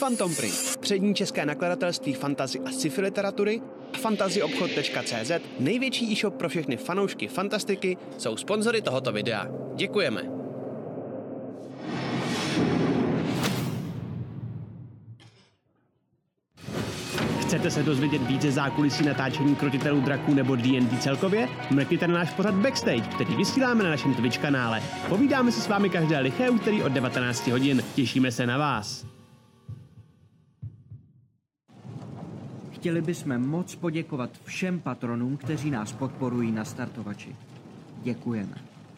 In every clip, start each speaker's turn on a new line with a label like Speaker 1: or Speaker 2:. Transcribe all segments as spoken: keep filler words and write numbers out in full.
Speaker 1: Phantom Print, přední české nakladatelství fantasy a sci-fi literatury a fantasyobchod tečka cé zet, největší e-shop pro všechny fanoušky fantastiky, jsou sponzory tohoto videa. Děkujeme. Chcete se dozvědět více zákulisí natáčení Krotitelů draků nebo D and D celkově? Mrkněte na náš pořad Backstage, který vysíláme na našem Twitch kanále. Povídáme se s vámi každé liché úterý od devatenáct hodin. Těšíme se na vás.
Speaker 2: Chtěli bychom moc poděkovat všem patronům, kteří nás podporují na startovači. Děkujeme.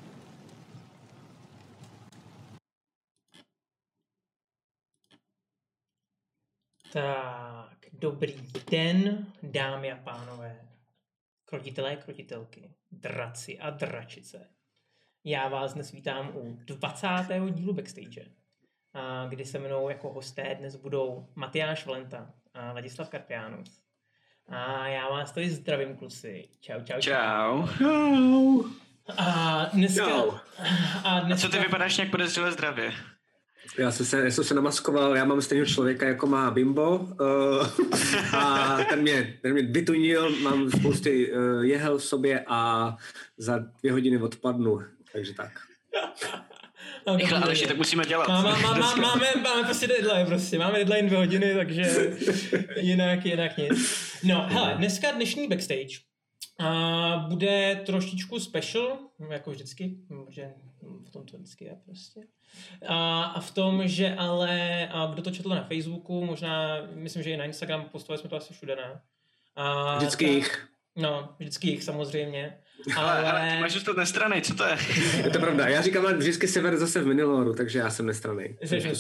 Speaker 3: Tak, dobrý den, dámy a pánové, krotitelé, krotitelky, draci a dračice. Já vás dnes vítám u dvacátého dílu Backstage, kdy se mnou jako hosté dnes budou Matyáš Valenta a Ladislav Karpianus. A já vás tady zdravím, kluci. Čau, čau,
Speaker 4: čau.
Speaker 3: Čau. A dneska...
Speaker 4: Čau.
Speaker 3: A, dneska...
Speaker 4: a co ty vypadáš nějak podezřele zdravě?
Speaker 5: Já jsem se, já jsem se namaskoval, já mám stejného člověka, jako má Bimbo uh, a ten mě, ten mě vytunil, mám spousty uh, jehel v sobě a za dvě hodiny odpadnu, takže tak.
Speaker 4: Rychle, ale ještě tak musíme dělat.
Speaker 3: Má, má, má, má, máme, máme prostě deadline, prostě. Máme deadline dvě hodiny, takže jinak, jinak nic. No, hele, dneska dnešní Backstage a bude trošičku special, jako vždycky, že v tom to vždycky je prostě. A, a v tom, že ale, a kdo to četl na Facebooku, možná, myslím, že i na Instagram, postovali jsme to asi všude, ne? A,
Speaker 5: vždycky
Speaker 3: tak,
Speaker 5: jich.
Speaker 3: No, vždycky jich samozřejmě.
Speaker 4: Ale, ale, ale ty máš zůstat nestranej, co to je?
Speaker 5: Je to pravda, já říkám ale vždycky sever zase v Miniloru, takže já jsem nestranej.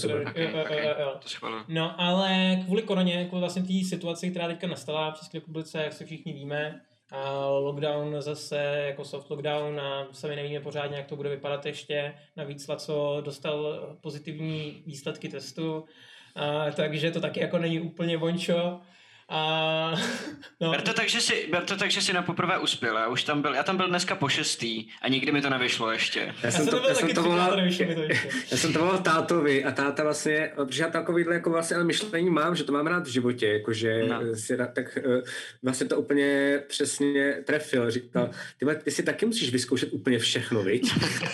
Speaker 3: No, ale kvůli koroně, kvůli vlastně té situaci, která teďka nastala v České republice, jak se všichni víme, a lockdown zase jako soft lockdown a sami nevíme pořádně, jak to bude vypadat ještě. Navíc Laco dostal pozitivní výsledky testu, a, takže to taky jako není úplně vončo. A, no.
Speaker 4: Ber to tak, že jsi, ber to tak, že jsi na poprvé uspěl. Já už tam byl, já tam byl dneska po šestý a nikdy mi to nevyšlo ještě.
Speaker 5: Já, já jsem to, to, já jsem to volal, já jsem to volal tátovi a táta vlastně, protože já takovýhle jako vlastně ale myšlení mám, že to mám rád v životě, jakože no. si rád, tak vlastně to úplně přesně trefil. Říkal, ty, ty si taky musíš vyzkoušet úplně všechno, viď?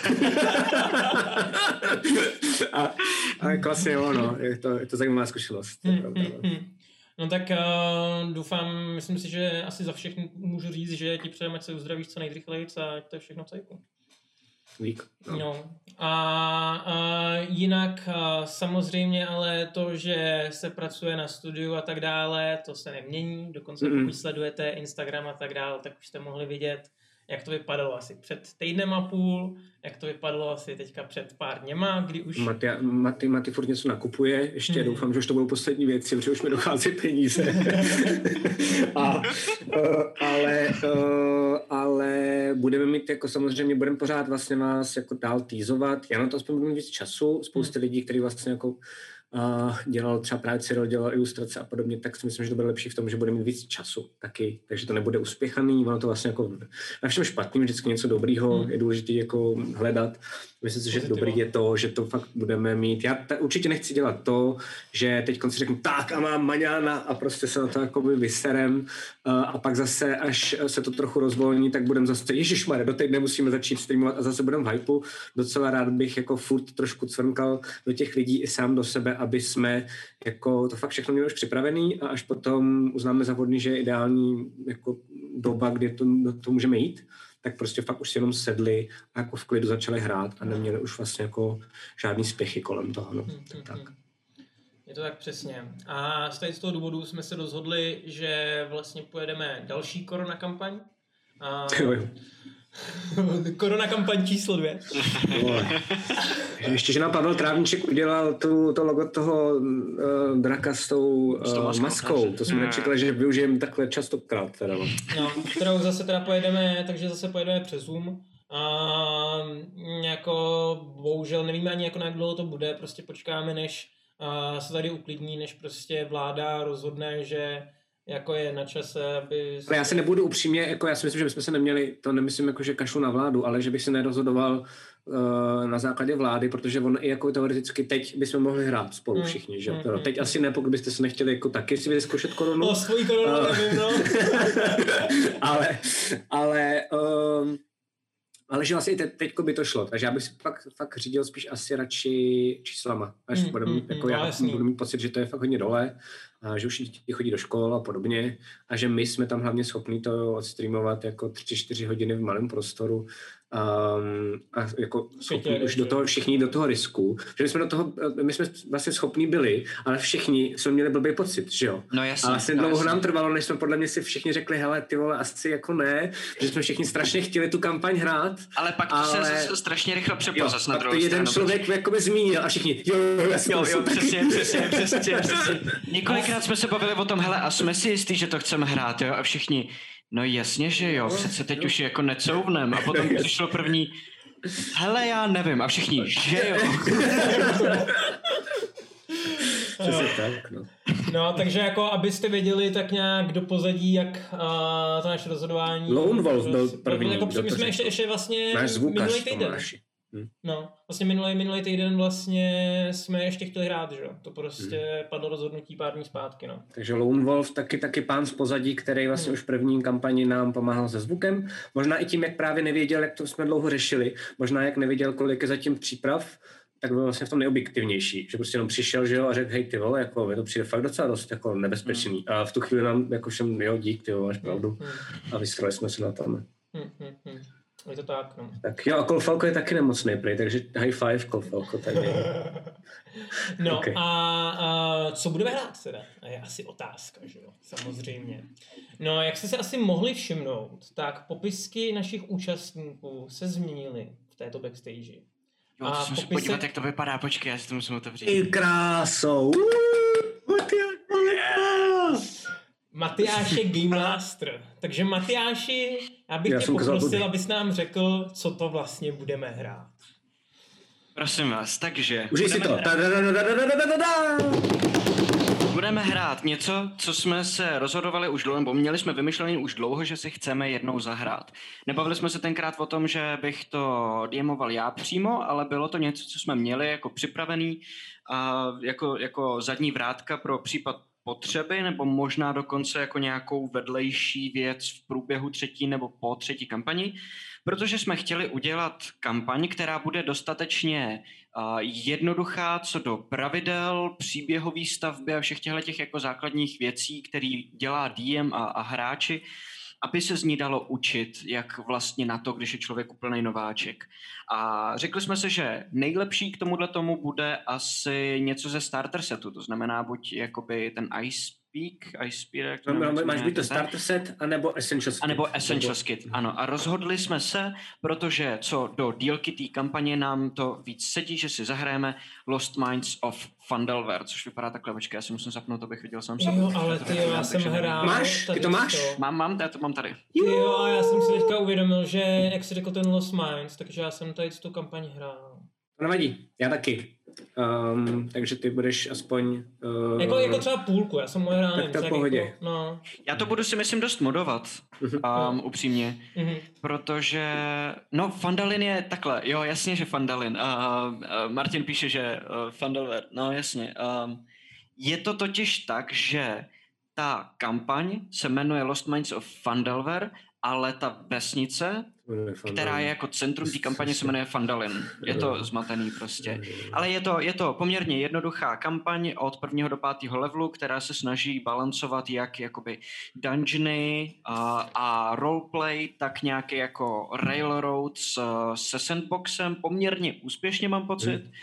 Speaker 5: a, a vlastně ono, je to, je to zajímavá zkušenost.
Speaker 3: Hmm, hmm, hmm. No tak uh, doufám, myslím si, že asi za všechny můžu říct, že ti přejeme, ať se uzdravíš co nejrychleji a to je všechno v cajku.
Speaker 5: Dík. No.
Speaker 3: No. A, a jinak a samozřejmě ale to, že se pracuje na studiu a tak dále, to se nemění. Dokonce mm. pokud sledujete Instagram a tak dále, tak už jste mohli vidět, jak to vypadalo asi před týdnem a půl, jak to vypadalo asi teďka před pár dněma, kdy už...
Speaker 5: Maty, Maty, Maty furt něco nakupuje, ještě hmm. doufám, že už to budou poslední věci, protože už mi dochází peníze. a, uh, ale, uh, ale budeme mít, jako samozřejmě, budeme pořád vlastně vás jako dál týzovat. Já na to aspoň budu mít víc času, spousty hmm. lidí, kteří vlastně jako Uh, dělal třeba právě Cyril, dělal ilustrace a podobně, tak si myslím, že to bude lepší v tom, že bude mít víc času taky, takže to nebude uspěchaný, ono to vlastně jako na všem špatným, vždycky něco dobrýho, hmm. je důležité jako hledat. Myslím si, že dobrý je to, že to fakt budeme mít. Já ta, určitě nechci dělat to, že teď konci řeknu tak a mám maňána a prostě se na to jakoby vyserem uh, a pak zase, až se to trochu rozvolní, tak budeme zase, ježišmarja, do teď nemusíme začít streamovat a zase budeme v hypeu. Docela rád bych jako furt trošku cvrnkal do těch lidí i sám do sebe, aby jsme jako to fakt všechno měli už připravený a až potom uznáme za vhodný, že je ideální jako doba, kdy to, to můžeme jít, tak prostě fakt už si jenom sedli a jako v klidu začali hrát a neměli už vlastně jako žádný spěchy kolem toho. No.
Speaker 3: Hmm,
Speaker 5: tak, tak.
Speaker 3: Je to tak přesně. A z toho důvodu jsme se rozhodli, že vlastně pojedeme další korona kampaň. A... Korona kampaň číslo dvě.
Speaker 5: Ještě, že nám Pavel Trávníček udělal tu, to logo toho uh, draka s tou uh, maskou. maskou. To jsme hmm. nečekali, že využijeme takhle častokrát. Teda.
Speaker 3: No, kterou zase teda pojedeme, takže zase pojedeme přes Zoom. A jako bohužel nevíme ani jako na jak dlouho to bude, prostě počkáme, než uh, se tady uklidní, než prostě vláda rozhodne, že jako je na čase, aby...
Speaker 5: Ale já se nebudu upřímně, jako já si myslím, že bychom se neměli, to nemyslím jako, že kašlu na vládu, ale že bych se nerozhodoval uh, na základě vlády, protože on i jako teoreticky teď bychom mohli hrát spolu všichni, že? Mm, mm, teď mm. asi ne, pokud byste se nechtěli jako taky si vyzkoušet korunu.
Speaker 3: No, svojí korunu uh, nevím, no.
Speaker 5: ale, ale, um, ale že vlastně te, teďko by to šlo, takže já bych si fakt, fakt řídil spíš asi radši číslama, až mm, budu mít, mm, jako mm, já no, budu mít pocit, že to je fakt hodně dole, a že už děti chodí do škol a podobně a že my jsme tam hlavně schopni to odstreamovat jako tři čtyři hodiny v malém prostoru um, a jako schopni už do toho všichni do toho risku, že my jsme do toho, my jsme vlastně schopní byli, ale všichni jsme měli blbý pocit, že jo?
Speaker 4: No jasně.
Speaker 5: A vlastně
Speaker 4: no
Speaker 5: dlouho
Speaker 4: jasně.
Speaker 5: nám trvalo, než jsme podle mě si všichni řekli, hele ty vole, asi jako ne, že jsme všichni strašně chtěli tu kampaň hrát.
Speaker 4: Ale pak to
Speaker 5: ale...
Speaker 4: se zase strašně rychle přeplo zas na druhou
Speaker 5: to jeden
Speaker 4: stranu.
Speaker 5: člověk jakoby zmínil a všichni, jo, jo,
Speaker 4: jo, jo přesně, přesně, přesně, přesně. Několikrát jsme se bavili o tom, hele, a jsme si jistí, že to chceme hrát, jo, a všichni, no jasně, že jo, přece teď už jako necouvnem, a potom přišlo první, hele, já nevím, a všichni, že jo.
Speaker 5: Přesně tak, no.
Speaker 3: No, takže jako, abyste věděli tak nějak do pozadí, jak uh, to naše rozhodování...
Speaker 5: Lone Wolf byl první.
Speaker 3: Jako, my jsme ještě, ještě vlastně minulý týden. Hmm. No, vlastně minulý, minulý týden vlastně jsme ještě chtěli hrát, že jo? To prostě hmm. padlo rozhodnutí pár dní zpátky, no.
Speaker 5: Takže Lone Wolf taky, taky pán z pozadí, který vlastně hmm. už v první kampani nám pomáhal se zvukem. Možná i tím, jak právě nevěděl, jak to jsme dlouho řešili. Možná jak nevěděl, kolik je zatím příprav, tak byl vlastně v tom nejobjektivnější, že prostě jenom přišel, že jo, a řekl, hej ty vole, jako je to přijde fakt docela dost jako nebezpečný. Hmm. A v tu chvíli nám jako všem, jo, dík, ty jo, máš pravdu. Hmm. A vystrali jsme se na tom.
Speaker 3: Hmm, hmm, hmm. Je to tak, no.
Speaker 5: Tak jo, a Kolfalko je taky nemocný prej, takže high five Kolfalko tady.
Speaker 3: No okay. a, a co budeme hrát teda? Je asi otázka, že jo, samozřejmě. No, jak jste se asi mohli všimnout, tak popisky našich účastníků se změnily v této backstage.
Speaker 4: Jo, to jsem se podívat, jak to vypadá, počkej, já si to musím otevřít.
Speaker 5: I krásou!
Speaker 3: Matyáš je Game Master. Takže Matyáši, já bych já tě poprosil, abys nám řekl, co to vlastně budeme hrát.
Speaker 4: Prosím vás, takže...
Speaker 5: Užij si to.
Speaker 4: Budeme hrát něco, co jsme se rozhodovali už dlouho, nebo měli jsme vymyšlený už dlouho, že si chceme jednou zahrát. Nebavili jsme se tenkrát o tom, že bych to diemoval já přímo, ale bylo to něco, co jsme měli jako připravený a jako, jako zadní vrátka pro případ potřeby, nebo možná dokonce jako nějakou vedlejší věc v průběhu třetí nebo po třetí kampani, protože jsme chtěli udělat kampaň, která bude dostatečně uh, jednoduchá co do pravidel, příběhové stavby a všech těch jako základních věcí, který dělá D M a, a hráči, aby se z ní dalo učit, jak vlastně na to, když je člověk úplnej nováček. A řekli jsme si, že nejlepší k tomuhle tomu bude asi něco ze starter setu, to znamená buď jakoby ten Ice Peak, Ice Peak, jak to
Speaker 5: no, máš být to starter set, anebo Essentials Kit.
Speaker 4: A nebo Essentials Kit, ano. A rozhodli jsme se, protože co do dílky té kampaně nám to víc sedí, že si zahrajeme Lost Minds of Phandelver, což vypadá takhle, počkej, já si musím zapnout, abych viděl sám sebe.
Speaker 3: Jo, ale ty jo, já jsem hrál.
Speaker 5: Máš? Ty to máš?
Speaker 3: To.
Speaker 4: Mám, mám, já to mám tady.
Speaker 3: Jo, a já jsem si teďka uvědomil, že jak jsi řekl ten Lost Minds, takže já jsem tady tu kampaň hrál.
Speaker 5: To nevadí, já taky. Um, takže ty budeš aspoň... Uh,
Speaker 3: jako, jako třeba půlku, já jsem moje hrál.
Speaker 5: Tak to v pohodě.
Speaker 3: Jako, no.
Speaker 4: Já to budu si myslím dost modovat, um, upřímně, mm-hmm. protože, no Fandalin je takhle, jo jasně, že Fandalin. Uh, uh, Martin píše, že uh, Phandelver, no jasně. Um, je to totiž tak, že ta kampaň se jmenuje Lost Minds of Phandelver, ale ta vesnice, která je jako centrum té kampaně, se jmenuje Phandalin. Je to zmatený prostě. Ale je to, je to poměrně jednoduchá kampaň od prvního do pátého levelu, která se snaží balancovat jak jakoby dungeony a, a roleplay, tak nějaký jako railroad s, se sandboxem. Poměrně úspěšně mám pocit. Hmm.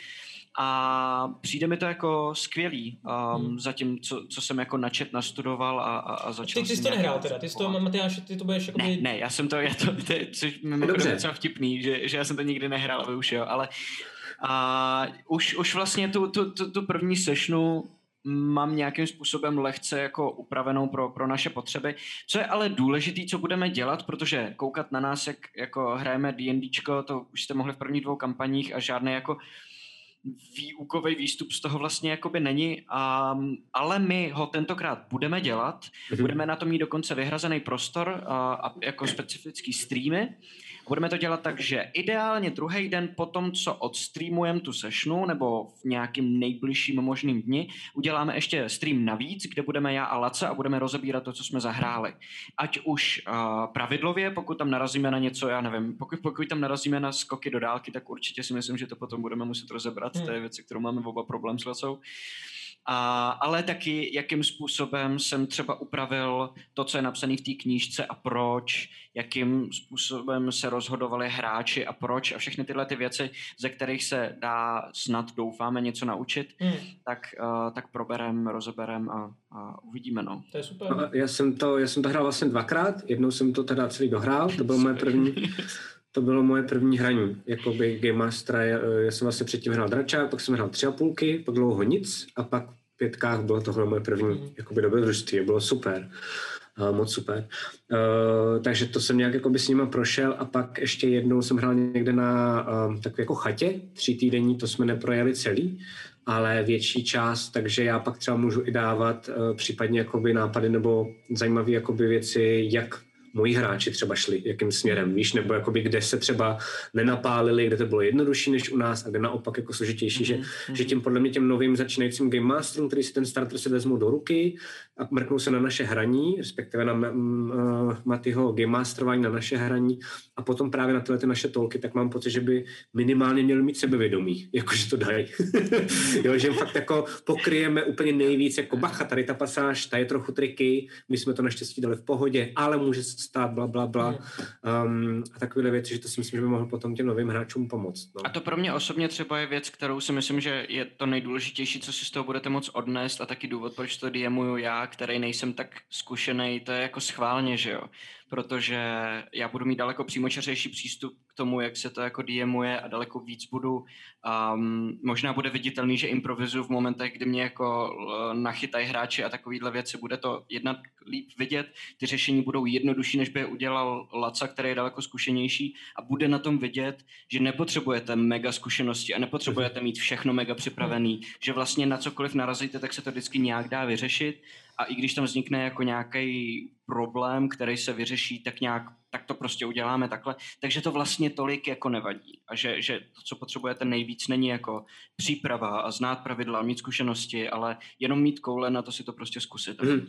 Speaker 4: A přijde mi to jako skvělý, um, hmm. zatím, co, co jsem jako načet, nastudoval a, a, a začal...
Speaker 3: Ty, ty jsi to nehrál teda, ty jsi to, Matyáš, ty to budeš jako...
Speaker 4: Ne, ne, já jsem to, já to, to což mi je docela vtipný, že, že já jsem to nikdy nehrál, ale už jo, ale a, už, už vlastně tu, tu, tu, tu první sessionu mám nějakým způsobem lehce jako upravenou pro, pro naše potřeby. Co je ale důležitý, co budeme dělat, protože koukat na nás, jak jako hrajeme D and Dčko, to už jste mohli v prvních dvou kampaních a žádné jako výukový výstup z toho vlastně jakoby není, um, ale my ho tentokrát budeme dělat, mm-hmm. budeme na to mít dokonce vyhrazený prostor uh, a jako specifický streamy. Budeme to dělat tak, že ideálně druhý den po tom, co odstreamujeme tu sessionu, nebo v nějakým nejbližším možným dni, uděláme ještě stream navíc, kde budeme já a Laca a budeme rozebírat to, co jsme zahráli. Ať už uh, pravidlově, pokud tam narazíme na něco, já nevím, pokud, pokud tam narazíme na skoky do dálky, tak určitě si myslím, že to potom budeme muset rozebrat. Hmm. To je věc, kterou máme oba problém s Lacou. A, ale taky, jakým způsobem jsem třeba upravil to, co je napsané v té knížce a proč, jakým způsobem se rozhodovali hráči a proč a všechny tyhle ty věci, ze kterých se dá snad doufáme něco naučit, hmm. tak, uh, tak proberem, rozeberem a, a uvidíme. No.
Speaker 3: To je super.
Speaker 5: No, já, jsem to, já jsem to hrál vlastně dvakrát, jednou jsem to teda celý dohrál, to bylo moje první... To bylo moje první hraní, jakoby Game Mastera. Já, já jsem vlastně předtím hrál Dračák, pak jsem hrál tři a půlky, pak dlouho nic a pak v pětkách bylo tohle moje první mm. jakoby dobrodružství. Bylo super, uh, moc super. Uh, takže to jsem nějak jakoby s nima prošel a pak ještě jednou jsem hrál někde na uh, takové jako chatě, tři týdenní, to jsme neprojeli celý, ale větší část, takže já pak třeba můžu i dávat uh, případně jakoby nápady nebo zajímavé jakoby věci, jak moji hráči třeba šli, jakým směrem, víš, nebo jakoby kde se třeba nenapálili, kde to bylo jednodušší než u nás a kde naopak jako složitější, mm-hmm. že, že tím podle mě těm novým začínajícím Game Masterům, který si ten starter si vezmou do ruky a mrknou se na naše hraní, respektive na uh, Matyho Game Masterování, na naše hraní a potom právě na tyhle ty naše tolky, tak mám pocit, že by minimálně měli mít sebevědomí, jakože to dají. Jo, že fakt jako pokryjeme úplně nejvíc, jako bacha, tady ta pasáž, ta je trochu triky, my jsme to naštěstí dali v pohodě, ale může stát bla, bla, bla. Um, a takové věci, že to si myslím, že by mohl potom těm novým hráčům pomoct. No.
Speaker 4: A to pro mě osobně třeba je věc, kterou si myslím, že je to nejdůležitější, co si z toho budete moct odnést a taky důvod, proč to DMuju já, který nejsem tak zkušený, to je jako schválně, že jo. Protože já budu mít daleko přímočařejší přístup k tomu, jak se to jako DMuje a daleko víc budu, um, možná bude viditelný, že improvizuju v momentech, kdy mě jako nachytají hráči a takovýhle věci, bude to jednak líp vidět, ty řešení budou jednodušší, než by je udělal Laca, který je daleko zkušenější a bude na tom vidět, že nepotřebujete mega zkušenosti a nepotřebujete mít všechno mega připravený, že vlastně na cokoliv narazíte, tak se to vždycky nějak dá vyřešit a i když tam vznikne jako nějaký problém, který se vyřeší, tak nějak, tak to prostě uděláme takhle. Takže to vlastně tolik jako nevadí. A že, že to, co potřebujete nejvíc, není jako příprava a znát pravidla, mít zkušenosti, ale jenom mít koule na to si to prostě zkusit.
Speaker 5: Hmm.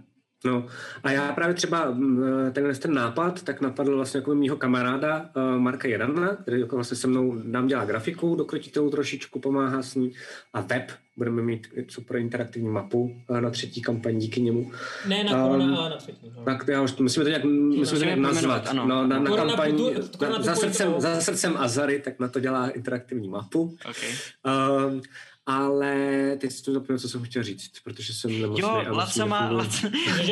Speaker 5: No a já právě třeba tenhle ten nápad tak napadl vlastně jako mýho kamaráda uh, Marka Jarana, který jako vlastně se mnou nám dělá grafiku do krotitelů trošičku, pomáhá s ní a web. Budeme mít super interaktivní mapu uh, na třetí kampaň díky němu.
Speaker 3: Ne na korona, um, ale na třetí. No.
Speaker 5: Tak já už musíme to nějak, musíme to nějak nazvat. Ano. No, na, na kampaň
Speaker 3: putu,
Speaker 5: na, za, srdcem, za srdcem Azary, tak na to dělá interaktivní mapu.
Speaker 4: Okay.
Speaker 5: Um, ale teď si to zapomněl, co jsem chtěl říct, protože jsem nemocný.
Speaker 4: Jo, Laca má... Laca...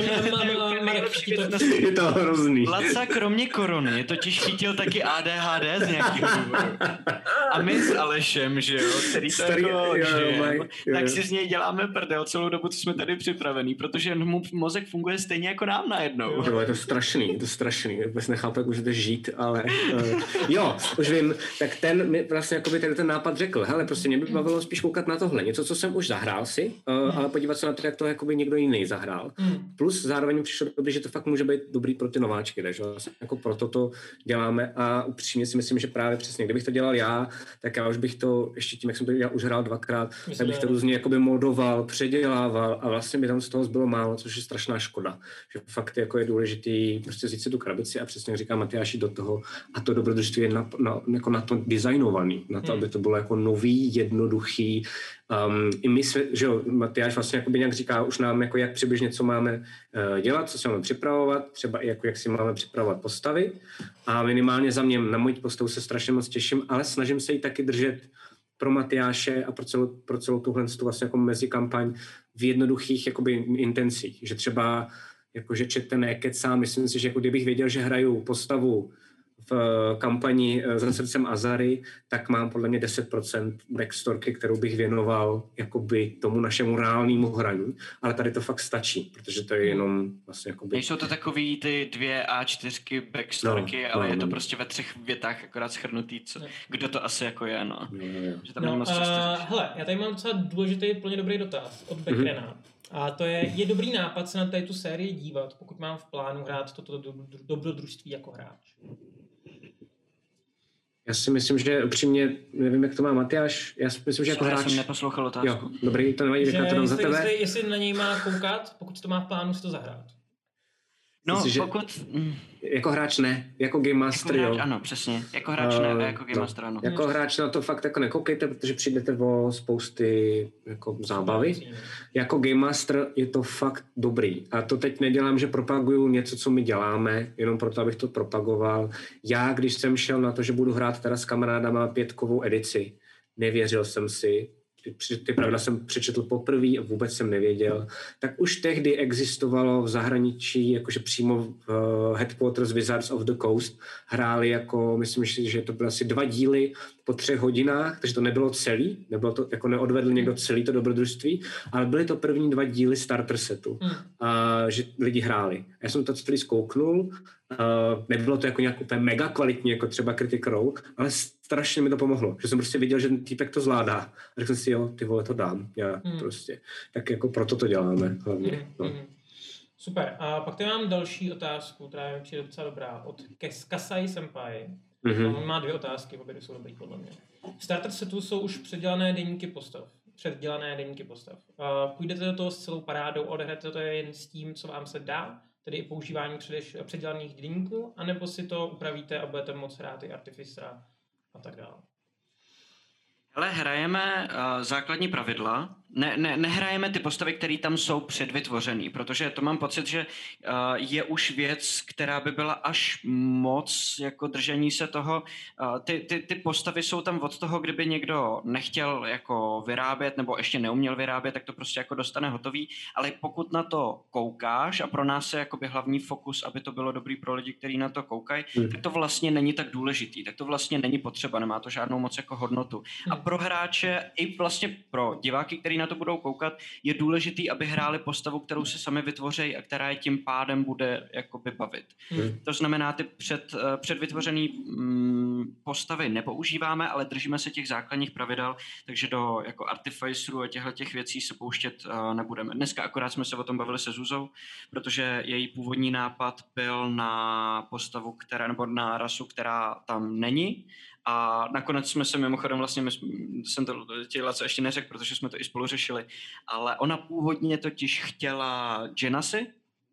Speaker 5: Je to hrozný.
Speaker 4: Laca kromě korony totiž chytil taky A D H D z nějakého důvodu. A my s Alešem, že jo, který to Starý, jako jo, žijem, maj, jo, tak jo. si z něj děláme prdel celou dobu, co jsme tady připravený, protože mu mozek funguje stejně jako nám najednou.
Speaker 5: Jo, je to strašný, je to strašný. Vůbec nechápu, jak můžete žít, ale... Uh, jo, už vím, tak ten mi vlastně jakoby ten, ten nápad řekl, hele, prostě mě by bavilo spíš koukat na tohle, něco, co jsem už zahrál si, uh, mm. ale podívat se na to, jak to jakoby někdo jiný zahrál. Mm. Plus zároveň přišlo dobrý, že to fakt může být dobrý pro ty nováčky, takže vlastně jako proto to děláme a upřímně si myslím, že právě přesně, kdybych to dělal já, tak já už bych to, ještě tím, jak jsem to já už hrál dvakrát, myslím, tak bych to různě jakoby modoval, předělával a vlastně by tam z toho zbylo málo, což je strašná škoda. Že fakt jako je důležitý prostě vzít si tu krabici a přesně říká Matyáši do toho a to dobrodružství je na, na, jako na to designovaný, na to, hmm. aby to bylo jako nový, jednoduchý. Um, I my, že jo, Matyáš vlastně jakoby nějak říká už nám, jako jak přibližně, co máme uh, dělat, co si máme připravovat, třeba i jako jak si máme připravovat postavy a minimálně za mě na mojí postavu se strašně moc těším, ale snažím se ji taky držet pro Matyáše a pro celou, pro celou tuhle vlastně jako mezikampaň v jednoduchých jakoby intencích, že třeba jakože čete nekecám, myslím si, že jako kdybych věděl, že hraju postavu v kampani Za srdcem Azary, tak mám podle mě deset procent backstorky, kterou bych věnoval jakoby tomu našemu reálnému hraní, ale tady to fakt stačí, protože to je jenom vlastně jakoby...
Speaker 4: Nejsou to takový ty dvě á čtyři backstorky, no, ale no, je to no. prostě ve třech větách akorát shrnutý, co, no. kdo to asi jako je, no.
Speaker 5: no, no,
Speaker 4: že tam
Speaker 3: no
Speaker 4: moc
Speaker 3: uh, hele, já tady mám docela důležitý, plně dobrý dotaz od Beckrena. Mm-hmm. A to je, je dobrý nápad se na tady tu sérii dívat, pokud mám v plánu hrát toto do, do, dobrodružství jako hráč.
Speaker 5: Já si myslím, že upřímně, nevím, jak to má Matyáš, já si myslím, že jako
Speaker 4: já
Speaker 5: hráč...
Speaker 4: Já jsem neposlouchal otázku.
Speaker 5: Jo, dobrý, to nevadí, říká to dám za tebe.
Speaker 3: Jestli, jestli na něj má koukat, pokud to má v plánu si to zahrát.
Speaker 4: No,
Speaker 5: Myslím,
Speaker 4: pokud...
Speaker 5: Jako hráč ne, jako Game Master,
Speaker 4: jako hráč,
Speaker 5: jo.
Speaker 4: Ano, přesně. Jako hráč uh, ne, jako Game
Speaker 5: no.
Speaker 4: Master, ano.
Speaker 5: Jako hráč na to fakt jako nekoukejte, protože přijdete o spousty jako zábavy. Jako Game Master je to fakt dobrý. A to teď nedělám, že propaguju něco, co my děláme, jenom proto, abych to propagoval. Já, když jsem šel na to, že budu hrát teda s kamarádama pětkovou edici, nevěřil jsem si, Ty, ty pravidla jsem přečetl poprvé a vůbec jsem nevěděl, tak už tehdy existovalo v zahraničí, jakože přímo v uh, Headquarters Wizards of the Coast hráli jako, myslím, že to byly asi dva díly po třech hodinách, takže to nebylo celý, nebylo to, jako neodvedl někdo celý to dobrodružství, ale byly to první dva díly starter setu, hmm. a že lidi hráli. Já jsem to celý zkouknul, Uh, nebylo to jako nějak úplně mega kvalitní, jako třeba Critical Role, ale strašně mi to pomohlo, že jsem prostě viděl, že ten týpek to zvládá. A řekl jsem si, jo, ty vole, to dám. Já mm. prostě. Tak jako proto to děláme hlavně. Mm, no. mm.
Speaker 3: Super. A pak tady mám další otázku, která mi přijde docela dobrá. Od Kasai Senpai.
Speaker 5: Mm-hmm.
Speaker 3: On má dvě otázky, obě jsou dobrý podle mě. V starter setu jsou už předělané deníky postav. Předdělané deníky postav. Uh, půjdete do toho s celou parádou, odehrajete to jen s tím, co vám se dá, tedy i používání předeš, předělaných deníků, anebo si to upravíte a budete moct hrát i artificera a tak dále.
Speaker 4: Ale hrajeme uh, základní pravidla, ne, ne, nehrajeme ty postavy, které tam jsou předvytvořený, protože to mám pocit, že uh, je už věc, která by byla až moc jako držení se toho. Uh, ty, ty, ty postavy jsou tam od toho, kdyby někdo nechtěl jako vyrábět nebo ještě neuměl vyrábět, tak to prostě jako dostane hotový, ale pokud na to koukáš a pro nás je jakoby hlavní fokus, aby to bylo dobrý pro lidi, kteří na to koukají, hmm. tak to vlastně není tak důležitý, tak to vlastně není potřeba, nemá to žádnou moc jako hodnotu. A pro hráče i vlastně pro diváky, kteří na to budou koukat, je důležitý, aby hráli postavu, kterou si sami vytvoří a která je tím pádem bude jakoby bavit. Hmm. To znamená, ty před, předvytvořený mm, postavy nepoužíváme, ale držíme se těch základních pravidel, takže do jako artificerů a těchto těch věcí se pouštět uh, nebudeme. Dneska akorát jsme se o tom bavili se Zuzou, protože její původní nápad byl na postavu, která, nebo na rasu, která tam není. A nakonec jsme se mimochodem vlastně, my, jsem to těla, co ještě neřekl, protože jsme to i spolu řešili, ale ona původně totiž chtěla Genasi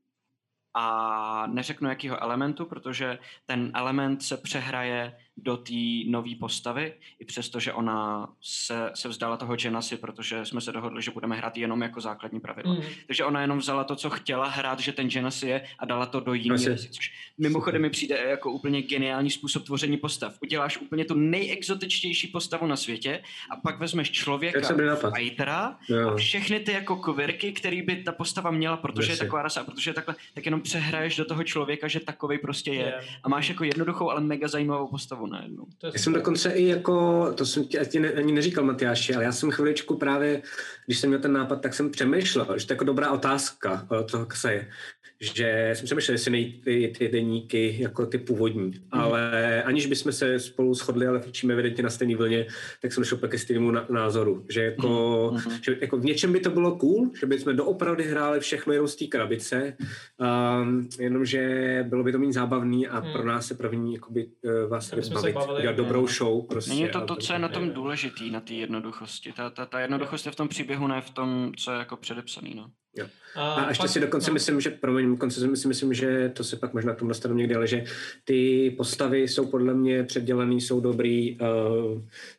Speaker 4: a neřeknu jakýho elementu, protože ten element se přehraje do té nové postavy, i přesto, že ona se, se vzdala toho Genasi, protože jsme se dohodli, že budeme hrát jenom jako základní pravidla. Mm. Takže ona jenom vzala to, co chtěla hrát, že ten Genasi je, a dala to do jiné věci, což mimochodem mi přijde jako úplně geniální způsob tvoření postav. Uděláš úplně tu nejexotičtější postavu na světě a pak vezmeš člověka, fightera a všechny ty jako kvirky, který by ta postava měla, protože je taková rasa, protože je takhle, tak jenom přehraješ do toho člověka, že takovej prostě je. Yeah. A máš jako jednoduchou, ale mega zajímavou postavu najednou.
Speaker 5: Já jsem dokonce i jako, to jsem ti ani neříkal, Matyáši, ale já jsem chviličku právě, když jsem měl ten nápad, tak jsem přemýšlel, že to je jako dobrá otázka toho Kasaje, že jsem přemýšlel, jestli nejít ty, ty deníky jako ty původní, mm. ale aniž bychom se spolu shodli, ale fičíme evidentně na stejné vlně, tak jsem došel ke stejnému názoru, že jako, mm. že jako v něčem by to bylo cool, že bychom doopravdy hráli všechno jenom z té krabice, um, jenomže bylo by to méně zábavný a mm. pro nás se první jakoby, uh, vás tady bavit, dělat dobrou show. Prostě,
Speaker 4: není to to, co je na tom důležitý, na té jednoduchosti. Ta, ta, ta jednoduchost je v tom příběhu, ne v tom, co je jako předepsaný. No.
Speaker 5: Jo. A, a ještě si dokonce no. myslím, že promiň, dokonce si myslím, že to se pak možná k tomu dostanu někdy, ale že ty postavy jsou podle mě předdělaný, jsou dobrý, uh,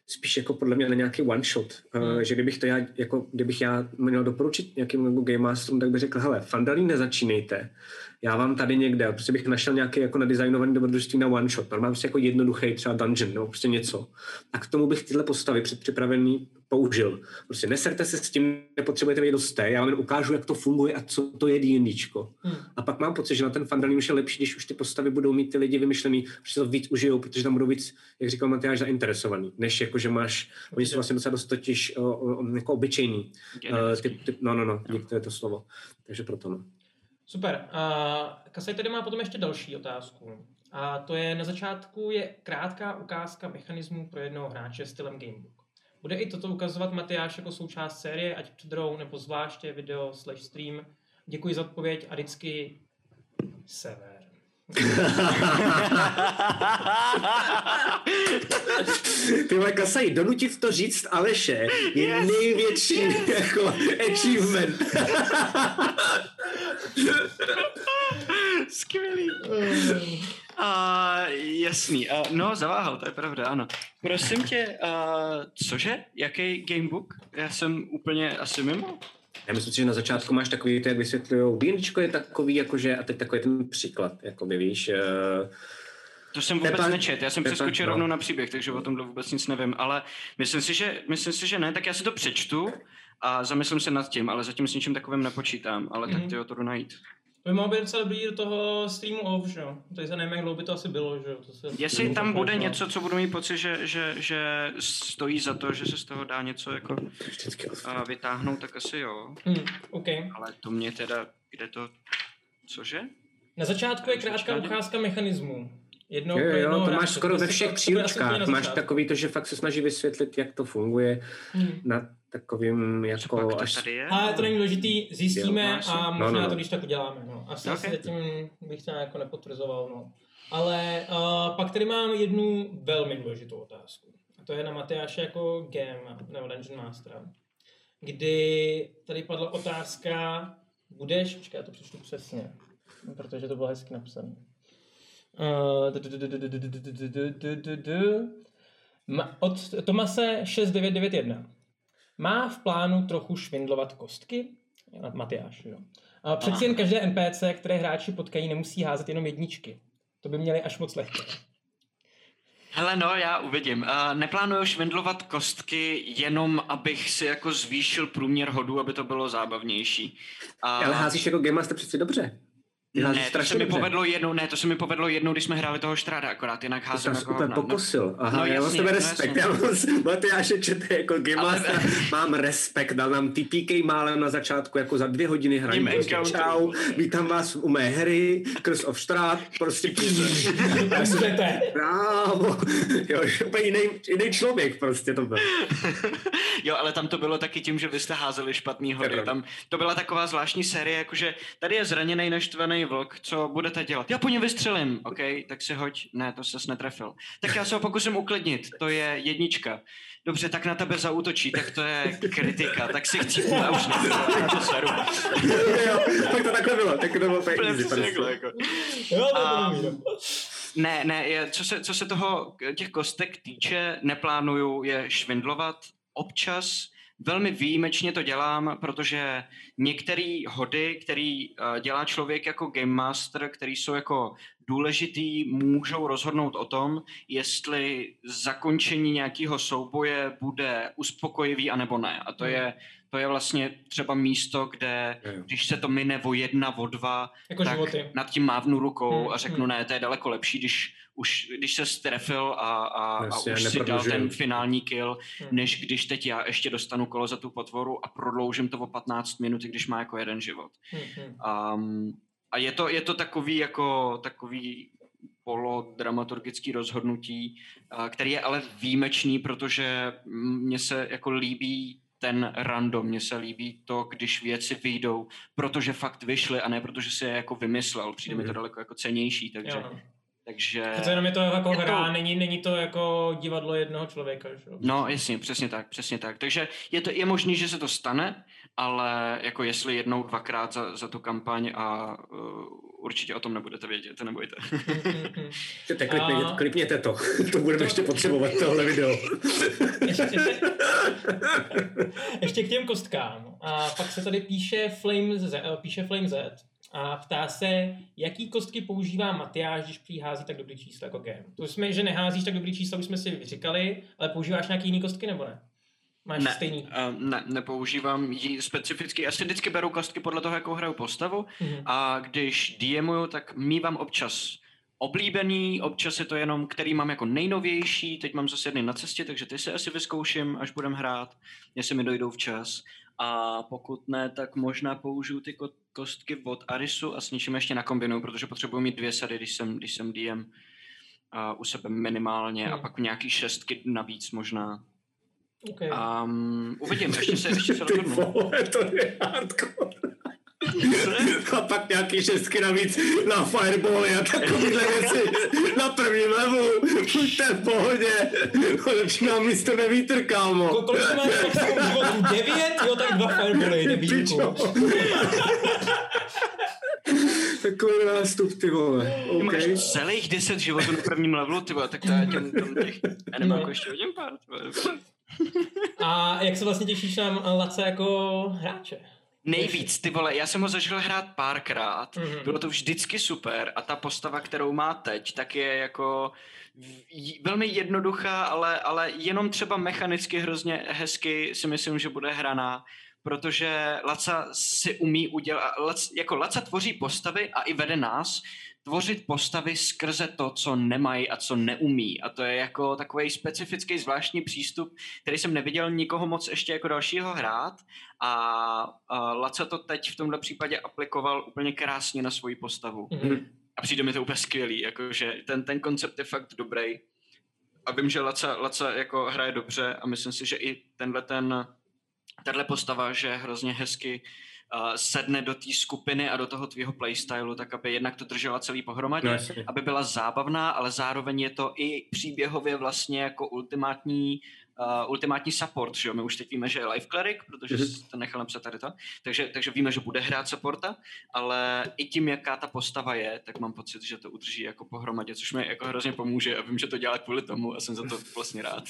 Speaker 5: spíš jako podle mě na nějaký one shot, hmm. uh, že kdybych to já, jako kdybych já měl doporučit nějakým jako Game Masterům, tak bych řekl, hele, Fandalí nezačínejte, já vám tady někde, prostě bych našel nějaký jako nadizajnovaný dobrodružství na one shot, normálně prostě jako jednoduchý třeba dungeon, nebo prostě něco. A k tomu bych tyhle postavy předpřipravený použil. Prostě neserte se s tím, nepotřebujete vědět dost, já vám jen ukážu, jak to funguje a co to je D&Dčko. Hmm. A pak mám pocit, že na ten Fandalí už je lepší, když už ty postavy budou mít ty lidi vymyšlený, že to víc užijou, protože tam budou víc, jak říkal Matyáš, zainteresovaný, než jako, že máš, oni jsou vlastně docela dost totiž o, o, jako obyčejný. Uh, typ, typ, no, no, no, no. To je to slovo. Takže proto, no.
Speaker 3: Super. A Kasej tady má potom ještě další otázku. A to je, na začátku je krátká ukázka mechanismů pro jednoho hráče stylem Gamebook. Bude i toto ukazovat Matyáš jako součást série, ať předrou nebo zvláště video slash stream. Děkuji za odpověď a vždycky Sever.
Speaker 5: Tyhle Kasej, donutit to říct Aleše je yes. největší yes. jako achievement.
Speaker 4: Skvělý. Uh, jasný. Uh, no, zaváhal, to je pravda, ano. Prosím tě, uh, cože? Jaký gamebook? Já jsem úplně asi mimo.
Speaker 5: Já myslím, že na začátku máš takový, jak vysvětlujou, D&Dčko je takový, jakože, a teď takový ten příklad, jakoby, víš. Uh,
Speaker 4: to jsem vůbec Pepa, nečet, já jsem Pepa, přeskočil no. rovnou na příběh, takže o tomhle vůbec nic nevím, ale myslím si, že, myslím si, že ne, tak já si to přečtu a zamyslím se nad tím, ale zatím s ničím takovým nepočítám, ale mm-hmm. tak tyjo, to jdu najít.
Speaker 3: To by mohlo být docela dobrý do toho streamu off, že jo? Tady se nevím, jak dlouho by to asi bylo, že jo?
Speaker 4: Jestli tam bude no. něco, co budu mít pocit, že, že, že stojí za to, že se z toho dá něco jako a vytáhnout, tak asi jo.
Speaker 3: Hmm, okay.
Speaker 4: Ale to mě teda, kde to, cože?
Speaker 3: Na začátku je krátká ukázka mechanismů. Jednou,
Speaker 5: jo, jo,
Speaker 3: jednou
Speaker 5: to máš skoro ve všech příručkách. Máš takový to, že fakt se snaží vysvětlit, jak to funguje hmm. na takovým jako
Speaker 4: až...
Speaker 3: Ale to není důležitý, zjistíme jo, a možná no, no. to když tak uděláme. No. Asi
Speaker 4: okay.
Speaker 3: zatím bych to jako nepotvrzoval. No. Ale uh, pak tady mám jednu velmi důležitou otázku. A to je na Matyáše jako G M nebo Dungeon Mastera. Kdy tady padla otázka, budeš, počkej, já to přečtu přesně, protože to bylo hezky napsané. Od Tomase šest devět devět jedna. Má v plánu trochu švindlovat kostky? Matyáš, jo. Přeci jen každé N P C, které hráči potkají, nemusí házet jenom jedničky. To by měli až moc lehké.
Speaker 4: Hele, no, já uvidím. Uh, neplánuju švindlovat kostky jenom, abych si jako zvýšil průměr hodů, aby to bylo zábavnější. Uh,
Speaker 5: Ale házíš jako Game Master přeci dobře.
Speaker 4: Ne, to se mi dobře. povedlo jednou, ne, to se mi povedlo jednou, když jsme hráli toho Štráda, akorát jinak házím jako hovna.
Speaker 5: To pokusil. Aha,
Speaker 4: no,
Speaker 5: já mám s tebe respekt. No, já mám, Matyáše čete jako Game Master, mám respekt, dal nám T P K málem na začátku, jako za dvě hodiny hraní. Prostě čau, vítám vás u mé hry, Curse of Strahd, prostě Bravo. Jo, úplně jiný, jiný člověk prostě to byl.
Speaker 4: Jo, ale tam to bylo taky tím, že vy jste házeli špatný hody. Tam to byla taková zvláštní série, jakože tady je zraněný, naštvaný vlk, co budete dělat? Já po něm vystřelím, OK, tak si hoď, ne, to ses netrefil. Tak já se ho pokusím uklidnit, to je jednička. Dobře, tak na tebe zaútočí, tak to je kritika, tak si chci, já už nevím, já to seru.
Speaker 5: Jo, tak to takhle bylo, tak to bylo fakt easy.
Speaker 4: Jako. Ne, ne, je, co, se, co se toho těch kostek týče, neplánuju je švindlovat občas. Velmi výjimečně to dělám, protože některé hody, který uh, dělá člověk jako Game Master, který jsou jako důležitý, můžou rozhodnout o tom, jestli zakončení nějakého souboje bude uspokojivý anebo ne. A to je, to je vlastně třeba místo, kde když se to mine o jedna, o dva,
Speaker 3: jako
Speaker 4: tak
Speaker 3: životy.
Speaker 4: Nad tím mávnu rukou
Speaker 3: hmm,
Speaker 4: a řeknu
Speaker 3: hmm.
Speaker 4: ne, to je daleko lepší, když už když se strefil a, a,
Speaker 5: Jasně,
Speaker 4: a už si dal ten finální kill, hmm. než když teď já ještě dostanu kolo za tu potvoru a prodloužím to o patnáct minut, když má jako jeden život.
Speaker 3: Hmm.
Speaker 4: Um, a je to, je to takový jako takový polodramaturgický rozhodnutí, který je ale výjimečný, protože mně se jako líbí ten random, mně se líbí to, když věci vyjdou, protože fakt vyšly a ne protože si je jako vymyslel. Přijde mm. mi to daleko jako cenější, takže... Jo. Takže...
Speaker 3: To jenom je to jako je hra, to... Není, není to jako divadlo jednoho člověka. Že?
Speaker 4: No jasně, přesně tak, přesně tak. Takže je, to, je možný, že se to stane, ale jako jestli jednou, dvakrát za, za tu kampaň a uh, určitě o tom nebudete vědět, nebojte.
Speaker 5: Tak klipně, a... klipněte to, to budeme to... ještě potřebovat tohle video.
Speaker 3: ještě, ještě, ještě k těm kostkám. A pak se tady píše Flame Z, píše Flame Z a ptá se, jaký kostky používá Matyáš, když přihází tak dobrý čísla jako game. To jsme, že neházíš tak dobrý čísla, už jsme si vyříkali, ale používáš nějaký jiný kostky nebo ne? Máš
Speaker 4: ne,
Speaker 3: stejný?
Speaker 4: Uh, ne, nepoužívám ji specificky. Já si vždycky beru kostky podle toho, jakou hraju postavu mm-hmm. a když DMuju, tak mívám občas oblíbený, občas je to jenom, který mám jako nejnovější, teď mám zase jedny na cestě, takže ty se asi vyzkouším, až budem hrát, jestli mi dojdou včas. A pokud ne, tak možná použiju ty ko- kostky od Arisu a s něčím ještě nakombinuju, protože potřebuji mít dvě sady, když jsem, když jsem D M uh, u sebe minimálně hmm. a pak nějaký šestky navíc možná.
Speaker 3: Okay.
Speaker 4: Um, uvidím, ještě se, ještě se rozhodnu.
Speaker 5: Ty vole, to je hardcore. A pak nějaký šestky navíc na firebally a takovýhle věci na prvním levelu. Buďte v pohodě. Začíná místo nevítr, kámo.
Speaker 3: Kolik máš maximum životů? Devět? Jo, tak dva firebally, nebíčku.
Speaker 5: Takový nástup, ty vole.
Speaker 4: Okay. Máš
Speaker 5: Okay.
Speaker 4: celých deset životů na prvním levelu, ty vole, tak to je těm, těm těch... Já nemám jako ještě hodně pár,
Speaker 3: A jak se vlastně těšíš na Laca jako hráče?
Speaker 4: Nejvíc, ty vole, já jsem ho zažil hrát párkrát,
Speaker 3: mm-hmm.
Speaker 4: bylo to vždycky super a ta postava, kterou má teď, tak je jako velmi jednoduchá, ale, ale jenom třeba mechanicky hrozně hezky si myslím, že bude hraná, protože Laca si umí udělat, Lac, jako Laca tvoří postavy a i vede nás tvořit postavy skrze to, co nemají a co neumí. A to je jako takový specifický zvláštní přístup, který jsem neviděl nikoho moc ještě jako dalšího hrát. A, a Laca to teď v tomhle případě aplikoval úplně krásně na svoji postavu. Mm-hmm. A přijde mi to úplně skvělý, jakože ten, ten koncept je fakt dobrý. A vím, že Laca, Laca jako hraje dobře a myslím si, že i tenhle ten, tahle postava, že hrozně hezky Uh, sedne do té skupiny a do toho tvýho playstylu, tak aby jednak to držela celý pohromadě, no, aby byla zábavná, ale zároveň je to i příběhově vlastně jako ultimátní uh, ultimátní support, že jo? My už teď víme, že je life cleric, protože mm-hmm. to nechal napsat tady to, takže, takže víme, že bude hrát supporta, ale i tím, jaká ta postava je, tak mám pocit, že to udrží jako pohromadě, což mi jako hrozně pomůže a vím, že to dělá kvůli tomu a jsem za to vlastně rád.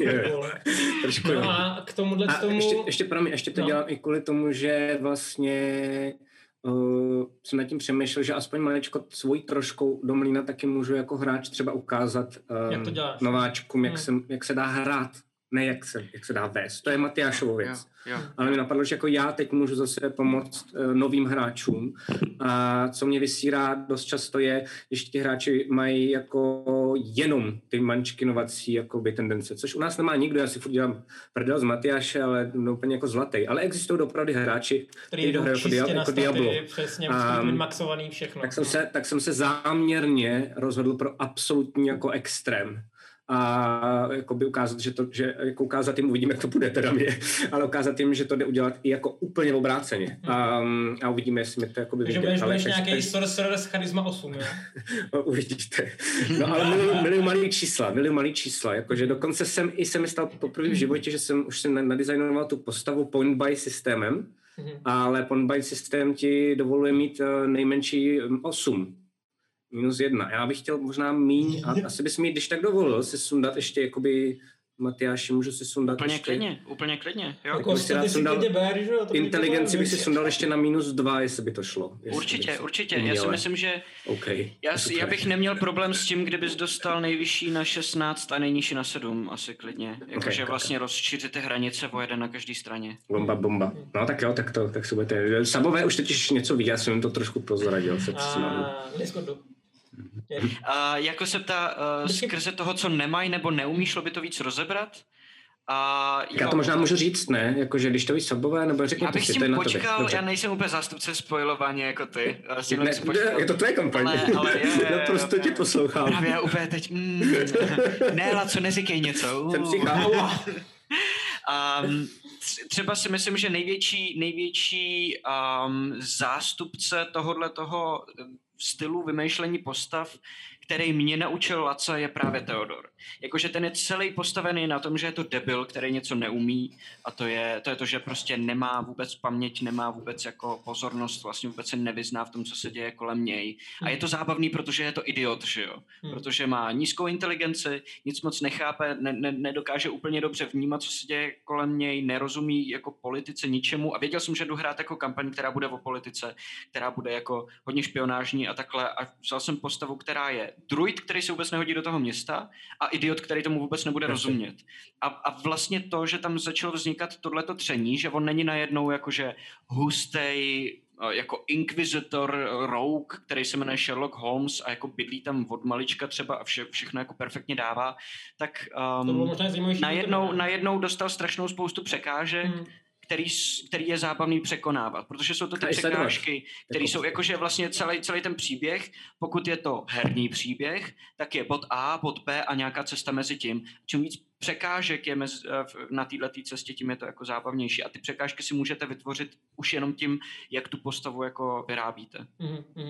Speaker 3: No a k tomuhle
Speaker 5: a
Speaker 3: tomu...
Speaker 5: Ještě, ještě, promiň, ještě to no. dělám i kvůli tomu, že vlastně uh, jsem nad tím přemýšlel, že aspoň maličko svojí troškou do mlýna taky můžu jako hráč třeba ukázat uh, nováčkům, jak, hmm. se, jak se dá hrát. Ne, jak se, jak se dá vést. To je Matyášovo věc. Jo, jo. Ale mi napadlo, že jako já teď můžu zase pomoct uh, novým hráčům. A co mě vysírá dost často je, když ti hráči mají jako jenom ty mančkinovací jakoby tendence, což u nás nemá nikdo. Já si furt dělám prdel z Matyáše, ale no, úplně jako zlatý. Ale existují opravdu hráči, kteří dohrají jako, dia, jako Diablo.
Speaker 3: Přesně,
Speaker 5: a,
Speaker 3: maxovaný všechno.
Speaker 5: Tak jsem, se, tak jsem se záměrně rozhodl pro absolutní jako extrém. A jakoby ukázat, že to, že jako ukázat jim, uvidíme, jak to bude teda mě, ale ukázat jim, že to jde udělat i jako úplně obráceně. A, a uvidíme, jestli mi to jakoby
Speaker 3: vyjde. Takže budeš nějaký ten... sorcerer z charisma osm, jo?
Speaker 5: Uvidíte. No ale miluji, miluji malý čísla, miluji malý čísla, jakože dokonce jsem i se mi stal poprvé v životě, že jsem už jsem nadizajnoval tu postavu point buy systémem, mm-hmm. ale point buy systém ti dovoluje mít nejmenší osm. Minus jedna. Já bych chtěl možná míň, a asi bys mi, když tak dovolil, si sundat ještě jakoby Matyáši, můžu si sundat
Speaker 4: úplně
Speaker 5: ještě...
Speaker 4: klidně, úplně klidně, jo.
Speaker 3: Jako si si sundal, ber, že?
Speaker 5: Inteligenci bych si sundal ještě na minus dva, jestli by to šlo.
Speaker 4: Určitě, určitě. Uměle. Já si myslím, že
Speaker 5: okay.
Speaker 4: já, já bych neměl problém s tím, kdybys dostal nejvyšší na šestnáct a nejnižší na sedm, asi klidně. Jakože okay, vlastně rozšířit ty hranice o jeden na každé straně.
Speaker 5: Bomba, bomba. No tak jo, tak to, tak se budete... Sabové už teď něco ví, já jsem jim to trošku prozradil.
Speaker 3: A neskondu.
Speaker 4: Uh, jako se ptá, uh, skrze toho, co nemají nebo neumí, šlo by to víc rozebrat? Uh,
Speaker 5: já to možná můžu říct, ne? Jakože když to víš sabové, nebo řekni to si, to je na tobě. Já bych s tím počkal,
Speaker 4: já nejsem úplně zástupce spoilování jako ty.
Speaker 5: Ne, je to tvoje kampaň.
Speaker 4: Ale, ale je,
Speaker 5: já prostě tě poslouchám.
Speaker 4: Právě já úplně teď, mm, ne, Laco, neříkej něco.
Speaker 5: Jsem psychá.
Speaker 4: Um, třeba si myslím, že největší, největší um, zástupce tohohle toho stylu vymýšlení postav, který mě naučil Laca, je právě Theodor. Jakože ten je celý postavený na tom, že je to debil, který něco neumí a to je to, je to že prostě nemá vůbec paměť, nemá vůbec jako pozornost, vlastně vůbec se nevyzná v tom, co se děje kolem něj. A je to zábavný, protože je to idiot, že jo? Protože má nízkou inteligenci, nic moc nechápe, ne, ne, nedokáže úplně dobře vnímat, co se děje kolem něj, nerozumí jako politice ničemu a věděl jsem, že jdu hrát jako kampaň, která bude o politice, která bude jako hodně špionážní a takhle a vzal jsem postavu, která je druid, který se vůbec nehodí do toho města a idiot, který tomu vůbec nebude rozumět. A, a vlastně to, že tam začalo vznikat tohleto tření, že on není najednou jakože hustej jako inquisitor rogue, který se jmenuje Sherlock Holmes a jako bydlí tam od malička třeba a vše, všechno jako perfektně dává, tak um, najednou, najednou dostal strašnou spoustu překážek, hmm. Který, který je zábavný překonávat, protože jsou to ty překážky, které jsou jakože vlastně celý, celý ten příběh, pokud je to herní příběh, tak je bod A, bod B a nějaká cesta mezi tím. Čím víc překážek je mezi, na této cestě, tím je to jako zábavnější a ty překážky si můžete vytvořit už jenom tím, jak tu postavu jako vyrábíte.
Speaker 3: Mm-hmm.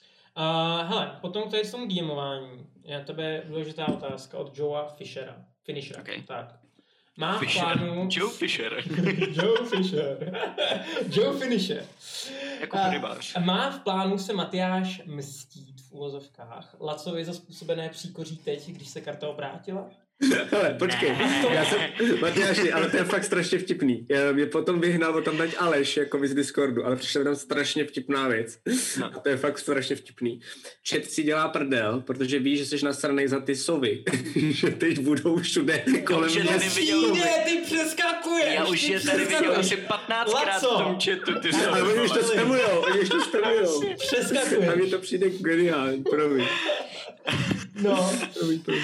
Speaker 3: Uh, hele, potom tady s tomu DMování je tebe důležitá otázka od Joea Fishera. Finishera. Okay. Tak. Má v plánu...
Speaker 4: Joe Fisher.
Speaker 3: Joe Fisher. Joe Finisher.
Speaker 4: Jako rybář.
Speaker 3: Má v plánu se Matyáš mstít v uvozovkách Lacovi za způsobené příkoří teď, když se karta obrátila?
Speaker 5: Ale počkej, já jsem, Matyáši, ale to je fakt strašně vtipný. Já, mě potom vyhnal o tam dať Aleš, jako z Discordu, ale přišla tam strašně vtipná věc. No. A to je fakt strašně vtipný. Chat si dělá prdel, protože ví, že jsi nasranej za ty sovy. Že teď budou všude kolem mě
Speaker 3: sovy. Ne, ty přeskakuješ.
Speaker 4: Já už je tady viděl asi patnáctkrát v tom chatu. Ty
Speaker 5: ale oni už to spamujou, oni už to spamujou.
Speaker 3: Přeskakuješ.
Speaker 5: A mně to přijde geniální, promiň.
Speaker 3: No.
Speaker 5: Promiň, promiň.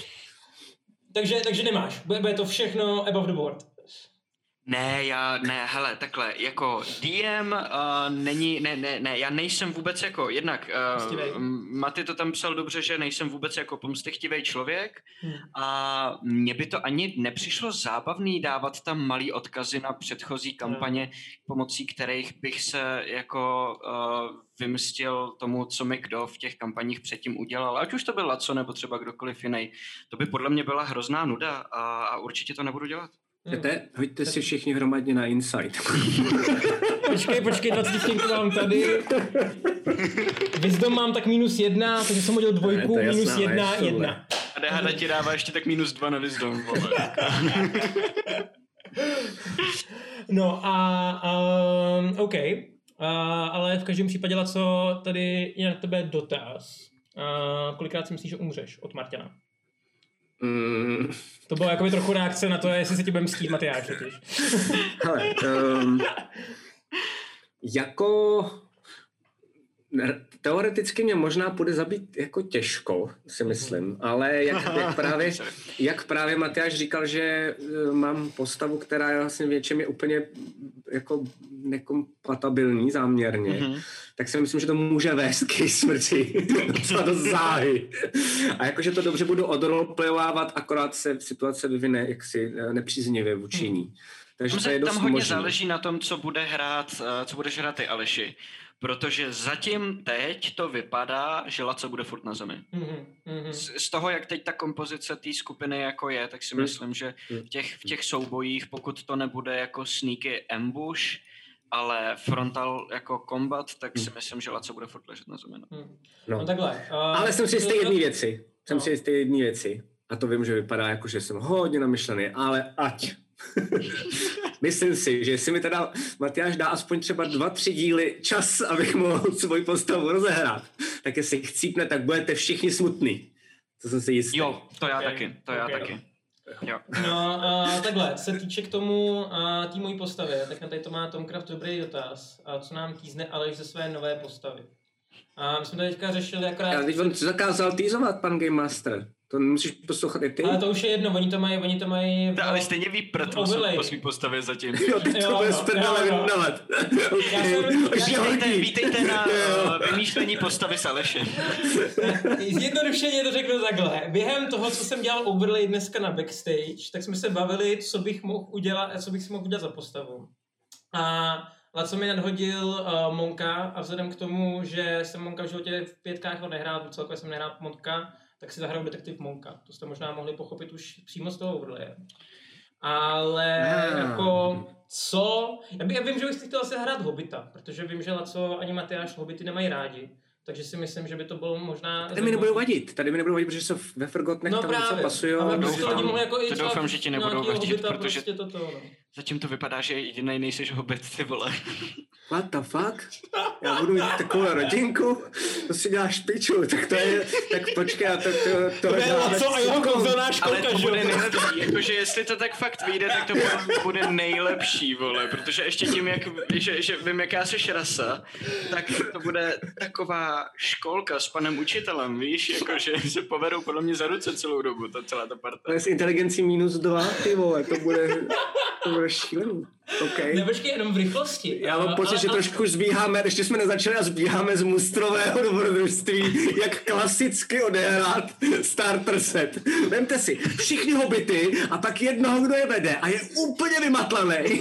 Speaker 3: Takže, takže nemáš, bude to všechno above the board.
Speaker 4: Ne, já, ne, hele, takhle, jako D M uh, není, ne, ne, ne, já nejsem vůbec jako, jednak, uh, Maty to tam psal dobře, že nejsem vůbec jako pomstychtivý člověk hmm. a mně by to ani nepřišlo zábavný dávat tam malý odkazy na předchozí kampaně, hmm. pomocí kterých bych se jako uh, vymstil tomu, co mi kdo v těch kampaních předtím udělal, ať už to byl Laco nebo třeba kdokoliv jiný. To by podle mě byla hrozná nuda a, a určitě to nebudu dělat.
Speaker 5: Jdete, hoďte si všichni hromadně na Insight.
Speaker 3: Počkej, počkej, dvacet vteřinku mám tady. Wisdom mám tak minus jedna, takže jsem hodil dvojku, ne, minus jasná, jedna, jedna.
Speaker 4: A D H D ti dává ještě tak minus dva na Wisdom.
Speaker 3: No a, um, OK. Uh, ale v každém případě, co tady je na tebe dotaz. Uh, kolikrát si myslíš, že umřeš od Martina?
Speaker 5: Mm.
Speaker 3: To bylo jakoby trochu reakce na to, jestli se ti bude mstít Matyáš totiž.
Speaker 5: Hele, um, jako teoreticky mě možná půjde zabít jako těžko, si myslím, ale jak, jak, právě, jak právě Matyáš říkal, že mám postavu, která je vlastně většině úplně jako nekompatibilní záměrně, mm-hmm. tak si myslím, že to může vést k smrti docela do záhy. A jakože to dobře budu odroleplayovávat, akorát se situace vyvine jaksi nepříznivě vůči ní. Takže
Speaker 4: tam,
Speaker 5: to je dost
Speaker 4: tam hodně
Speaker 5: možný.
Speaker 4: Záleží na tom, co bude hrát, co budeš hrát ty, Aleši. Protože zatím teď to vypadá, že Laco bude furt na zemi. Mm-hmm. Z, z toho, jak teď ta kompozice té skupiny jako je, tak si mm. myslím, že v těch, v těch soubojích, pokud to nebude jako sneaky ambush, ale frontal jako combat, tak si myslím, že Laco bude furt ležet na zemi. No.
Speaker 5: No.
Speaker 3: No takhle. Uh,
Speaker 5: ale jsem si jistý jedný věci. Jsem no. si jistý jedný věci. A to vím, že vypadá jako, že jsem hodně namyšlený, ale ať. Myslím si, že jestli mi teda Matyáš dá aspoň třeba dva, tři díly čas, abych mohl svoji postavu rozehrát, tak jestli chcípne, tak budete všichni smutný. To jsem si jistý.
Speaker 4: Jo, to já
Speaker 3: okay.
Speaker 4: taky, to
Speaker 3: okay.
Speaker 4: já taky. Jo.
Speaker 3: No a takhle, se týče k tomu té mojí postavy, tak na tady to má Tomcraft dobrý dotaz. A co nám týzne Aleš ze své nové postavy? A my jsme to teďka řešili akorát...
Speaker 5: Ale teď on zakázal týzovat, pan Game Master. To musíš poslouchat i ty.
Speaker 3: Ale to už je jedno, oni to mají, oni to mají...
Speaker 4: To ale stejně ví prd po svý postavě zatím.
Speaker 5: Jo, ty to bude sprdele vypnalet.
Speaker 4: Vítejte, vítejte na uh, vymýšlení postavy s Alešem.
Speaker 3: Zjednodušeně to řeknu takhle. Během toho, co jsem dělal overlay dneska na backstage, tak jsme se bavili, co bych mohl udělat, co bych si mohl udělat za postavu. A Laco mi nadhodil uh, Monka a vzhledem k tomu, že jsem Monka v životě v pětkách nehrál, celkově jsem nehrál Monka, tak si zahraju detektiv Monka. To jste možná mohli pochopit už přímo z toho overlaye. Ale ah. jako co? Já, by, já vím, že bych chtěl asi hrát Hobita, protože vím, že Laco ani Matyáš Hobity nemají rádi. Takže si myslím, že by to bylo možná...
Speaker 5: Tady mi nebudou vadit, tady mi nebudou vadit, protože se ve Forgotnech
Speaker 3: no
Speaker 5: tam
Speaker 3: právě.
Speaker 5: něco pasují.
Speaker 3: Ale
Speaker 4: doufám,
Speaker 3: to, mohli jako
Speaker 4: to doufám, že ti nebudou vadit, protože
Speaker 3: prostě toto, no.
Speaker 4: Zatím to vypadá, že jedinej nejseš Hobbit, ty vole.
Speaker 5: What the fuck? Já budu mít takovou rodinku? To si děláš piču, tak to je... Tak počkej, to... To, to,
Speaker 3: to je Laco a jeho kouzelná školka,
Speaker 4: ale to bude nejlepší, jakože jestli to tak fakt vyjde, tak to bude nejlepší, vole, protože ještě tím, jak, že, že vím, jaká seš rasa, tak to bude taková školka s panem učitelem, víš, jakože se povedou podle mě za ruce celou dobu, ta celá ta parta.
Speaker 5: To je s inteligencí minus dva, ty vole, to bude, to bude šílený. Okay.
Speaker 3: Ne, počkej, jenom v rychlosti.
Speaker 5: Já mám pocit, že trošku zbíháme, ještě jsme nezačali a zbíháme z mustrového dobrodružství, jak klasicky odehrát starter set. Vemte si, všichni hobity a pak jednoho, kdo je vede a je úplně vymatlaný.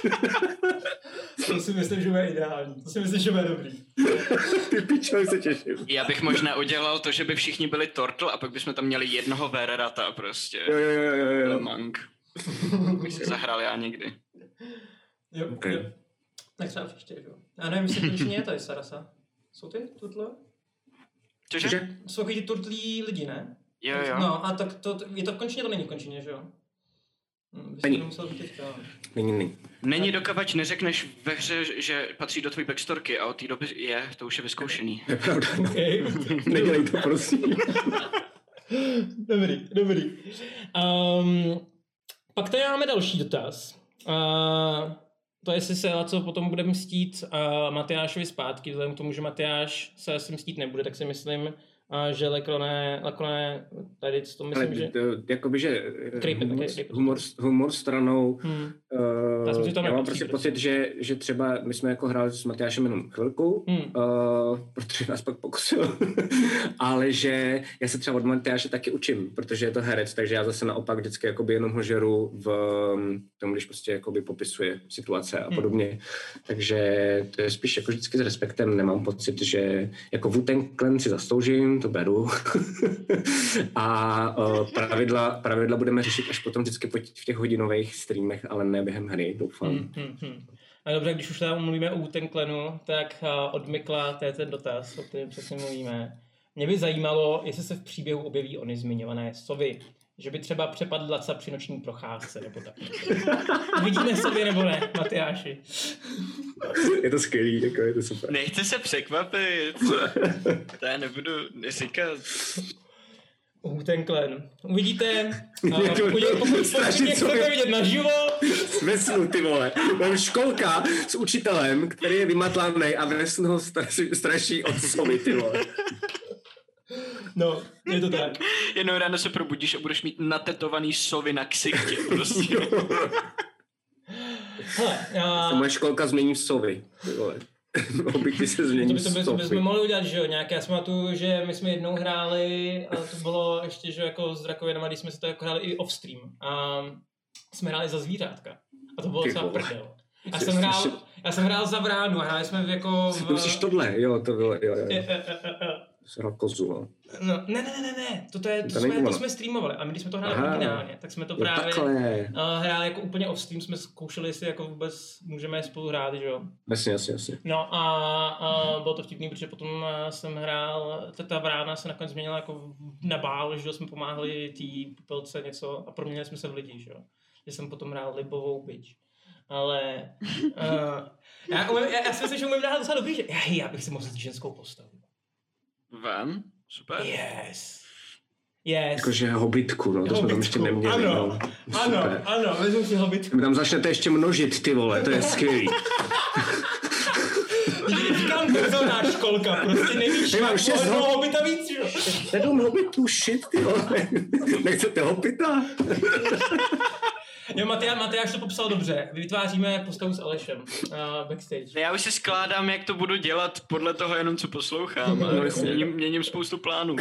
Speaker 3: To si myslím, že bude ideální. To si myslím, že bude dobrý.
Speaker 5: Ty pičo, se těším.
Speaker 4: Já bych možná udělal to, že by všichni byli Turtle a pak bychom tam měli jednoho Vererata prostě.
Speaker 5: Jo, jo, jo, jo, jo.
Speaker 4: Monk. Bych si zahrál já někdy.
Speaker 3: Jo,
Speaker 5: okay.
Speaker 3: jo. Tak třeba příště, jo. Já nevím, jestli konečně je tady Sarasa. Jsou ty turtle?
Speaker 4: Cože?
Speaker 3: Jsou ty turtlí lidi, ne?
Speaker 4: Jo, jo.
Speaker 3: No a tak to, je to v končině, to není v končině, že jo? Hm,
Speaker 5: není.
Speaker 3: Teďka.
Speaker 5: Není, není.
Speaker 4: Není dokavač, neřekneš ve hře, že patří do tvojí backstorky a od té doby je, to už je vyzkoušený.
Speaker 5: Je pravda.
Speaker 3: Okay.
Speaker 5: Nedělej to, prosím.
Speaker 3: Dobrý, dobrý. Um, pak tady máme další dotaz. Uh, to jestli se Laco potom bude mstít uh, Matyášovi zpátky, vzhledem k tomu, že Matyáš se asi mstít nebude, tak si myslím, uh, že Lekroné, Lekroné tady to myslím,
Speaker 5: ale,
Speaker 3: že...
Speaker 5: To, jakoby, že
Speaker 3: Krejpe,
Speaker 5: humor,
Speaker 3: krejpe.
Speaker 5: humor, humor stranou,
Speaker 3: Hmm.
Speaker 5: uh,
Speaker 3: já, jsem
Speaker 5: já mám prostě pocit, že, že třeba my jsme jako hráli s Matyášem jenom chvilku,
Speaker 3: hmm.
Speaker 5: uh, protože nás pak pokusil, ale že já se třeba od Matyáše taky učím, protože je to herec, takže já zase naopak vždycky jakoby jenom ho žeru v tom, když prostě jakoby popisuje situace a podobně. Hmm. Takže to je spíš jako vždycky s respektem, nemám pocit, že jako Wu-Tang Clan si zasloužím, to beru. A uh, pravidla, pravidla budeme řešit až potom vždycky v těch hodinových streamech, ale ne během hry, doufám.
Speaker 3: Hmm, hmm, hmm. A dobře, když už tam mluvíme o Wu-Tang Clanu, tak uh, od Mikla, to je ten dotaz, o kterém přesně mluvíme. Mě by zajímalo, jestli se v příběhu objeví ony zmiňované sovy. Že by třeba přepadl Laca při noční procházce, nebo tak. Vidíme sovy, nebo ne, Matyáši?
Speaker 5: Je to skvělý, jako je to super.
Speaker 4: Nechci se překvapit. To já nebudu říkat.
Speaker 3: Wu-Tang Clan. Uvidíte, uh, pokud, pokud chcete vidět naživo.
Speaker 5: Ve snu, ty vole. Mám školka s učitelem, který je vymatlaný a ve snu ho straší, straší od sovy, ty vole.
Speaker 3: No, je to tak.
Speaker 4: Jednou ráno se probudíš a budeš mít natetovaný sovy na ksichtě, prostě.
Speaker 3: Hele, a...
Speaker 5: Moje školka změní v sovy, ty vole. Hobity se změní v sovy.
Speaker 3: To bychom mohli udělat, že jo, nějaké, já si pamatuju, že my jsme jednou hráli, a to bylo ještě, že jako s Drakověnama, když jsme se to jako hráli i off-stream. A jsme hráli za zvířátka. A to bylo docela prdel. Já jsem hrál, já jsem hrál za vránu a hráli jsme jako... V...
Speaker 5: Ty myslíš tohle, jo, to bylo, jo, jo.
Speaker 3: Je, je, je, je.
Speaker 5: Jsem hrál kozu, no.
Speaker 3: No, ne, ne, ne, ne, to, to, je, to, to, jsme, to jsme streamovali a my když jsme to hráli Aha. originálně, tak jsme to
Speaker 5: jo,
Speaker 3: právě
Speaker 5: takhle.
Speaker 3: hráli jako úplně off-stream, jsme zkoušeli, jestli jako vůbec můžeme spolu hrát, že jo.
Speaker 5: Jasně, jasně, jasně.
Speaker 3: No a, a bylo to vtipný, protože potom jsem hrál, ta vrána se nakonec změnila jako na bál, že jsme pomáhali té popelce něco a proměnili jsme se v lidi, že jo. Že jsem potom hrál libovou bič. Ale uh, já, umím, já, já si myslím, že umím hrát docela dobrý, že já, já bych si mohl vzít ženskou postavu.
Speaker 4: Vám? Super.
Speaker 3: Yes. Yes.
Speaker 5: Jakože hobitku, no, to hobitku. Jsme tam ještě neměli.
Speaker 3: Ano,
Speaker 5: no.
Speaker 3: ano, ano, vezmu si hobitku.
Speaker 5: Vy tam začnete ještě množit, ty vole, to je skvělý.
Speaker 3: Říkám, kouzelná školka, prostě nevíš,
Speaker 5: mám šest
Speaker 3: jednoho
Speaker 5: ho...
Speaker 3: hobita víc, jo.
Speaker 5: Sedm hobitů, shit, ty vole. Nechcete hobita?
Speaker 3: Jo, Matyáš, Matyáš to popsal dobře. Vytváříme postavu s Alešem uh, backstage.
Speaker 4: Já už si skládám, jak to budu dělat podle toho jenom, co poslouchám. No, měním, měním spoustu plánů.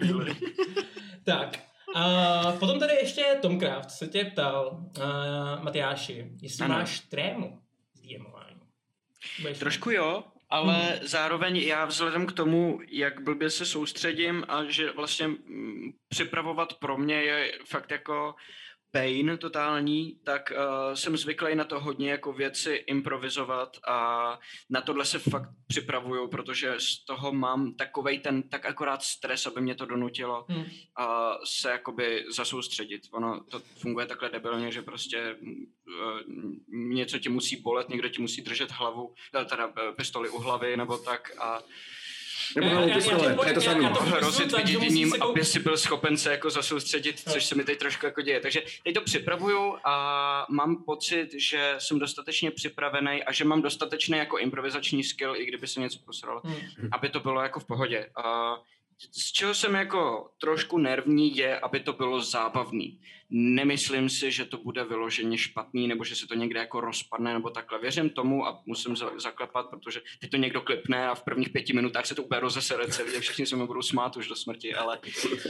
Speaker 3: Tak. Uh, potom tady ještě Tom Craft se tě ptal, uh, Matyáši, jestli ano. máš trému z DMování.
Speaker 4: Trošku jo, ale hmm. zároveň já vzhledem k tomu, jak blbě se soustředím a že vlastně m, připravovat pro mě je fakt jako pain totální, tak uh, jsem zvyklý na to hodně jako věci improvizovat a na tohle se fakt připravuju, protože z toho mám takovej ten tak akorát stres, aby mě to donutilo hmm. uh, se jakoby zasoustředit. Ono to funguje takhle debilně, že prostě uh, něco ti musí bolet, někdo ti musí držet hlavu, teda pistoli u hlavy nebo tak a
Speaker 5: Nebo hlavou pistole, to je to samé.
Speaker 3: Hrozit
Speaker 4: viděním, aby si byl schopen se jako zasoustředit, což se mi teď trošku jako děje. Takže teď to připravuju a mám pocit, že jsem dostatečně připravený a že mám dostatečný jako improvizační skill, i kdyby se něco posralo, hmm. aby to bylo jako v pohodě. A z čeho jsem jako trošku nervní je, aby to bylo zábavný. Nemyslím si, že to bude vyloženě špatný, nebo že se to někde jako rozpadne, nebo takhle. Věřím tomu a musím za- zaklepat, protože teď to někdo klipne a v prvních pěti minutách se to úplně rozesere celý a všichni se mi budou smát už do smrti, ale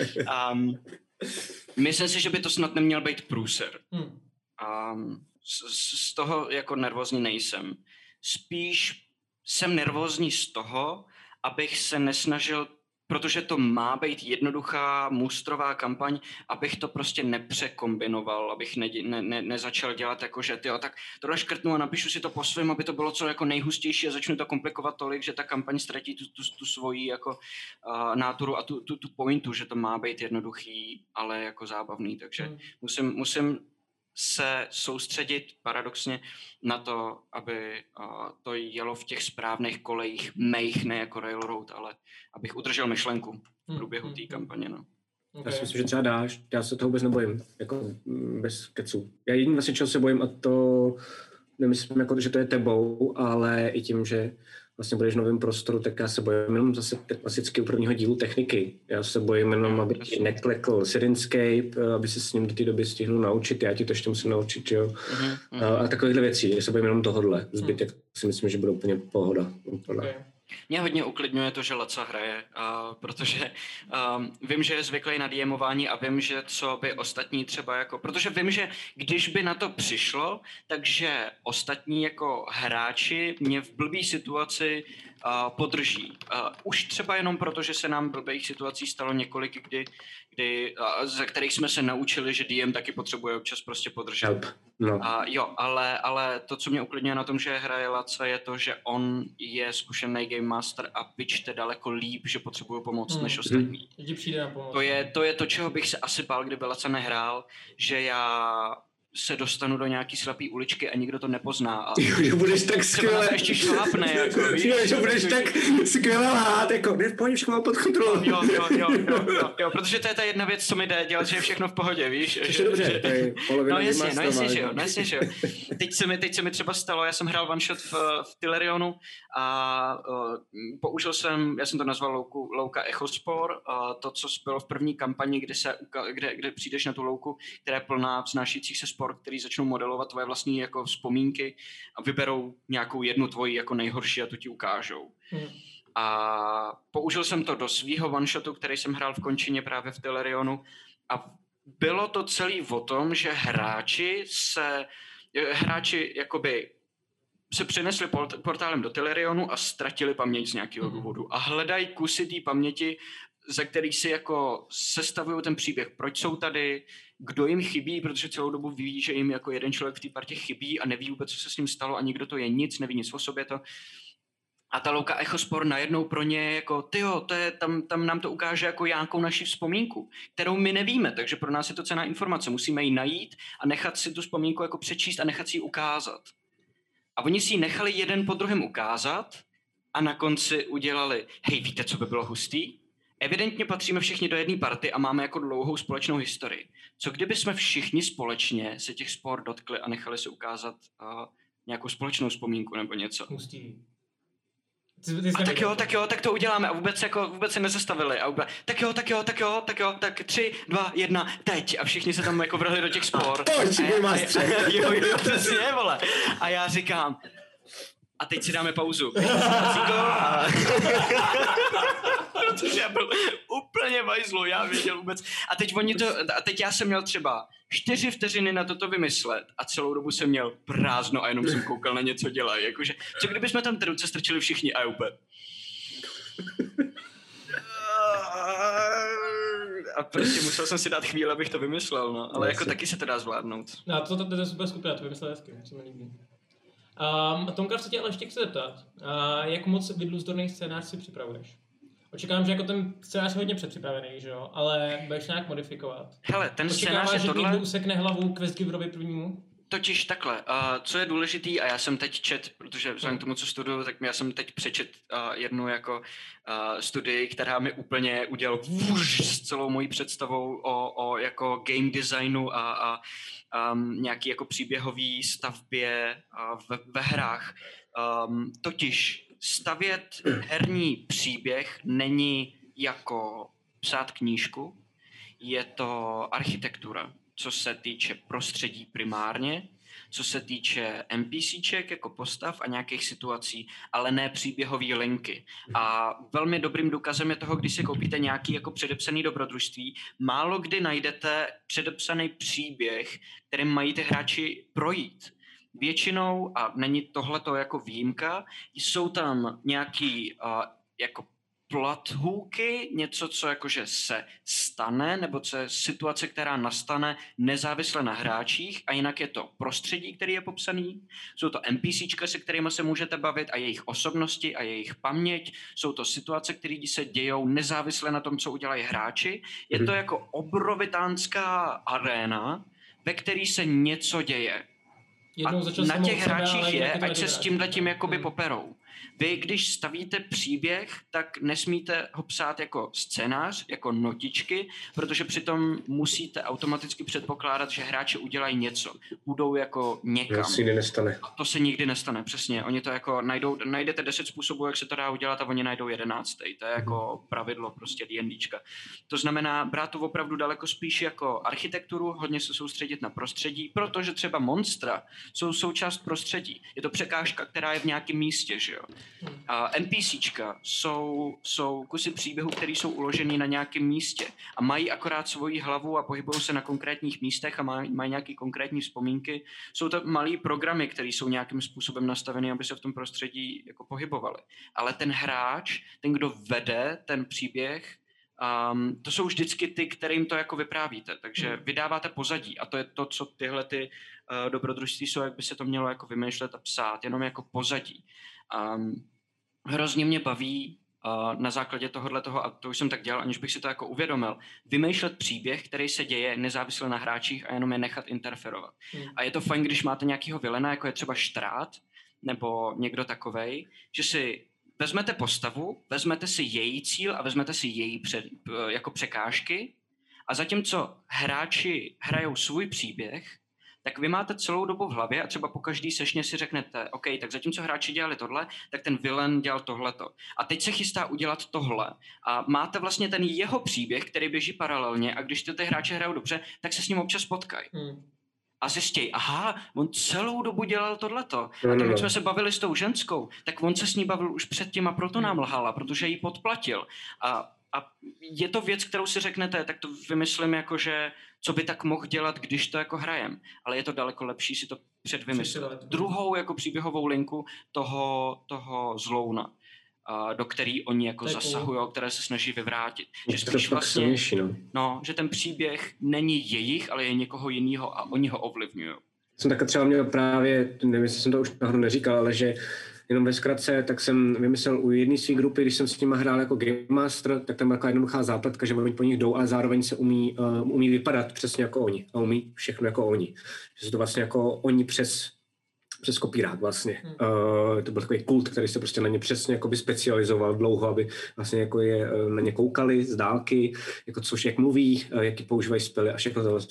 Speaker 4: um, myslím si, že by to snad neměl být průser. Um, z, z toho jako nervózní nejsem. Spíš jsem nervózní z toho, abych se nesnažil, protože to má být jednoduchá mustrová kampaň, abych to prostě nepřekombinoval, abych ne, ne, ne, nezačal dělat jako, že tyjo, tak tohle škrtnu a napíšu si to po svém, aby to bylo co jako nejhustější a začnu to komplikovat tolik, že ta kampaň ztratí tu, tu, tu svoji jako uh, náturu a tu, tu, tu pointu, že to má být jednoduchý, ale jako zábavný, takže hmm. musím, musím se soustředit paradoxně na to, aby uh, to jelo v těch správných kolejích mých, ne jako Railroad, ale abych udržel myšlenku v průběhu té kampaně. No.
Speaker 5: Okay. Já si myslím, že třeba dáš, já se toho vůbec nebojím, jako bez keců. Já jediný vlastně, čeho se bojím, a to nemyslím, jako, že to je tebou, ale i tím, že vlastně budeš v novém prostoru, tak já se bojím jenom zase klasicky u prvního dílu techniky. Já se bojím jenom, aby ti neklekl Sirenscape, aby se s ním do té doby stihnul naučit, já ti to ještě musím naučit, jo. Uh-huh, uh-huh. A, a takovýchhle věcí, já se bojím jenom tohodle. Zbytek uh-huh. si myslím, že bude úplně pohoda. Okay.
Speaker 4: Mě hodně uklidňuje to, že Laca hraje, uh, protože um, vím, že je zvyklý na DMování a vím, že co by ostatní třeba jako, protože vím, že když by na to přišlo, takže ostatní jako hráči mě v blbý situaci uh, podrží. Uh, už třeba jenom proto, že se nám blbých situací stalo několik, kdy, kdy, uh, za kterých jsme se naučili, že D M taky potřebuje občas prostě podržet. Help. No. A jo, ale, ale to, co mě uklidňuje na tom, že hraje Laca, je to, že on je zkušený game master a vyčte daleko líp, že potřebuje pomoc hmm. než ostatní.
Speaker 3: Hmm. Přijde na pomoc.
Speaker 4: To je, to je to, čeho bych se asi bál, kdyby Laca nehrál, že já se dostanu do nějaký slepý uličky a nikdo to nepozná. A
Speaker 5: jo, že budeš tak skvěle.
Speaker 4: ještě šlápne, jako, víš?
Speaker 5: Jo, že budeš tak skvěle lhát, jako, ne, pojď, všechno mám pod kontrolou.
Speaker 4: Jo, jo, jo, jo, jo, jo, protože to je ta jedna věc, co mi jde dělat, že je všechno v pohodě, víš?
Speaker 5: Že, dobře, že, to je
Speaker 4: no jasně, no jasně, že jo, no jasně, že jo. Teď se mi, teď se mi třeba stalo, já jsem hrál one shot v, v Tylerionu a uh, použil jsem, já jsem to nazval louku, louka Echospor, uh, to, co bylo v první kampani, kde, se, kde, kde přijdeš na tu louku, která je plná vznášících se spor, který začnou modelovat tvoje vlastní jako vzpomínky a vyberou nějakou jednu tvoji jako nejhorší a tu ti ukážou. Hmm. A použil jsem to do svýho one-shotu, který jsem hrál v končině právě v Tylerionu a bylo to celý o tom, že hráči se, hráči jakoby se přinesli portálem do Tylerionu a ztratili paměť z nějakého důvodu a hledají kusy té paměti, za který si jako sestavují ten příběh, proč jsou tady, kdo jim chybí, protože celou dobu ví, že jim jako jeden člověk v té partě chybí a neví vůbec, co se s ním stalo a nikdo to je nic, neví nic o sobě to. A ta louka Echospor najednou pro ně jako, tyjo, to je, tam, tam nám to ukáže jako nějakou naši vzpomínku, kterou my nevíme, takže pro nás je to cenná informace. Musíme ji najít a nechat si tu vzpomínku jako přečíst a nechat si ji ukázat. A oni si ji nechali jeden po druhém ukázat a na konci udělali, hej, víte, co by bylo hustý? Evidentně patříme všichni do jedné party a máme jako dlouhou společnou historii. Co kdyby jsme všichni společně se těch spor dotkli a nechali se ukázat uh, nějakou společnou vzpomínku nebo něco?
Speaker 3: Hustý.
Speaker 4: Ty, ty a tak jo, tak jo, tak to uděláme a vůbec, jako, vůbec se nezastavili. A vůbec, tak jo, tak jo, tak jo, tak jo, tak tři, dva, jedna, teď. A všichni se tam jako vrhli do těch spor.
Speaker 5: Pojď, můj mastře.
Speaker 4: Jo, jo, přesně, vole. A já říkám, a teď si dáme pauzu. A... což já byl úplně vajzlo, já věděl vůbec. A teď oni to, a teď já jsem měl třeba čtyři vteřiny na toto vymyslet a celou dobu jsem měl prázdno a jenom jsem koukal na něco dělají. Jakože, co kdybychom tam ty ruce strčili všichni a úplně. A prostě musel jsem si dát chvíli, abych to vymyslel, no. Ale jako taky se to dá zvládnout.
Speaker 3: No to, to, to je super skupina, to vymyslel hezky, co mi líbí. Um, Tomka, se tě ale ještě chci zeptat, uh, jak moc vidluzdorný scénář si připravuješ? Očekávám, že jako ten scénář je hodně předpřipravený, že jo, ale budeš nějak modifikovat.
Speaker 4: Hele, ten
Speaker 3: Očekáváš,
Speaker 4: scénář je
Speaker 3: že
Speaker 4: tohle...
Speaker 3: někdo usekne hlavu Quest Giverovi prvnímu?
Speaker 4: Totiž takhle, uh, co je důležitý, a já jsem teď čet, protože vzhledem k tomu, co studuju, tak já jsem teď přečet uh, jednu jako uh, studii, která mi úplně udělala s celou mojí představou o, o jako game designu a, a um, nějaký jako příběhový stavbě uh, ve, ve hrách. Um, totiž stavět herní příběh není jako psát knížku, je to architektura, co se týče prostředí primárně, co se týče NPCček jako postav a nějakých situací, ale ne příběhové linky. A velmi dobrým důkazem je toho, když si koupíte nějaký jako předepsaný dobrodružství, málo kdy najdete předepsaný příběh, kterým mají ty hráči projít. Většinou, a není tohleto jako výjimka, jsou tam nějaký uh, jako plot hooky, něco, co jakože se stane, nebo co je situace, která nastane nezávisle na hráčích, a jinak je to prostředí, který je popsaný, jsou to NPCčka, se kterými se můžete bavit, a jejich osobnosti a jejich paměť, jsou to situace, které se dějou nezávisle na tom, co udělají hráči. Je to jako obrovitánská aréna, ve který se něco děje. A na těch hráčích je, ať se s tímhletím jakoby poperou. Vy, když stavíte příběh, tak nesmíte ho psát jako scénář, jako notičky, protože přitom musíte automaticky předpokládat, že hráči udělají něco. Budou jako někam.
Speaker 5: To se nikdy nestane.
Speaker 4: A to se nikdy nestane, přesně. Oni to jako najdou, najdete deset způsobů, jak se to dá udělat, a oni najdou jedenáctý. To je jako pravidlo prostě D&Dčka. To znamená brát to opravdu daleko spíš jako architekturu, hodně se soustředit na prostředí, protože třeba monstra jsou součást prostředí. Je to překážka, která je v nějakém místě, že jo. A NPCčka jsou, jsou kusy příběhů, které jsou uložený na nějakém místě a mají akorát svoji hlavu a pohybují se na konkrétních místech a mají, mají nějaké konkrétní vzpomínky. Jsou to malý programy, které jsou nějakým způsobem nastaveny, aby se v tom prostředí jako pohybovaly. Ale ten hráč, ten, kdo vede ten příběh, Um, to jsou vždycky ty, kterým to jako vyprávíte, takže hmm. vydáváte pozadí, a to je to, co tyhle ty uh, dobrodružství jsou, jak by se to mělo jako vymýšlet a psát, jenom jako pozadí. Um, hrozně mě baví uh, na základě tohohle toho, a to už jsem tak dělal, aniž bych si to jako uvědomil, vymýšlet příběh, který se děje nezávisle na hráčích a jenom je nechat interferovat. Hmm. A je to fajn, když máte nějakýho vilena, jako je třeba Štrát, nebo někdo takovej, že si vezmete postavu, vezmete si její cíl a vezmete si její před, jako překážky, a zatímco hráči hrajou svůj příběh, tak vy máte celou dobu v hlavě a třeba po každý sešně si řeknete, OK, tak zatímco hráči dělali tohle, tak ten vilen dělal tohleto. A teď se chystá udělat tohle. A máte vlastně ten jeho příběh, který běží paralelně, a když ty, ty hráči hrajou dobře, tak se s ním občas potkají. Hmm. A zjistějí, aha, on celou dobu dělal tohleto. A to, když jsme se bavili s tou ženskou, tak on se s ní bavil už předtím a proto nám lhala, protože ji podplatil. A, a je to věc, kterou si řeknete, tak to vymyslím jako, že co by tak mohl dělat, když to jako hrajem. Ale je to daleko lepší si to předvymyslet. Druhou jako příběhovou linku toho, toho zlouna, do který oni jako zasahují, které se snaží vyvrátit. Že spíš vlastně, silnější, no. No, že ten příběh není jejich, ale je někoho jiného a oni ho ovlivňují.
Speaker 5: Jsem také třeba měl právě, nevím, jestli jsem to už náhodou neříkal, ale že jenom ve zkratce, tak jsem vymyslel u jedné své grupy, když jsem s nimi hrál jako Game Master, tak tam byla taková jednoduchá zápletka, že oni po nich jdou, ale zároveň se umí, uh, umí vypadat přesně jako oni a umí všechno jako oni. Že jsou to vlastně jako oni přes přes kopírák vlastně. Hmm. Uh, to byl takový kult, který se prostě na ně přesně jakoby specializoval dlouho, aby vlastně jako je uh, na ně koukali z dálky, jako což jak mluví, uh, jaký používají spely a všechno tohle.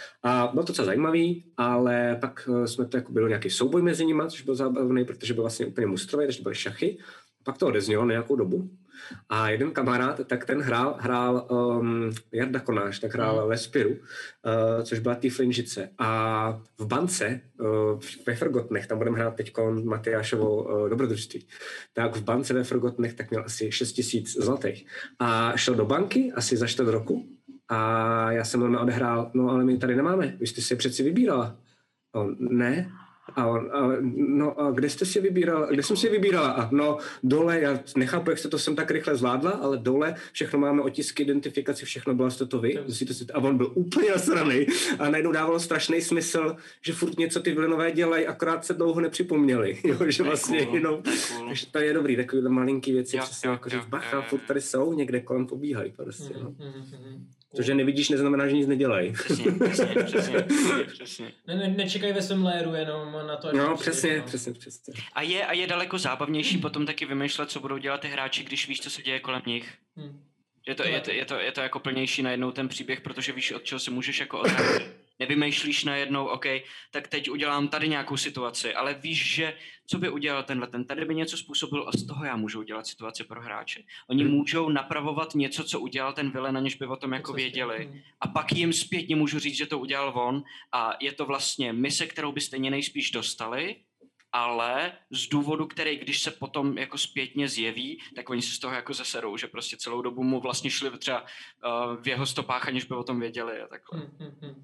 Speaker 5: A bylo to docela zajímavý, ale pak uh, jsme to jako byl nějaký souboj mezi nimi, což byl zábavný, protože byl vlastně úplně mustrový, takže to byly šachy. Pak to odeznělo nějakou dobu. A jeden kamarád, tak ten hrál, hrál um, Jarda Konáš, tak hrál mm. Lespiru, uh, což byla Tieflinžice. A v bance, uh, ve Forgottenech, tam budeme hrát teď Matyášovou uh, dobrodružství, tak v bance ve Forgottenech tak měl asi šest tisíc zlatých. A šel do banky asi za čtvrt roku a já jsem mu odehrál, no ale my tady nemáme, vy jste si je přeci vybírala. A on, ne. A on, a, no a kde jste si vybírala? Kde jsem si vybírala? A no dole, já nechápu, jak jste to sem tak rychle zvládla, ale dole všechno máme otisky, identifikaci, všechno byla jste to vy. A on byl úplně nasranej a najednou dávalo strašný smysl, že furt něco ty vilenové dělají, akorát se dlouho nepřipomněli. Jo, že vlastně cool, jenom, cool. že to je dobrý, takové malinký věci, jo, přesně jo, jako říct, bacha, furt tady jsou, někde kolem pobíhají. Prostě, no. To, že nevidíš, neznamená, že nic nedělají.
Speaker 3: Přesně, přesně, přesně, přesně. Ne, ne, nečekaj ve svém léru jenom na to,
Speaker 5: no, přesně, přesně, přesně.
Speaker 4: A je, a je daleko zábavnější potom taky vymýšlet, co budou dělat ty hráči, když víš, co se děje kolem nich. Hmm. Je, to, je, to, je, to, je to jako plnější najednou ten příběh, protože víš, od čeho se můžeš jako odhradit. Nevymýšlíš najednou, OK, tak teď udělám tady nějakou situaci, ale víš, že co by udělal tenhle, ten tady by něco způsobil a z toho já můžu udělat situaci pro hráče. Oni hmm. můžou napravovat něco, co udělal ten vilen, aniž by o tom jako věděli. A pak jim zpětně můžu říct, že to udělal on a je to vlastně mise, kterou by stejně nejspíš dostali, ale z důvodu, který když se potom jako zpětně zjeví, tak oni se z toho jako zaserou, že prostě celou dobu mu vlastně šli třeba uh, v jeho stopách, aniž by o tom věděli a takhle.
Speaker 3: Hmm, hmm, hmm.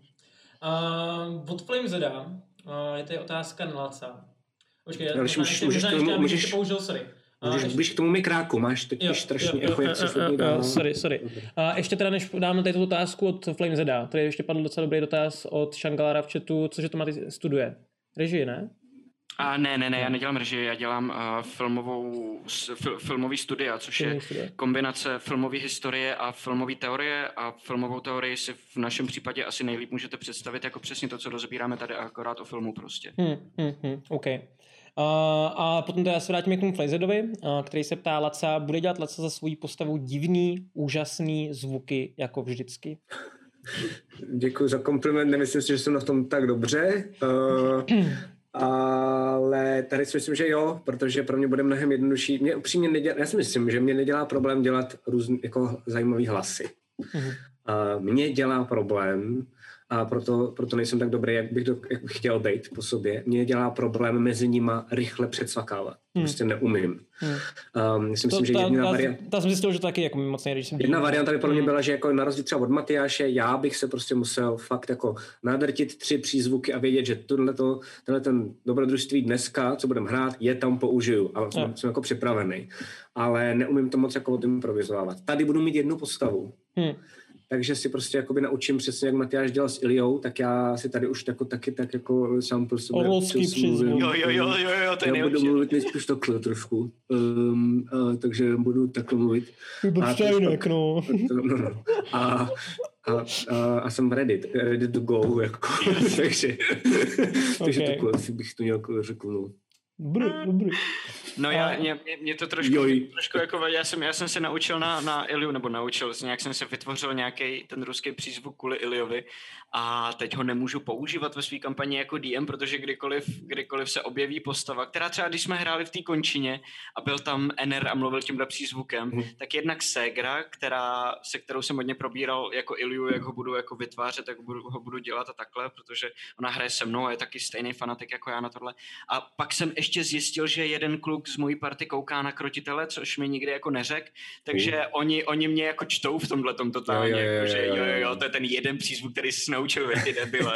Speaker 3: Uh, od Flame Zeda, uh, je tady otázka na Laca. Počkej, já
Speaker 5: můžeš, můžeš, můžeš, tomu, můžeš,
Speaker 3: použil, sorry. Uh,
Speaker 5: můžeš, ještě... k tomu mikráku, máš totiž strašně echo, jak se šutný dál.
Speaker 3: Sorry, sorry. Uh, ještě teda, než dáme tady tu otázku od Flame Zeda, tady ještě padl docela dobrý dotaz od Shangalara v chatu, cože to Maty studuje? Režii, ne?
Speaker 4: A ne, ne, ne, já nedělám režii, já dělám uh, filmovou, fil, filmový studia, což Filmový je studia. Kombinace filmové historie a filmové teorie a filmovou teorii si v našem případě asi nejlíp můžete představit jako přesně to, co rozebíráme tady, akorát o filmu prostě.
Speaker 3: Hmm, hmm, hmm, OK. Uh, a potom teda se vrátíme k tomu Flazedovi, uh, který se ptá Laca, bude dělat Laca za svou postavu divný, úžasný zvuky jako vždycky?
Speaker 5: Děkuji za kompliment, nemyslím si, že jsem na tom tak dobře. Uh... Ale tady si myslím, že jo, protože pro mě bude mnohem jednodušší. Mě upřímně nedělá, já si myslím, že mě nedělá problém dělat různý, jako zajímavý hlasy. Mm-hmm. A mě dělá problém, a proto, proto nejsem tak dobrý, jak bych, to, jak bych chtěl být po sobě. Mě dělá problém mezi nima rychle předsvakávat. Hmm. Prostě neumím. Hmm. Um, myslím, to, že ta, jedna varianta...
Speaker 3: Ta jsem zjistil, že to taky jako moc nejde, jsem
Speaker 5: Jedna varianta by pro mě byla, že jako na rozdíl třeba od Matyáše, já bych se prostě musel fakt jako nadrtit tři přízvuky a vědět, že tohleto, tenhle ten dobrodružství dneska, co budeme hrát, je tam použiju. A jsem, no. jsem jako připravený. Ale neumím to moc jako improvizovat. Tady budu mít jednu postavu. Hmm. Takže si prostě jakoby naučím přesně, jak Matyáš dělal s Iliou, tak já si tady už tako, taky tak jako sám pro sebe...
Speaker 3: Orlovský přízvuk.
Speaker 4: Jo, jo, jo, jo, jo, to je
Speaker 5: Já budu mluvit nejspíš takhle trošku, um, uh, takže budu takhle mluvit.
Speaker 3: Vybavštajnek, no.
Speaker 5: no, no. A, a, a, a jsem ready, ready to go, jako, takže, takže okay. Takhle si bych to nějak řekl, no.
Speaker 3: Dobrý, dobrý.
Speaker 4: No já, mě, mě to trošku, trošku jako, já jsem, já jsem se naučil na, na Iliu, nebo naučil, nějak jsem se vytvořil nějaký ten ruský přízvuk kvůli Iliovi a teď ho nemůžu používat ve své kampani jako D M, protože kdykoliv, kdykoliv se objeví postava, která třeba, když jsme hráli v té končině a byl tam N R a mluvil tímhle přízvukem, hmm. tak jednak Segra, která, se kterou jsem hodně probíral jako Iliu, jak ho budu jako vytvářet, jak budu, ho budu dělat a takhle, protože ona hraje se mnou a je taky stejný fanatik jako já na tohle. A pak jsem ještě zjistil, že jeden kluk z mojí party kouká na Krotitele, což mi nikdy jako neřekl, takže uh. oni, oni mě jako čtou v tomhletom totálně, jo, jo, jo, jako, že jo, jo, jo, to je ten jeden přízvuk, který jsi naučil, vy ty debile.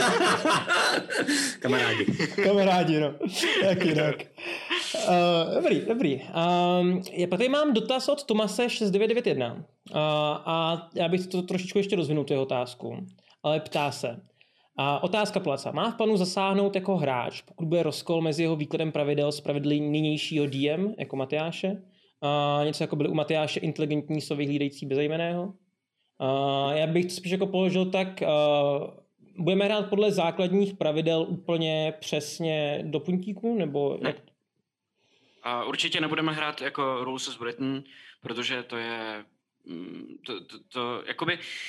Speaker 5: Kamarádi.
Speaker 3: Kamarádi, no. Jak jinak. Uh, dobrý, dobrý. Um, já tady mám dotaz od Tomase šest devět devět jedna uh, a já bych to trošičku ještě rozvinul, tu jeho otázku, ale ptá se. A otázka Placa. Má v plánu zasáhnout jako hráč, pokud bude rozkol mezi jeho výkladem pravidel s pravidly nynějšího D M, jako Matyáše? A něco jako byly u Matyáše inteligentní sovy hlídající bezejmenného? A já bych to spíš jako položil tak, uh, budeme hrát podle základních pravidel úplně přesně do puntíku, nebo jak?
Speaker 4: A určitě nebudeme hrát jako Rules as Written, protože to je to, to, to jakoby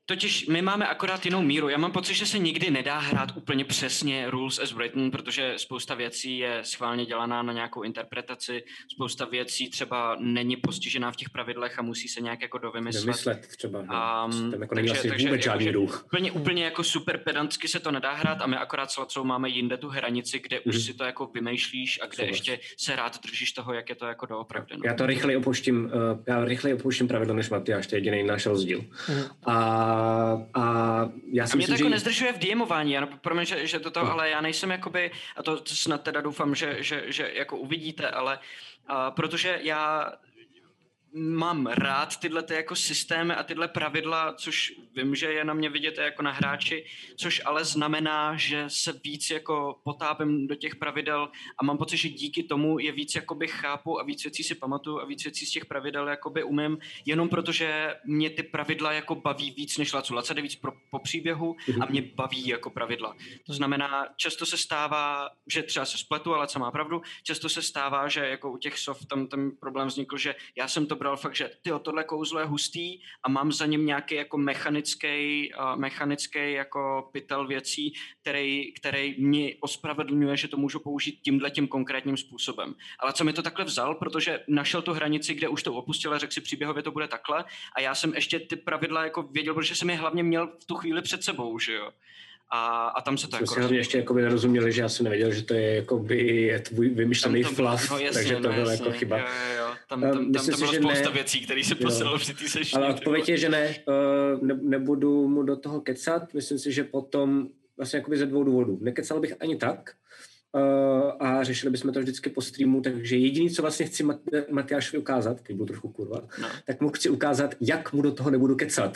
Speaker 4: Totiž my máme akorát jinou míru. Já mám pocit, že se nikdy nedá hrát úplně přesně rules as written, protože spousta věcí je schválně dělaná na nějakou interpretaci, spousta věcí třeba není postižená v těch pravidlech a musí se nějak jako dovymyslet.
Speaker 5: Vymyslet třeba.
Speaker 4: Um,
Speaker 5: tam jako není asi vůbec žádný ruch.
Speaker 4: Úplně, úplně jako super pedantsky se to nedá hrát a my akorát s Lacou máme jinde tu hranici, kde mm-hmm. už si to jako vymýšlíš a kde Super. ještě se rád držíš toho, jak je to jako doopravdy. No.
Speaker 5: Já to rychleji opouštím, uh, já rychleji opouštím pravidlo než Matyáš, to je jediný náš rozdíl. Mm-hmm. A A, já
Speaker 4: a mě to
Speaker 5: myslím,
Speaker 4: jako
Speaker 5: že...
Speaker 4: nezdržuje v DMování, já, promiň, že, že to, to ale já nejsem jakoby, a to snad teda doufám, že, že, že jako uvidíte, ale a, protože já mám rád tyhle ty jako systémy a tyhle pravidla, což vím, že je na mě vidět jako na hráči, což ale znamená, že se víc jako potápím do těch pravidel a mám pocit, že díky tomu je víc jakoby chápu a víc věcí si pamatuju a víc věcí z těch pravidel jakoby umím, jenom protože mě ty pravidla jako baví víc než Lacu. Laca jde víc pro, po příběhu a mě baví jako pravidla. To znamená, často se stává, že třeba se spletu, ale Laca má pravdu, často se stává, že jako u těch soft tam ten problém vznikl, že já jsem to bral fakt, že tyjo, tohle kouzlo je hustý a mám za ním nějaký jako mechanický, uh, mechanický jako pytel věcí, který, který mě ospravedlňuje, že to můžu použít tímhle tím konkrétním způsobem. Ale co mi to takhle vzal, protože našel tu hranici, kde už to opustil a řekl si příběhově to bude takhle a já jsem ještě ty pravidla jako věděl, protože jsem je hlavně měl v tu chvíli před sebou, že jo. A, a tam se to
Speaker 5: jsme
Speaker 4: jako...
Speaker 5: si hlavně ještě jako by nerozuměli, že já jsem nevěděl, že to je jako by je tvůj vymyšlený fluff,
Speaker 4: no jasně,
Speaker 5: takže to
Speaker 4: no
Speaker 5: bylo
Speaker 4: jasně,
Speaker 5: jako chyba.
Speaker 4: Jo, jo, jo. Tam, tam, tam, tam
Speaker 5: si,
Speaker 4: bylo
Speaker 5: že
Speaker 4: spousta
Speaker 5: ne,
Speaker 4: věcí, které se posílalo při té sešně.
Speaker 5: Ale odpověď je, že ne, ne, nebudu mu do toho kecat, myslím si, že potom vlastně jakoby ze dvou důvodů. Nekecal bych ani tak, Uh, a řešili bychom to vždycky po streamu, takže jediný, co vlastně chci Mat- Matyášovi ukázat, teď budu trochu kurva, no. tak mu chci ukázat, jak mu do toho nebudu kecat.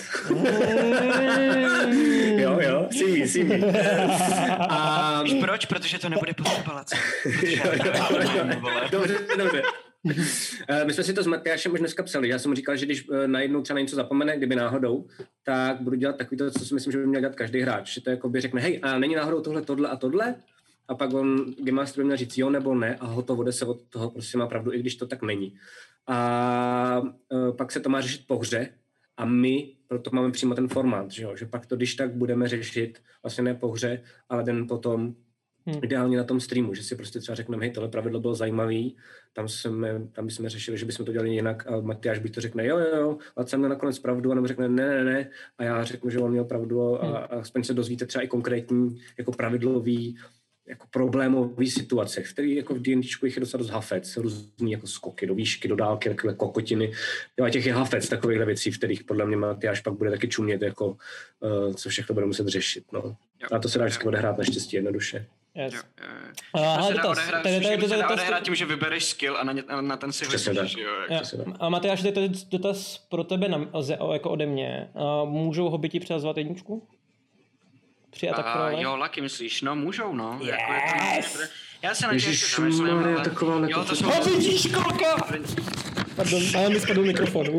Speaker 5: jo, jo, si mi, si mi.
Speaker 4: A... Víš proč? Protože to nebude potřeba.
Speaker 5: Dobře, dobře. My jsme si to s Matyášem už dneska psali. Já jsem mu říkal, že když najednou třeba na něco zapomene, kdyby náhodou, tak budu dělat takový to, co si myslím, že by měl dělat každý hráč. Že to jako by řekne, hej, a není náhodou tohle, tohle a tohle? A pak on Game Master by měl říct jo nebo ne a hotovo, jde se od toho, prostě má pravdu, i když to tak není. A uh, pak se to má řešit po hře a my proto máme přímo ten formát, že, jo? Že pak to když tak budeme řešit vlastně ne po hře, ale den potom hmm. ideálně na tom streamu, že si prostě třeba řekneme, hej, tohle pravidlo bylo zajímavý, tam jsme, tam bychom řešili, že bychom to dělali jinak a Matyáš by to řekne, jo, jo, jo, a jsem měl nakonec pravdu a nebo řekne, ne, ne, ne, a já řeknu, že on měl pravdu a, a aspoň se dozvíte třeba i konkrétní jako pravidlový jako problémový situace, v kterých jako v D and D jich je docela dost hafec, různý jako skoky do výšky, do dálky, takové kokotiny. Jo, a těch je hafec, takovýchhle věcí, v kterých podle mě Matyáš pak bude taky čumět, jako, uh, co všechno bude muset řešit. No. A to se dá vždycky odehrát naštěstí jednoduše.
Speaker 4: Yes. Jo, jo, jo. Ale to se dá odehrát tím, že vybereš skill a na, ně, na ten si hodíš.
Speaker 3: A Matyáš, to je dotaz pro tebe na, jako ode mě. A můžou hobiti přehazovat jedničku? Při atak pro
Speaker 4: uh, jo, Lucky myslíš, no můžou, no.
Speaker 3: Yes.
Speaker 4: Jako je to, já se na těch ještě zamyslím, ale...
Speaker 5: Taková
Speaker 4: jo, to jsou...
Speaker 3: Oh, vidíš, kolka! Pardon, ale mi spadl mikrofon.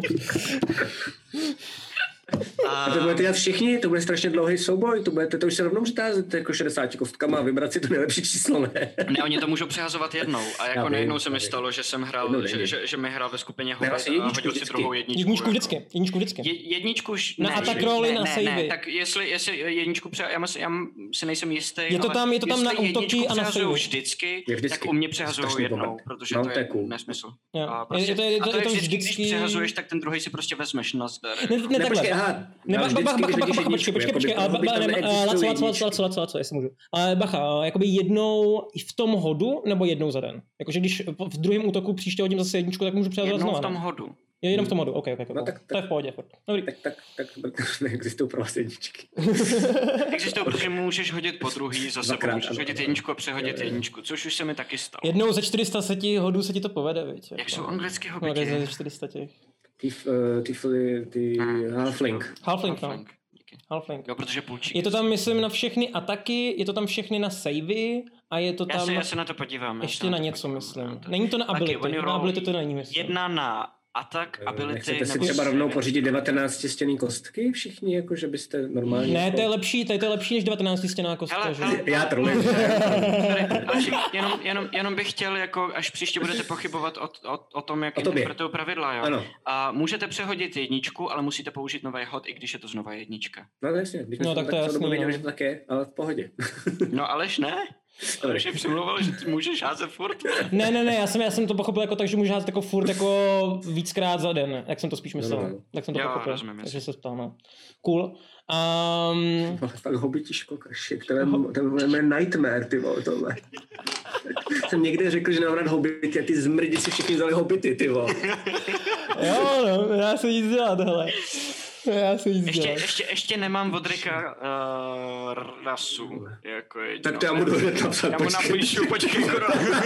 Speaker 5: A to budete dělat všichni, to bude strašně dlouhý souboj, to budete to už se rovnou přetázet jako šedesáti kostkama a vybrat si to nejlepší číslo, ne?
Speaker 4: Ne, oni to můžou přehazovat jednou a jako nejednou se mi stalo, že jsem hrál, že, že, že mi hrál ve skupině Hobbit a hodil si druhou jedničku.
Speaker 3: Jedničku vždycky, jedničku vždycky.
Speaker 4: Je, jedničku už...
Speaker 3: Na attack rolly, na savey.
Speaker 4: Ne, tak jestli, jestli jedničku přehazuje, já, já si nejsem jistý,
Speaker 3: je to tam, je to tam na útoky a na savey.
Speaker 4: Vždycky, tak u mě přehazují jednou, protože to je nesmysl. A to je vždycky, když přehazuješ, tak ten druhý si prostě vezmeš na zdar.
Speaker 3: Ne, takhle. Bacha, bacha, bacha, bacha, počkej, počkej, počkej, ale Laco, Laco, Laco, Laco, Laco, jestli můžu. Ale bacha, jakoby jednou v tom hodu, nebo jednou za den? Jakože když v druhém útoku příště hodím zase jedničku, tak můžu přehazovat znova.
Speaker 4: Jednou v tom hodu.
Speaker 3: Je jenom v tom hodu, ok, ok, ok.
Speaker 5: No, tak,
Speaker 3: to je v pohodě. Dobrý.
Speaker 5: Tak, tak, tak, tak neexistují pro vás jedničky.
Speaker 4: Existují, protože můžeš hodit po druhý za sebou, můžeš hodit jedničku a přehodit jedničku, což už se mi taky stalo.
Speaker 3: Jednou ze čtyři sta hodů se ti to povede, viď?
Speaker 4: Jak jsou anglicky hobiti?
Speaker 3: No, ze čtyři sta těch.
Speaker 5: Ty, ty, ty halfling.
Speaker 3: Halfling, no. Halfling.
Speaker 4: Jo, protože půlčík.
Speaker 3: Je to tam, myslím, na všechny ataky, je to tam všechny na savey a je to tam...
Speaker 4: Já se, já se na to podívám.
Speaker 3: Ještě na něco, myslím. Není to na ability, na ability to není, myslím.
Speaker 4: Jedna na a tak ability...
Speaker 5: Nechcete si
Speaker 4: nebo
Speaker 5: třeba
Speaker 4: si-
Speaker 5: rovnou pořídit devatenáctistěnný kostky všichni, jako že byste normálně...
Speaker 3: Ne, to je
Speaker 5: jako-
Speaker 3: lepší, tady to je lepší než devatenáctistěná kostka,
Speaker 4: Hele,
Speaker 3: že?
Speaker 4: hele.
Speaker 5: Já trolím.
Speaker 4: Ale však jenom, jenom, jenom bych chtěl, jako až příště budete pochybovat o, o, o tom, jak
Speaker 5: O tobě.
Speaker 4: interpretují pravidla, jo?
Speaker 5: Ano.
Speaker 4: A můžete přehodit jedničku, ale musíte použít nový hod, i když je to znova jednička.
Speaker 5: No jasně, když
Speaker 3: No,
Speaker 5: no,
Speaker 3: tak
Speaker 5: tak
Speaker 3: to je
Speaker 5: to
Speaker 3: jasný,
Speaker 5: věděl,
Speaker 3: no.
Speaker 5: že to tak je, ale v pohodě.
Speaker 4: No Aleš ne? Aleš je přimlouval, že ty můžeš házet furt.
Speaker 3: Ne, ne, ne, já jsem, já jsem to pochopil jako tak, že můžu házet jako furt jako víckrát za den, jak jsem to spíš myslel.
Speaker 5: No, no.
Speaker 3: Tak jsem to
Speaker 4: Jo,
Speaker 3: pochopil,
Speaker 4: rozumím,
Speaker 3: takže
Speaker 4: jasně.
Speaker 3: se ptal, no. Cool. Um,
Speaker 5: Ale fakt hobitiško, kašik, to je, to je nightmare, ty vole, tohle. Jsem někde řekl, že nemám rád hobity a ty zmrdi si všichni vzali hobity, ty vole.
Speaker 3: jo, no, já se nic dělat, hele. Já se nic
Speaker 4: Ještě,
Speaker 3: dělat.
Speaker 4: ještě, ještě nemám od Rika uh, rasu. Jako
Speaker 5: Tak to já mu dovedu napsat,
Speaker 4: Já mu
Speaker 5: počkej.
Speaker 4: napíšu, počkej, korona.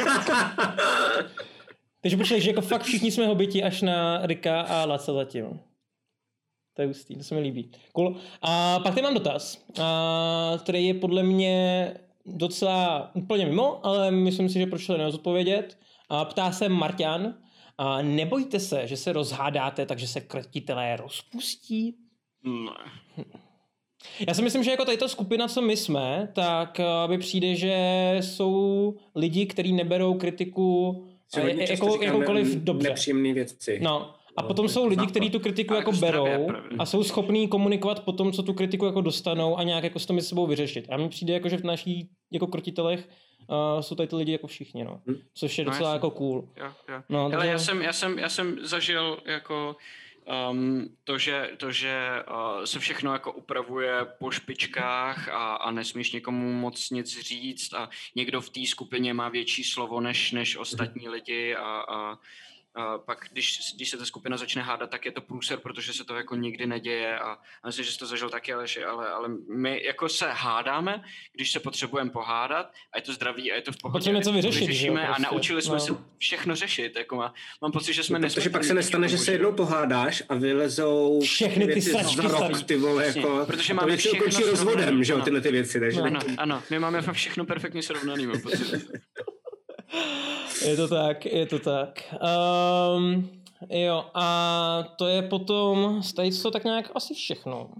Speaker 3: Takže počkej, že jako fakt všichni jsme hobiti až na Rika a Laca zatím. To je hustý, to se mi líbí. Cool. A pak tady mám dotaz, a, který je podle mě docela úplně mimo, ale myslím si, že proč to nezodpovědět. A ptá se Marťan, a nebojte se, že se rozhádáte, takže se krotitelé rozpustí?
Speaker 4: Ne.
Speaker 3: Já si myslím, že jako tady ta skupina, co my jsme, tak mi přijde, že jsou lidi, kteří neberou kritiku
Speaker 5: Si hodně
Speaker 3: je-
Speaker 5: často
Speaker 3: jako,
Speaker 5: říkáme
Speaker 3: jakoukoliv dobře.
Speaker 5: nepříjemné věci.
Speaker 3: No, a
Speaker 5: No,
Speaker 3: potom
Speaker 5: to
Speaker 3: jsou
Speaker 5: je
Speaker 3: lidi,
Speaker 5: základ.
Speaker 3: kteří tu kritiku
Speaker 4: Ale
Speaker 3: jako
Speaker 4: jako zdravě,
Speaker 3: berou
Speaker 4: pravda.
Speaker 3: a jsou schopní komunikovat po tom, co tu kritiku jako dostanou a nějak jako s to mezi sebou vyřešit. A mně přijde jako, že v našich jako krotitelech uh, jsou tady ty lidi jako všichni, no.
Speaker 5: Hm.
Speaker 3: Což je
Speaker 4: No,
Speaker 3: docela
Speaker 4: jasně.
Speaker 3: jako cool.
Speaker 4: Jo, jo.
Speaker 3: No,
Speaker 4: Hele,
Speaker 3: takže-
Speaker 4: já jsem, já jsem, já jsem zažil jako um, to, že, to, že uh, se všechno jako upravuje po špičkách a, a nesmíš někomu moc nic říct a někdo v té skupině má větší slovo než, než ostatní lidi a, a a pak, když, když se ta skupina začne hádat, tak je to průser, protože se to jako nikdy neděje a, a myslím, že jsi to zažil taky, ale, ale, ale my jako se hádáme, když se potřebujeme pohádat a je to zdraví a je to v pohodě.
Speaker 3: Potřebujeme něco vyřešit,
Speaker 4: Vyřešíme
Speaker 3: že jo,
Speaker 4: a
Speaker 3: prostě.
Speaker 4: naučili jsme
Speaker 3: No.
Speaker 4: se všechno řešit. Jako má, mám pocit, že jsme
Speaker 5: No, protože pak se
Speaker 4: nesmrtelní
Speaker 5: nestane,
Speaker 4: k
Speaker 5: že
Speaker 4: tomu,
Speaker 5: se jednou pohádáš a vylezou
Speaker 3: Všechny ty
Speaker 5: věci
Speaker 3: sračky
Speaker 5: za rok,
Speaker 3: starý.
Speaker 5: ty vole,
Speaker 4: Přesně,
Speaker 5: jako,
Speaker 4: protože
Speaker 5: to
Speaker 4: máme
Speaker 5: věci
Speaker 4: všechno
Speaker 5: ukončí rozvodem,
Speaker 4: srovnaný,
Speaker 5: že jo,
Speaker 4: ano.
Speaker 5: tyhle ty věci, takže...
Speaker 4: Ano, ano, my máme fakt všechno perfektně srovnaný, mám pocit.
Speaker 3: Je to tak, je to tak. Um, jo, a to je potom, tady to tak nějak asi všechno.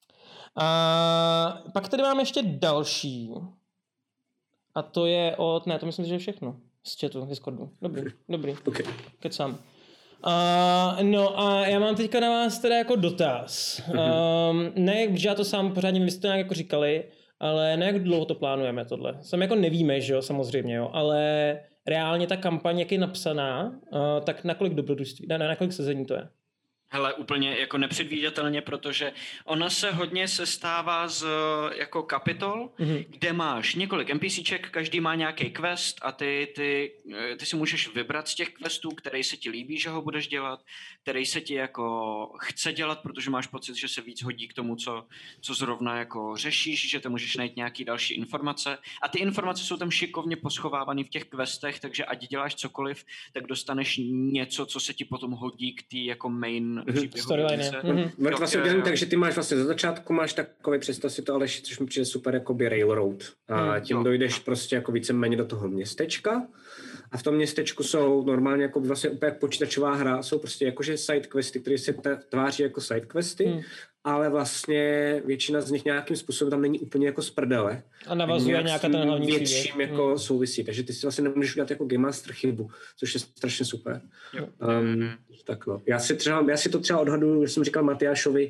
Speaker 3: A pak tady máme ještě další. A to je od, ne, to myslím, že je všechno. Z chatu, Discordu. Dobrý, dobrý.
Speaker 5: Okay.
Speaker 3: Kecám. Uh, no a já mám teďka na vás teda jako dotaz. Um, ne, protože já to sám pořádně, vy jste to nějak jako říkali, ale ne, jak dlouho to plánujeme tohle. Sam jako nevíme, že jo, samozřejmě, jo, ale reálně ta kampaň, jak je napsaná, uh, tak na kolik dobrodružství, na, na kolik sezení to je?
Speaker 4: Hele, úplně jako nepředvídatelně, protože ona se hodně sestává z jako kapitol, mm-hmm. kde máš několik NPCček, každý má nějaký quest a ty, ty, ty si můžeš vybrat z těch questů, který se ti líbí, že ho budeš dělat, který se ti jako chce dělat, protože máš pocit, že se víc hodí k tomu, co, co zrovna jako řešíš, že to můžeš najít nějaký další informace a ty informace jsou tam šikovně poschovávané v těch questech, takže ať děláš cokoliv, tak dostaneš něco, co se ti potom hodí k té jako main
Speaker 3: Storyline.
Speaker 5: Mm-hmm. Máš vlastně udělaný tak, že ty máš vlastně za začátku máš takový, představ si to, ale což mi přijde super, jakoby railroad. A tím
Speaker 4: jo,
Speaker 5: dojdeš
Speaker 4: jo.
Speaker 5: prostě jako víceméně do toho městečka a v tom městečku jsou normálně jako vlastně úplně jak počítačová hra, jsou prostě jakože side questy, které se tváří jako side questy, hmm. ale vlastně většina z nich nějakým způsobem tam není úplně jako z prdele.
Speaker 3: A navazuje nějaká ten hlavní
Speaker 5: větším
Speaker 3: příběh.
Speaker 5: jako
Speaker 3: Hmm.
Speaker 5: souvisí, takže ty si vlastně nemůžeš udělat jako Game Master chybu, což je strašně super.
Speaker 4: Jo.
Speaker 5: Um, tak no. Já si, třeba, já si to třeba odhaduju, že jsem říkal Matyášovi,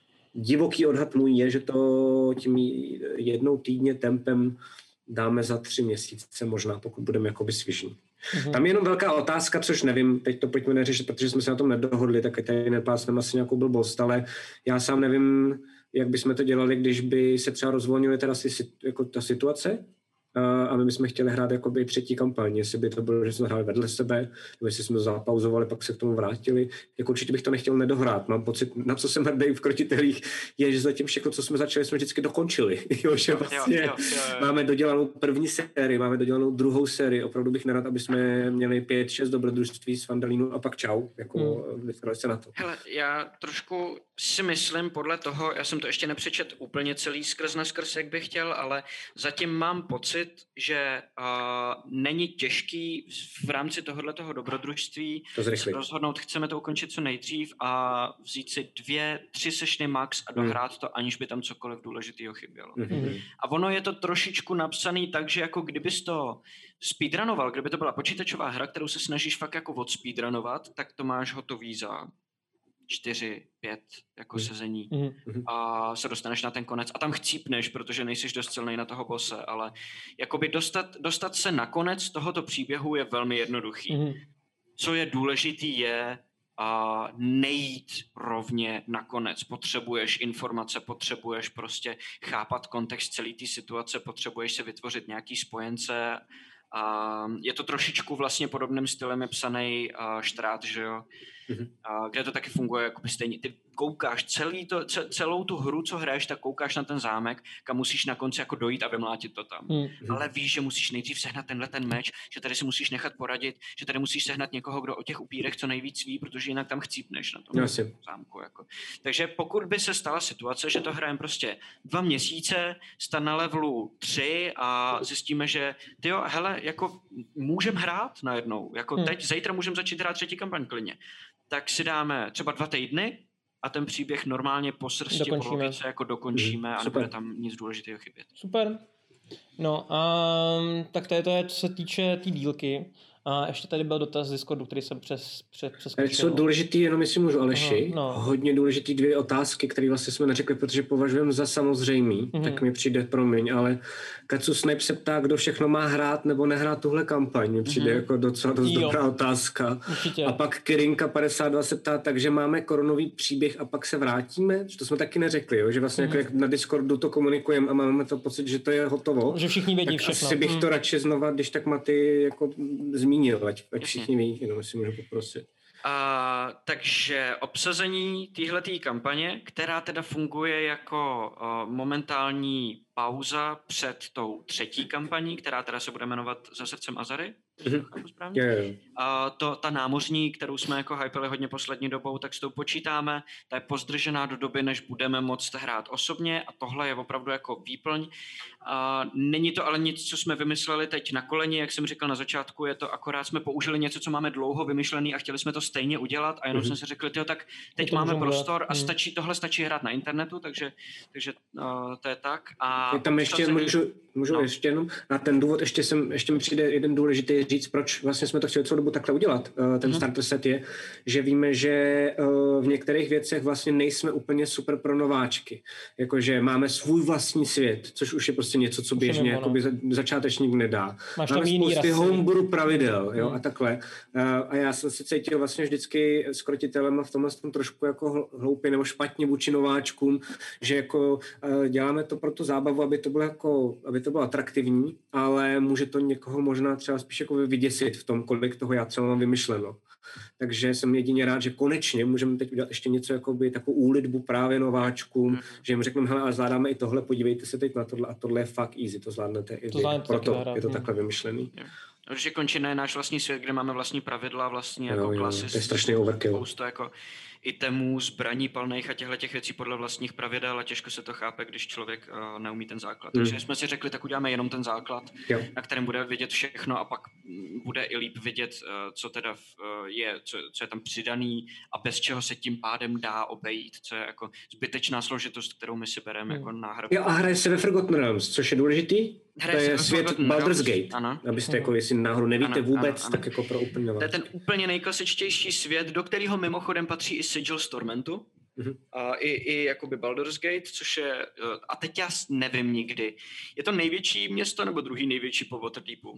Speaker 5: divoký odhad můj je, že to tím jednou týdně tempem dáme za tři měsíce možná, pokud budeme jakoby svižní. Mm-hmm. Tam je jenom velká otázka, což nevím, teď to pojďme neřešit, protože jsme se na tom nedohodli, tak tady nepásneme asi nějakou blbost, ale já sám nevím, jak bychom to dělali, když by se třeba rozvolnily teda si, jako ta situace, a my bychom chtěli hrát jakoby třetí kampaň, jestli by to bylo, že jsme hráli vedle sebe, nebo jestli jsme to zapauzovali, pak se k tomu vrátili. Jako určitě bych to nechtěl nedohrát. Mám pocit, na co jsem hrdý v Krotitelích, je, že zatím všechno, co jsme začali, jsme vždycky dokončili. Jo, že vlastně
Speaker 4: jo, jo, jo, jo.
Speaker 5: máme dodělanou první sérii, máme dodělanou druhou sérii. Opravdu bych nerad, aby jsme měli pět, šest dobrodružství z Vandalínu a pak čau. Jako hmm. se na to.
Speaker 4: Hele, já trošku si myslím podle toho, já jsem to ještě nepřečet úplně celý skrz na skrz, jak bych chtěl, ale zatím mám pocit, pocit, že uh, není těžký v rámci tohoto dobrodružství se rozhodnout, chceme to ukončit co nejdřív a vzít si dvě, tři sešny max a dohrát mm. to, aniž by tam cokoliv důležitého chybělo. Mm-hmm. A ono je to trošičku napsaný tak, že jako kdybys to speedrunoval, kdyby to byla počítačová hra, kterou se snažíš fakt jako odspeedrunovat, tak to máš hotový za čtyři, pět jako mm. sezení mm. a se dostaneš na ten konec a tam chcípneš, protože nejsiš dost silnej na toho bose, ale jakoby dostat, dostat se na konec tohoto příběhu je velmi jednoduchý. Mm. Co je důležitý je a nejít rovně na konec. Potřebuješ informace, potřebuješ prostě chápat kontext celé té situace, potřebuješ se vytvořit nějaký spojence. A je to trošičku vlastně podobným stylem je psaný uh, Štrát, že jo? Mm-hmm. Uh, kde to taky funguje jakoby stejně. Ty koukáš celý to, celou tu hru, co hraješ, tak koukáš na ten zámek, kam musíš na konci jako dojít a vymlátit to tam. Mm-hmm. Ale víš, že musíš nejdřív sehnat tenhle ten meč, že tady si musíš nechat poradit, že tady musíš sehnat někoho, kdo o těch upírech co nejvíc ví, protože jinak tam chcípneš na tom Jasně. zámku. Jako. Takže pokud by se stala situace, že to hrajeme prostě dva měsíce, stan na levelu tři a zjistíme, že tyjo, hele, jako můžem hrát najednou, jako hmm. teď, zítra můžem začít hrát třetí kampaň klidně, tak si dáme třeba dva týdny a ten příběh normálně po srsti, po logice jako dokončíme hmm. a nebude tam nic důležitého chybět.
Speaker 3: Super. No a tak to je to, co se týče té tý dílky. A ještě tady byl dotaz z Discordu, který jsem přes, přes, přeskočil.
Speaker 5: Jsou důležitý, jenom jestli můžu, Aleši, no. hodně důležitý dvě otázky, které vlastně jsme neřekli, protože považujeme za samozřejmý, mm-hmm. tak mi přijde, promiň, ale Katsu Snipe se ptá, kdo všechno má hrát nebo nehrát tuhle kampaň. Mi přijde mm-hmm. jako docela dost jo. dobrá otázka. Určitě. A pak Kirinka padesát dva se ptá, takže máme koronový příběh a pak se vrátíme? To jsme taky neřekli, jo? Že vlastně mm-hmm. jako jak na Discordu to komunikujeme a máme to pocit, že to je hotovo.
Speaker 3: Že všichni vědí
Speaker 5: tak
Speaker 3: všechno.
Speaker 5: Asi bych mm. to radši znova, když tak Maty jako zmínil, ať, ať všichni ví, jenom si můžu poprosit.
Speaker 4: Uh, takže obsazení téhletý kampaně, která teda funguje jako uh, momentální pauza před tou třetí kampaní, která teda se bude jmenovat Za srdcem Azary.
Speaker 5: Mm-hmm. Yeah, yeah.
Speaker 4: Uh, to, ta námořní, kterou jsme jako hypili hodně poslední dobou, tak s tou počítáme, ta je pozdržená do doby, než budeme moct hrát osobně a tohle je opravdu jako výplň. Uh, není to ale nic, co jsme vymysleli teď na koleni, jak jsem říkal na začátku, je to akorát jsme použili něco, co máme dlouho vymyšlený a chtěli jsme to stejně udělat a jenom mm-hmm. jsme si řekli, tyjo, tak teď máme prostor a stačí, tohle stačí hrát na internetu, takže, takže uh, to je tak. A
Speaker 5: je tam ještě, můžu, můžu no. ještě jenom, a ten důvod, ještě, jsem, ještě mi přijde jeden důležitý říct, proč vlastně jsme to chtěli celou dobu takhle udělat. Uh, ten mm-hmm. starter set je, že víme, že uh, v některých věcech vlastně nejsme úplně super pro nováčky. Jakože máme svůj vlastní svět, což už je prostě něco, co běžně jakoby za, začátečník nedá.
Speaker 3: Máš
Speaker 5: máme spousty homebrew pravidel, jo,
Speaker 3: mm.
Speaker 5: a takhle. Uh, a já jsem se cítil vlastně vždycky s krotitelem v tomhle tom trošku jako hloupě nebo špatně vůči nováčkům, že jako uh, děláme to pro tu zábavu, aby to bylo jako, aby to bylo atraktivní, ale může to někoho možná třeba spíš jako vyděsit v tom, kolik toho já celé mám vymyšleno. Takže jsem jedině rád, že konečně můžeme teď udělat ještě něco jakoby takovou úlitbu právě nováčkům, mm. že jim řekneme, hele, a zvládáme i tohle, podívejte se teď na tohle a tohle je fakt easy, to zvládnete i
Speaker 3: to
Speaker 5: vy.
Speaker 3: Zvládne
Speaker 5: Proto
Speaker 3: taky
Speaker 5: je to takhle vymyšlený.
Speaker 4: Yeah. Protože končina je náš vlastní svět, kde máme vlastní pravidla, vlastní jako
Speaker 5: jo,
Speaker 4: klasy.
Speaker 5: To je strašný overkill.
Speaker 4: Spoustu jako itemů, zbraní palných a těchto těch věcí podle vlastních pravidel a těžko se to chápe, když člověk uh, neumí ten základ. Mm. Takže jsme si řekli, tak uděláme jenom ten základ, jo. na kterém bude vidět všechno a pak bude i líp vidět, uh, co teda uh, je, co, co je tam přidaný a bez čeho se tím pádem dá obejít, co je jako zbytečná složitost, kterou my si bereme mm. jako náhradu.
Speaker 5: Jo, a hraje se ve Forgotten Realms, což je důležitý.
Speaker 4: Hraje
Speaker 5: to je svět Baldur's Gate,
Speaker 4: ano.
Speaker 5: abyste jako, jestli náhodou nevíte ano, vůbec,
Speaker 4: ano, ano.
Speaker 5: tak jako pro úplně
Speaker 4: To je ten úplně nejklasičtější svět, do kterého mimochodem patří i Sigil z Tormentu. Mm-hmm. A i, i jakoby Baldur's Gate, což je, a teď já nevím nikdy, je to největší město nebo druhý největší po Waterdeepu?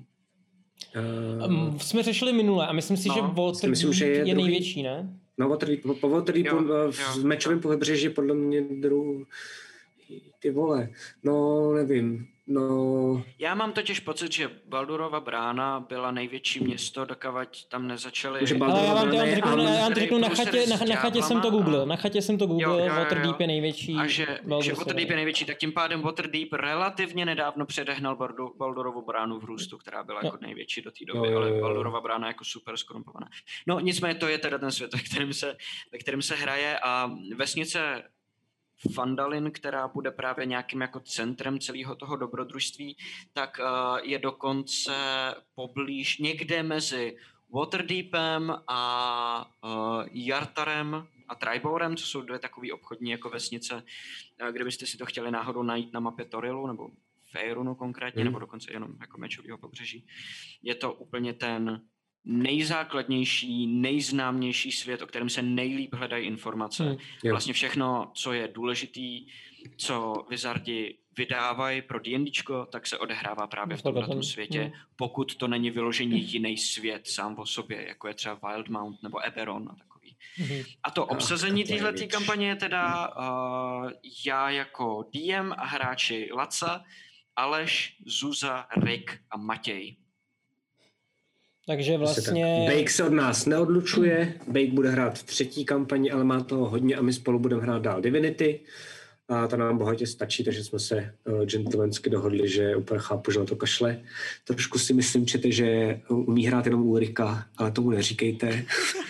Speaker 3: Uh, um, jsme řešili minule a myslím si, no, že Waterdeep myslím, že je, je největší, ne?
Speaker 5: No, Waterdeep, po Waterdeepu v mečovém pobřeží podle mě druhý, ty vole, no nevím. No.
Speaker 4: Já mám totiž pocit, že Baldurova brána byla největší město, dokavať tam nezačali...
Speaker 3: Ale já vám to řeknu, na, já řeknu na, chatě, na, na chatě jsem to googlil, na chatě jsem to googlil, Waterdeep je největší.
Speaker 4: A že, že Waterdeep je největší, tak tím pádem Waterdeep relativně nedávno předehnal Baldur, Baldurovu bránu v růstu, která byla jako největší do té doby, jo, jo, jo. Ale Baldurova brána je jako super skorumpovaná. No nicméně to je teda ten svět, ve kterém se, ve kterém se hraje a vesnice Fandalin, která bude právě nějakým jako centrem celého toho dobrodružství, tak uh, je dokonce poblíž někde mezi Waterdeepem a uh, Jartarem a Triborem, co jsou dvě takové obchodní jako vesnice, uh, kdybyste si to chtěli náhodou najít na mapě Torilu, nebo Faerunu konkrétně, hmm. nebo dokonce jenom jako Mečovýho pobřeží. Je to úplně ten nejzákladnější, nejznámější svět, o kterém se nejlíp hledají informace. Hmm. Vlastně všechno, co je důležitý, co Wizardi vydávají pro D&Dčko, tak se odehrává právě v tomto světě, hmm. pokud to není vyloženě jiný svět sám o sobě, jako je třeba Wildmount nebo Eberron a takový. Hmm. A to obsazení téhletý kampaně je teda uh, já jako D M a hráči Laca, Aleš, Zuza, Rick a Matěj.
Speaker 3: Takže vlastně...
Speaker 5: Bake se od nás neodlučuje, Bake bude hrát v třetí kampani, ale má toho hodně a my spolu budeme hrát dál Divinity. A to nám bohatě stačí, takže jsme se uh, gentlemansky dohodli, že úplně chápu, že na to kašle. Trošku si myslím, čete, že umí hrát jenom Ulrika, ale tomu neříkejte.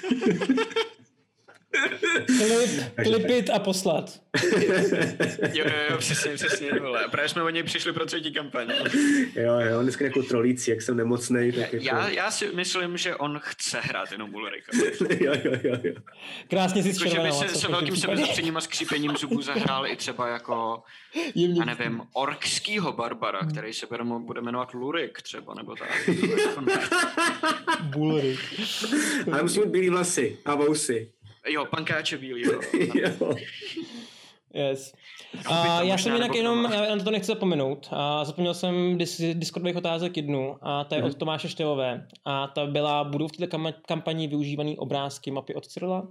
Speaker 3: Klip, klipit a poslat.
Speaker 4: jo, jo, jo, přesně, přesně. Vole. Právě jsme o něj přišli pro třetí kampaň.
Speaker 5: jo, jo, dneska jako trolící, jak jsem nemocnej. Tak jako...
Speaker 4: já, já si myslím, že on chce hrát jenom Ulrika.
Speaker 5: jo, jo, jo, jo.
Speaker 3: Krásně si
Speaker 4: střelvenal. Že by se s velkým sebezapřením a skřípením zubů zahrál i třeba jako, já nevím, orkskýho barbara, který se bude jmenovat Lurik třeba, nebo tak.
Speaker 3: Bulrik.
Speaker 5: Ale musí mít bílý vlasy a vousy.
Speaker 4: Jo, pankáče bílýho.
Speaker 5: jo.
Speaker 3: Yes. A já jsem jinak jenom, já na to nechci zapomenout, a zapomněl jsem dis- Discordových otázek jednu, a to je od Tomáše Števové. A ta byla, budou v této kam- kampani využívaný obrázky mapy od Cyrila?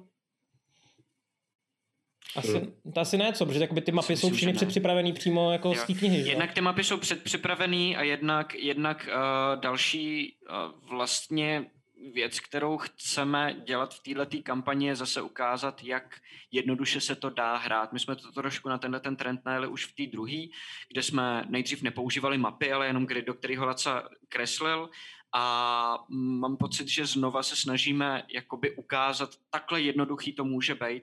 Speaker 3: Asi, hmm. to asi ne, co, protože ty mapy jsou všechny předpřipravený přímo jako jo. z té knihy.
Speaker 4: Jednak ty mapy jsou předpřipravený a jednak, jednak uh, další uh, vlastně věc, kterou chceme dělat v této kampani, je zase ukázat, jak jednoduše se to dá hrát. My jsme to trošku na tenhle ten trend najeli už v té druhé, kde jsme nejdřív nepoužívali mapy, ale jenom grid, do kterého Laca kreslil, a mám pocit, že znova se snažíme jakoby ukázat, takhle jednoduchý to může být.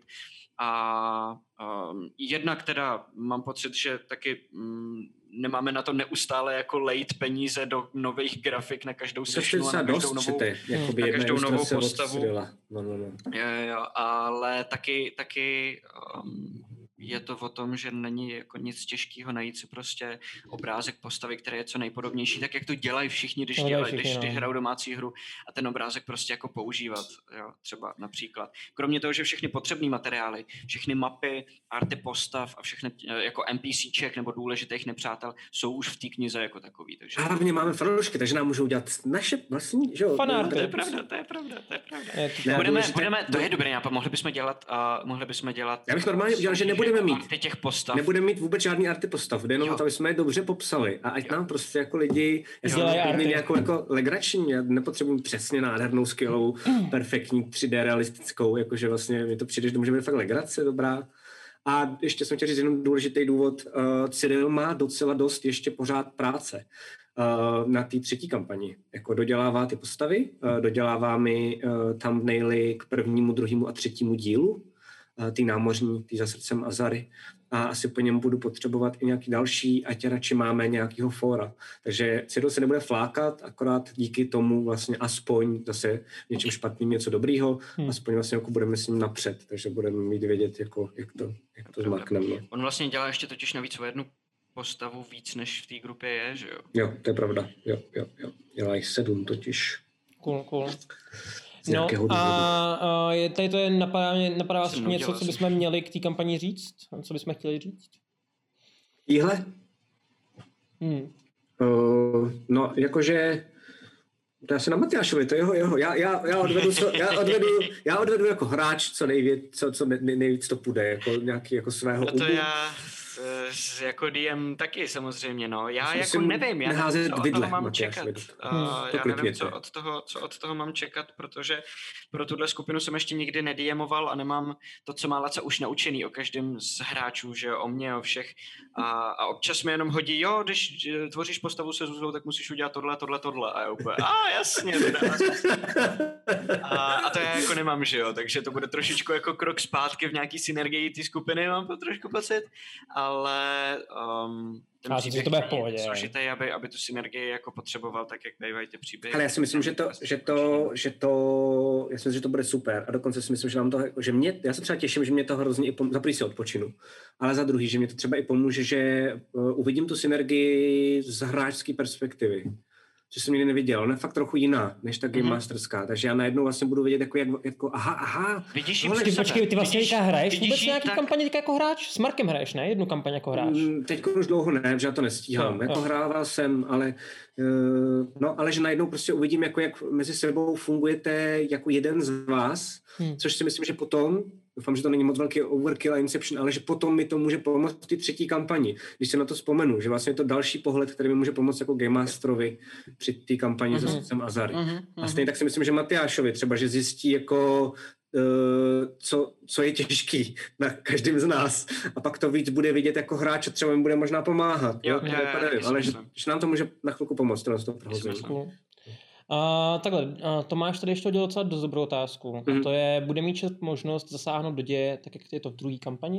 Speaker 4: A um, jednak teda mám pocit, že taky um, nemáme na to neustále jako lejt peníze do nových grafik na každou sešnu a na každou novou, na každou novou postavu.
Speaker 5: No, no, no.
Speaker 4: Jo, jo, ale taky, taky um, je to o tom, že není jako nic těžkého najít si prostě obrázek postavy, který je co nejpodobnější, tak jak to dělají všichni, když, dělají, všichni, když, no. když hrajou domácí hru, a ten obrázek prostě jako používat, jo, třeba například. Kromě toho, že všechny potřebné materiály, všechny mapy, arty postav a všechny jako NPCček nebo důležitých nepřátel jsou už v té knize jako takový. Takže...
Speaker 5: A hlavně máme fanoušky, takže nám můžou dělat naše vlastní, že jo?
Speaker 4: To je pravda, to je pravda, to je pravda. Je to ne, budeme, budeme, to je dobré nápad, mohli bychom dělat, uh, mohli bychom dělat...
Speaker 5: Já bych normálně udělal, že nebudeme mít
Speaker 4: těch postav.
Speaker 5: Nebudeme mít vůbec žádný arty postav, jde jenom to, aby jsme je dobře popsali. A ať jo. nám prostě jako lidi, já jsem jako, jako legrační, já nepotřebuji přesně nádhernou, skvělou, mm. perfektní tři dé realistickou, jakože vlastně mi to přijde, že to může být fakt legrace dobrá. A ještě jsem chtěl říct jenom důležitý důvod, uh, Cyril má docela dost ještě pořád práce uh, na té třetí kampani. Jako dodělává ty postavy, uh, dodělává mi uh, thumbnaily k prvnímu, druhému a třetímu dílu, ty námořní, ty za srdcem Azary, a asi po něm budu potřebovat i nějaký další, ať radši máme nějakýho fóra. Takže Cyril se nebude flákat, akorát díky tomu vlastně aspoň zase něčím špatným něco dobrýho, hmm. aspoň vlastně jako budeme s ním napřed, takže budeme mít vědět, jako, jak to, jak to zmakneme. No.
Speaker 4: On vlastně dělá ještě totiž navíc o jednu postavu víc, než v té grupě je, že jo?
Speaker 5: Jo, to je pravda. Jo, jo, jo. Dělá jich sedm totiž.
Speaker 3: Cool, cool. No a, a je, tady to je napadá, napadá vás něco, co bychom měli k té kampani říct? Co bychom chtěli říct?
Speaker 5: Jíhle?
Speaker 3: Hmm.
Speaker 5: Uh, no, jakože to je asi na Matyášovi, to je jeho, jeho. Já, já, já, odvedu, co, já, odvedu, já odvedu jako hráč, co nejvíc, co, co nej, nejvíc to půjde, jako nějaký jako svého
Speaker 4: no to
Speaker 5: ubu.
Speaker 4: já... S, jako D M taky samozřejmě, no. Já
Speaker 5: Musím
Speaker 4: jako nevím, já nevím, co od
Speaker 5: vidle,
Speaker 4: toho mám
Speaker 5: Matyáš,
Speaker 4: čekat.
Speaker 5: vidle.
Speaker 4: Uh,
Speaker 5: To
Speaker 4: já nevím,
Speaker 5: klikněte.
Speaker 4: co od, toho, co od toho mám čekat, protože pro tuhle skupinu jsem ještě nikdy nediemoval a nemám to, co má Laca už naučený o každém z hráčů, že jo, o mě, o všech. A, a občas mi jenom hodí, jo, když tvoříš postavu se Zuzou, tak musíš udělat tohle, tohle, tohle. A já úplně, a jasně. A, a to já jako nemám, že jo, takže to bude trošičku jako krok zpátky v nějaký synergii té skupiny, mám to trošku pocit, ale um, ten
Speaker 6: A
Speaker 4: příběh
Speaker 6: to bude v
Speaker 4: je
Speaker 6: pohodě.
Speaker 4: složitý, aby, aby tu synergii jako potřeboval, tak jak bývají ty příběhy.
Speaker 5: Ale já si myslím, že to, že to, že to, já si myslím, že to bude super a dokonce si myslím, že nám to, že mě, já se třeba těším, že mě to hrozně i pom, za prvý si odpočinu, ale za druhý, že mě to třeba i pomůže, že uh, uvidím tu synergii z hráčské perspektivy. Že jsem nikdy neviděl, ona je fakt trochu jiná, než ta Game
Speaker 4: Mhm.
Speaker 5: Masterská, takže já najednou vlastně budu vidět jako, jak, jako aha, aha.
Speaker 4: Vidíš ji
Speaker 5: tohle-
Speaker 4: před
Speaker 6: Ty
Speaker 4: sebe.
Speaker 6: počkej, ty vlastně
Speaker 4: Vidíš-
Speaker 6: teďka hraješ
Speaker 4: vidíš
Speaker 6: vůbec
Speaker 4: ji
Speaker 6: nějaký
Speaker 4: tak-
Speaker 6: kampaně teďka jako hráč? S Markem hraješ, ne? Jednu kampaň jako hráč.
Speaker 5: Mm, Teď už dlouho ne, že já to nestíhám.
Speaker 6: Jo,
Speaker 5: jako
Speaker 6: jo.
Speaker 5: hrával jsem, ale uh, no, ale že najednou prostě uvidím, jako jak mezi sebou fungujete jako jeden z vás,
Speaker 6: Hmm.
Speaker 5: což si myslím, že potom, doufám, že to není moc velký overkill a Inception, ale že potom mi to může pomoct v té třetí kampani. Když se na to vzpomenu, že vlastně je to další pohled, který mi může pomoct jako Game Masterovi při té kampani
Speaker 6: Mhm.
Speaker 5: mm-hmm. se Azary.
Speaker 4: Mhm,
Speaker 5: A stejně tak si myslím, že Matyášovi třeba, že zjistí jako uh, co, co je těžký na každém z nás. A pak to víc bude vidět jako hráč a třeba jim bude možná pomáhat.
Speaker 4: Jo,
Speaker 5: no,
Speaker 4: jo,
Speaker 5: to
Speaker 4: jo,
Speaker 5: nevím,
Speaker 4: taky
Speaker 5: ale
Speaker 4: si
Speaker 5: že,
Speaker 4: myslím.
Speaker 5: že nám to může na chvilku pomoct, to nás to prohození.
Speaker 4: myslím.
Speaker 6: Cool. A takhle, a Tomáš tady ještě udělal docela dost dobrou otázku. A
Speaker 5: Mhm.
Speaker 6: to je, bude mít čas možnost zasáhnout do děje, tak jak je to v druhé kampani?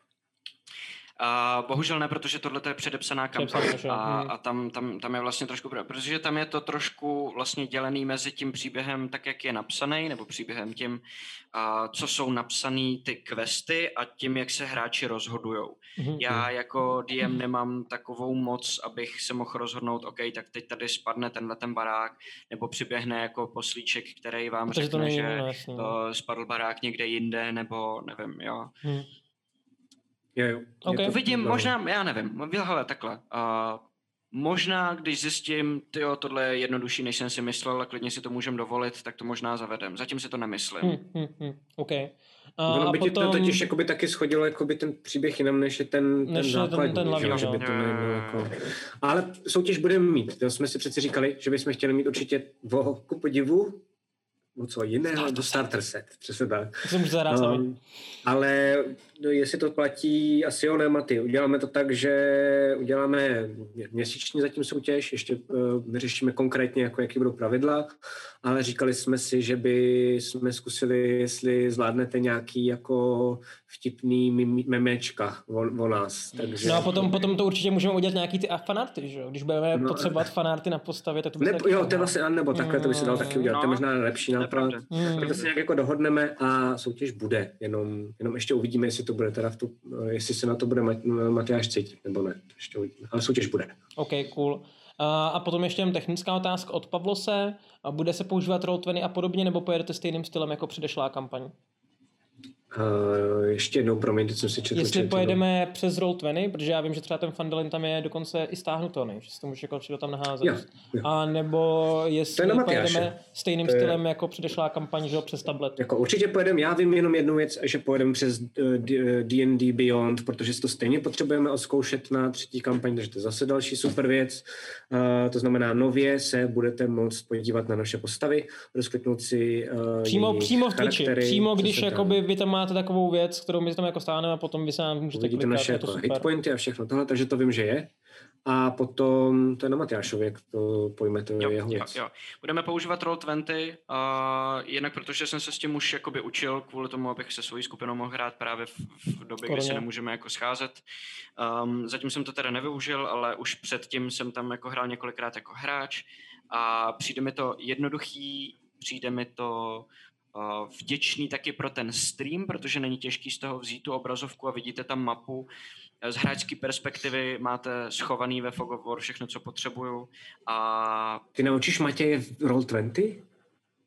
Speaker 4: Uh, bohužel ne, protože tohle je předepsaná kampaň
Speaker 6: Předepsaná, že jo.
Speaker 4: a,
Speaker 6: Hmm.
Speaker 4: a tam, tam, tam je vlastně trošku, protože tam je to trošku vlastně dělený mezi tím příběhem tak, jak je napsaný, nebo příběhem tím, uh, co jsou napsaný ty questy a tím, jak se hráči rozhodujou.
Speaker 6: Mhm.
Speaker 4: Já jako D M nemám takovou moc, abych se mohl rozhodnout, OK, tak teď tady spadne tenhle ten barák, nebo přiběhne jako poslíček, který vám
Speaker 6: Protože to
Speaker 4: řekne,
Speaker 6: není
Speaker 4: že
Speaker 6: no, jasný, no.
Speaker 4: to spadl barák někde jinde, nebo nevím, jo.
Speaker 6: Hmm.
Speaker 5: Jo, jo.
Speaker 6: Ok.
Speaker 5: Je to-
Speaker 4: Uvidím,
Speaker 5: no.
Speaker 4: možná, já nevím, hele, takhle. Uh, možná, když zjistím, tyjo, tohle je jednodušší, než jsem si myslel, a klidně si to můžem dovolit, tak to možná zavedem. Zatím si to nemyslím.
Speaker 6: Hmm, hmm, hmm. OK. A,
Speaker 5: Ono
Speaker 6: a
Speaker 5: by ti to
Speaker 6: potom...
Speaker 5: totiž jakoby taky schodilo jakoby ten příběh jinam, než je ten, ten
Speaker 6: Než je ten-
Speaker 5: základní.
Speaker 6: ten
Speaker 5: že
Speaker 6: hlavní,
Speaker 5: jo, že
Speaker 6: no.
Speaker 5: by to
Speaker 4: Jo, jo,
Speaker 5: nebylo
Speaker 4: jo,
Speaker 5: jako...
Speaker 4: jo.
Speaker 5: Ale soutěž budeme mít. To jsme si přeci říkali, že bychom chtěli mít určitě o ku podivu o co jiného, do starter set. Přesně tak.
Speaker 6: To se může zahrát sami.
Speaker 5: Um, ale no, jestli to platí, asi jo, ne, Maty. Uděláme to tak, že uděláme měsíční zatím soutěž, ještě uh, vyřešíme konkrétně, jako jaký budou pravidla, ale říkali jsme si, že by jsme zkusili, jestli zvládnete nějaký jako vtipný mim- memečka o, o nás. Takže...
Speaker 6: No a potom, potom to určitě můžeme udělat nějaký ty fanarty, že jo? Když budeme
Speaker 5: No.
Speaker 6: potřebovat fanarty na postavě, tak to by
Speaker 5: Ne,
Speaker 6: se taky
Speaker 5: jo, to je
Speaker 6: dalo.
Speaker 5: vlastně, nebo takhle, to by se dalo taky udělat. To je
Speaker 4: No,
Speaker 5: možná lepší
Speaker 4: to je
Speaker 5: nápad.
Speaker 4: pravda.
Speaker 6: Hmm.
Speaker 5: Tak to se nějak jako dohodneme a soutěž bude. Jenom, jenom ještě uvidíme, jestli to bude teda v tu, jestli se na to bude Mat- Matyáš cítit, nebo ne. To ještě uvidíme. Ale soutěž bude.
Speaker 6: OK, cool. A, a potom ještě jen technická otázka od Pavlose. A bude se používat roll dvacet a podobně, nebo pojedete stejným stylem jako předešlá kampaň?
Speaker 5: Uh, ještě jednou, promiň, teď jsem si četl.
Speaker 6: Jestli
Speaker 5: četl.
Speaker 6: pojedeme přes roll dvacet, protože já vím, že třeba ten Fandalin tam je dokonce i stáhnutelný, že si to můžeš jako všude tam naházet.
Speaker 5: Jo, jo.
Speaker 6: A nebo jestli
Speaker 5: To je na Matyáše.
Speaker 6: pojedeme stejným
Speaker 5: To je-
Speaker 6: stylem jako předešlá kampaň, že jo, přes tablet.
Speaker 5: Jako určitě pojedeme, já vím jenom jednu věc, že pojedeme přes uh, D and D Beyond, protože si to stejně potřebujeme odzkoušet na třetí kampaň, takže to je zase další super věc. Uh, to znamená, nově se budete moct podívat na naše postavy, rozkliknout si uh,
Speaker 6: Přímo,
Speaker 5: jejich
Speaker 6: přímo v Twitchi,
Speaker 5: charaktery,
Speaker 6: přímo
Speaker 5: co
Speaker 6: když
Speaker 5: se tam-
Speaker 6: jakoby vy tam máte takovou věc, kterou my tam jako stáhneme a potom vy se nám můžete
Speaker 5: Uvidíte
Speaker 6: klikat,
Speaker 5: naše
Speaker 6: je to
Speaker 5: jako
Speaker 6: super.
Speaker 5: hitpointy a všechno tohle, takže to vím, že je. A potom to je na Matyášovi, jak to pojme, to je
Speaker 4: Jo,
Speaker 5: jeho
Speaker 4: jo,
Speaker 5: věc.
Speaker 4: jo. Budeme používat roll dvacet, uh, jinak protože jsem se s tím už jakoby učil kvůli tomu, abych se svojí skupinou mohl hrát právě v, v době, kdy se
Speaker 6: Korně.
Speaker 4: nemůžeme jako scházet. Um, zatím jsem to teda nevyužil, ale už předtím jsem tam jako hrál několikrát jako hráč a přijde mi to jednoduchý, přijde mi to uh, vděčný taky pro ten stream, protože není těžký z toho vzít tu obrazovku a vidíte tam mapu. Z hráčské perspektivy máte schovaný ve Fog of War všechno, co potřebuju a
Speaker 5: Ty naučíš Matěje v roll dvacet?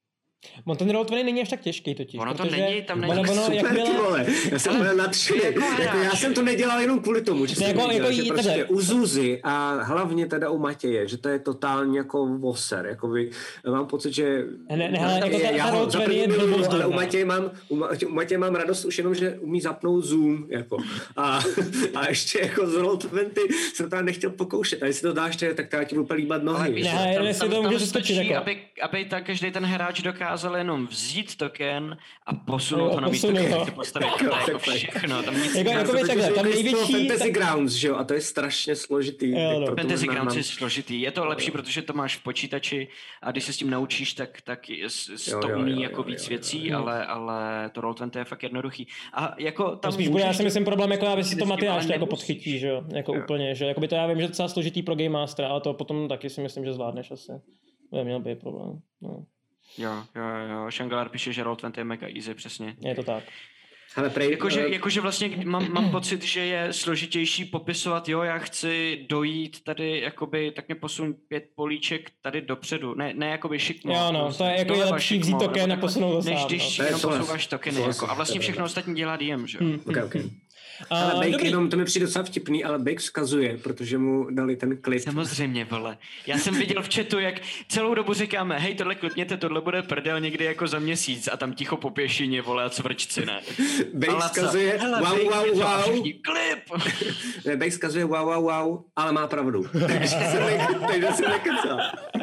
Speaker 6: On ten roll dvacet není až tak těžký totiž.
Speaker 4: Ono to
Speaker 6: protože
Speaker 4: není, tam není.
Speaker 6: ono, ono,
Speaker 5: Super,
Speaker 6: jakmile...
Speaker 5: ty vole, já jsem byl nadšený.
Speaker 4: jako
Speaker 5: Jako já jsem to nedělal jenom kvůli tomu, že
Speaker 6: Ne,
Speaker 5: jsem
Speaker 6: jako-
Speaker 5: viděl,
Speaker 6: jako
Speaker 5: že
Speaker 6: jí-
Speaker 5: prostě
Speaker 6: takhle.
Speaker 5: u Zuzy a hlavně teda u Matěje, že to je totálně jako voser. Jako vy, mám pocit, že...
Speaker 6: Ne, ne, hele, jako ta-
Speaker 5: já
Speaker 6: ta
Speaker 5: ho
Speaker 6: roll
Speaker 5: za
Speaker 6: dvacet
Speaker 5: první
Speaker 6: je
Speaker 5: miluju,
Speaker 6: blbost
Speaker 5: ale u
Speaker 6: drobná.
Speaker 5: Matěje mám, u Matěje, u Matěje mám radost už jenom, že umí zapnout Zoom. Jako. A, a ještě jako z roll dvacet jsem tam nechtěl pokoušet. A jestli to dáš, tak to já ti budu úplně líbat
Speaker 4: Ale
Speaker 5: nohy.
Speaker 4: víš,
Speaker 6: Ne,
Speaker 5: víš co?
Speaker 6: hele,
Speaker 4: tam,
Speaker 6: jestli
Speaker 4: tam,
Speaker 6: to
Speaker 4: tam
Speaker 6: můžeš skočit,
Speaker 4: stačí,
Speaker 6: jako.
Speaker 4: aby, aby tak každý ten hráč dokázal jenom vzít token a posunout
Speaker 6: Jo,
Speaker 4: ho na místo,
Speaker 6: posunout
Speaker 4: které
Speaker 6: ho.
Speaker 4: ty postavy. To je jako všechno, tam nic
Speaker 6: Jako-
Speaker 5: Já
Speaker 6: jako
Speaker 5: jsem
Speaker 6: by
Speaker 5: totiž
Speaker 6: takhle, tam
Speaker 5: zvyklý z toho
Speaker 6: největší-
Speaker 5: Fantasy
Speaker 6: tak-
Speaker 5: Grounds, že jo, a to je strašně složitý.
Speaker 6: Jo,
Speaker 5: tak
Speaker 6: no.
Speaker 5: proto
Speaker 4: Fantasy
Speaker 5: možná
Speaker 4: Grounds
Speaker 5: mám-
Speaker 4: je složitý. Je to lepší, protože to máš v počítači a když se s tím naučíš, tak, tak je- s- s-
Speaker 5: Jo,
Speaker 4: to
Speaker 5: jo,
Speaker 4: umí
Speaker 5: jo,
Speaker 4: jako
Speaker 5: jo,
Speaker 4: víc
Speaker 5: jo,
Speaker 4: věcí,
Speaker 6: jo.
Speaker 4: ale, ale to roll dvacet je fakt jednoduchý. A jako tam
Speaker 6: Tam spíš bude, já
Speaker 4: můžeš
Speaker 6: si myslím, problém, jako aby si to
Speaker 4: vždycky,
Speaker 6: Matyáš
Speaker 4: ale
Speaker 6: to jako
Speaker 4: nemusíš.
Speaker 6: podchytí, že jo, jako
Speaker 4: Jo.
Speaker 6: úplně, že jakoby to já vím, že to je docela složitý pro Game Mastera, ale to potom taky si myslím, že zvládneš asi. To měl být problém, no.
Speaker 4: Jo, jo, jo. Shangalar píše, že roll dvacet je mega easy, přesně.
Speaker 6: Je to tak.
Speaker 5: Hele, prej,
Speaker 4: Jakože,
Speaker 5: eh,
Speaker 4: jakože vlastně mám, mám pocit, že je složitější popisovat, jo, já chci dojít tady, jakoby, tak mě posun pět políček tady dopředu, ne, ne jakoby šikmo.
Speaker 6: Jo, no, to je jako je
Speaker 4: doleva
Speaker 6: lepší vzít
Speaker 4: šikmo,
Speaker 6: token
Speaker 4: nebo
Speaker 6: a
Speaker 4: takhle,
Speaker 6: posunout ho
Speaker 4: než
Speaker 6: sám,
Speaker 4: když
Speaker 6: no.
Speaker 4: jenom
Speaker 5: To je souhlas.
Speaker 4: posouváš tokeny,
Speaker 5: Souhlas,
Speaker 4: jako, a vlastně
Speaker 5: to je
Speaker 4: všechno
Speaker 5: pravda.
Speaker 4: ostatní dělá D M, že jo?
Speaker 6: Hmm.
Speaker 5: Okay, okay.
Speaker 6: A,
Speaker 5: Ale Bake
Speaker 6: dobrý.
Speaker 5: jenom, to mi přijde docela vtipný, ale Bake vzkazuje, protože mu dali ten klip.
Speaker 4: Samozřejmě, vole. Já jsem viděl v chatu, jak celou dobu říkáme, hej, tohle klipněte, tohle bude prdel někdy jako za měsíc a tam ticho po pěšině, vole, a cvrčci, ne?
Speaker 5: Bake
Speaker 4: Ale co?
Speaker 5: vzkazuje
Speaker 4: Hele,
Speaker 5: wow,
Speaker 4: Bake,
Speaker 5: wow,
Speaker 4: něco, a
Speaker 5: wow.
Speaker 4: všichni, klip!
Speaker 5: Ne, Bake vzkazuje wow, wow, wow, ale má pravdu. Takže jsem ne- takže jsem nekecal.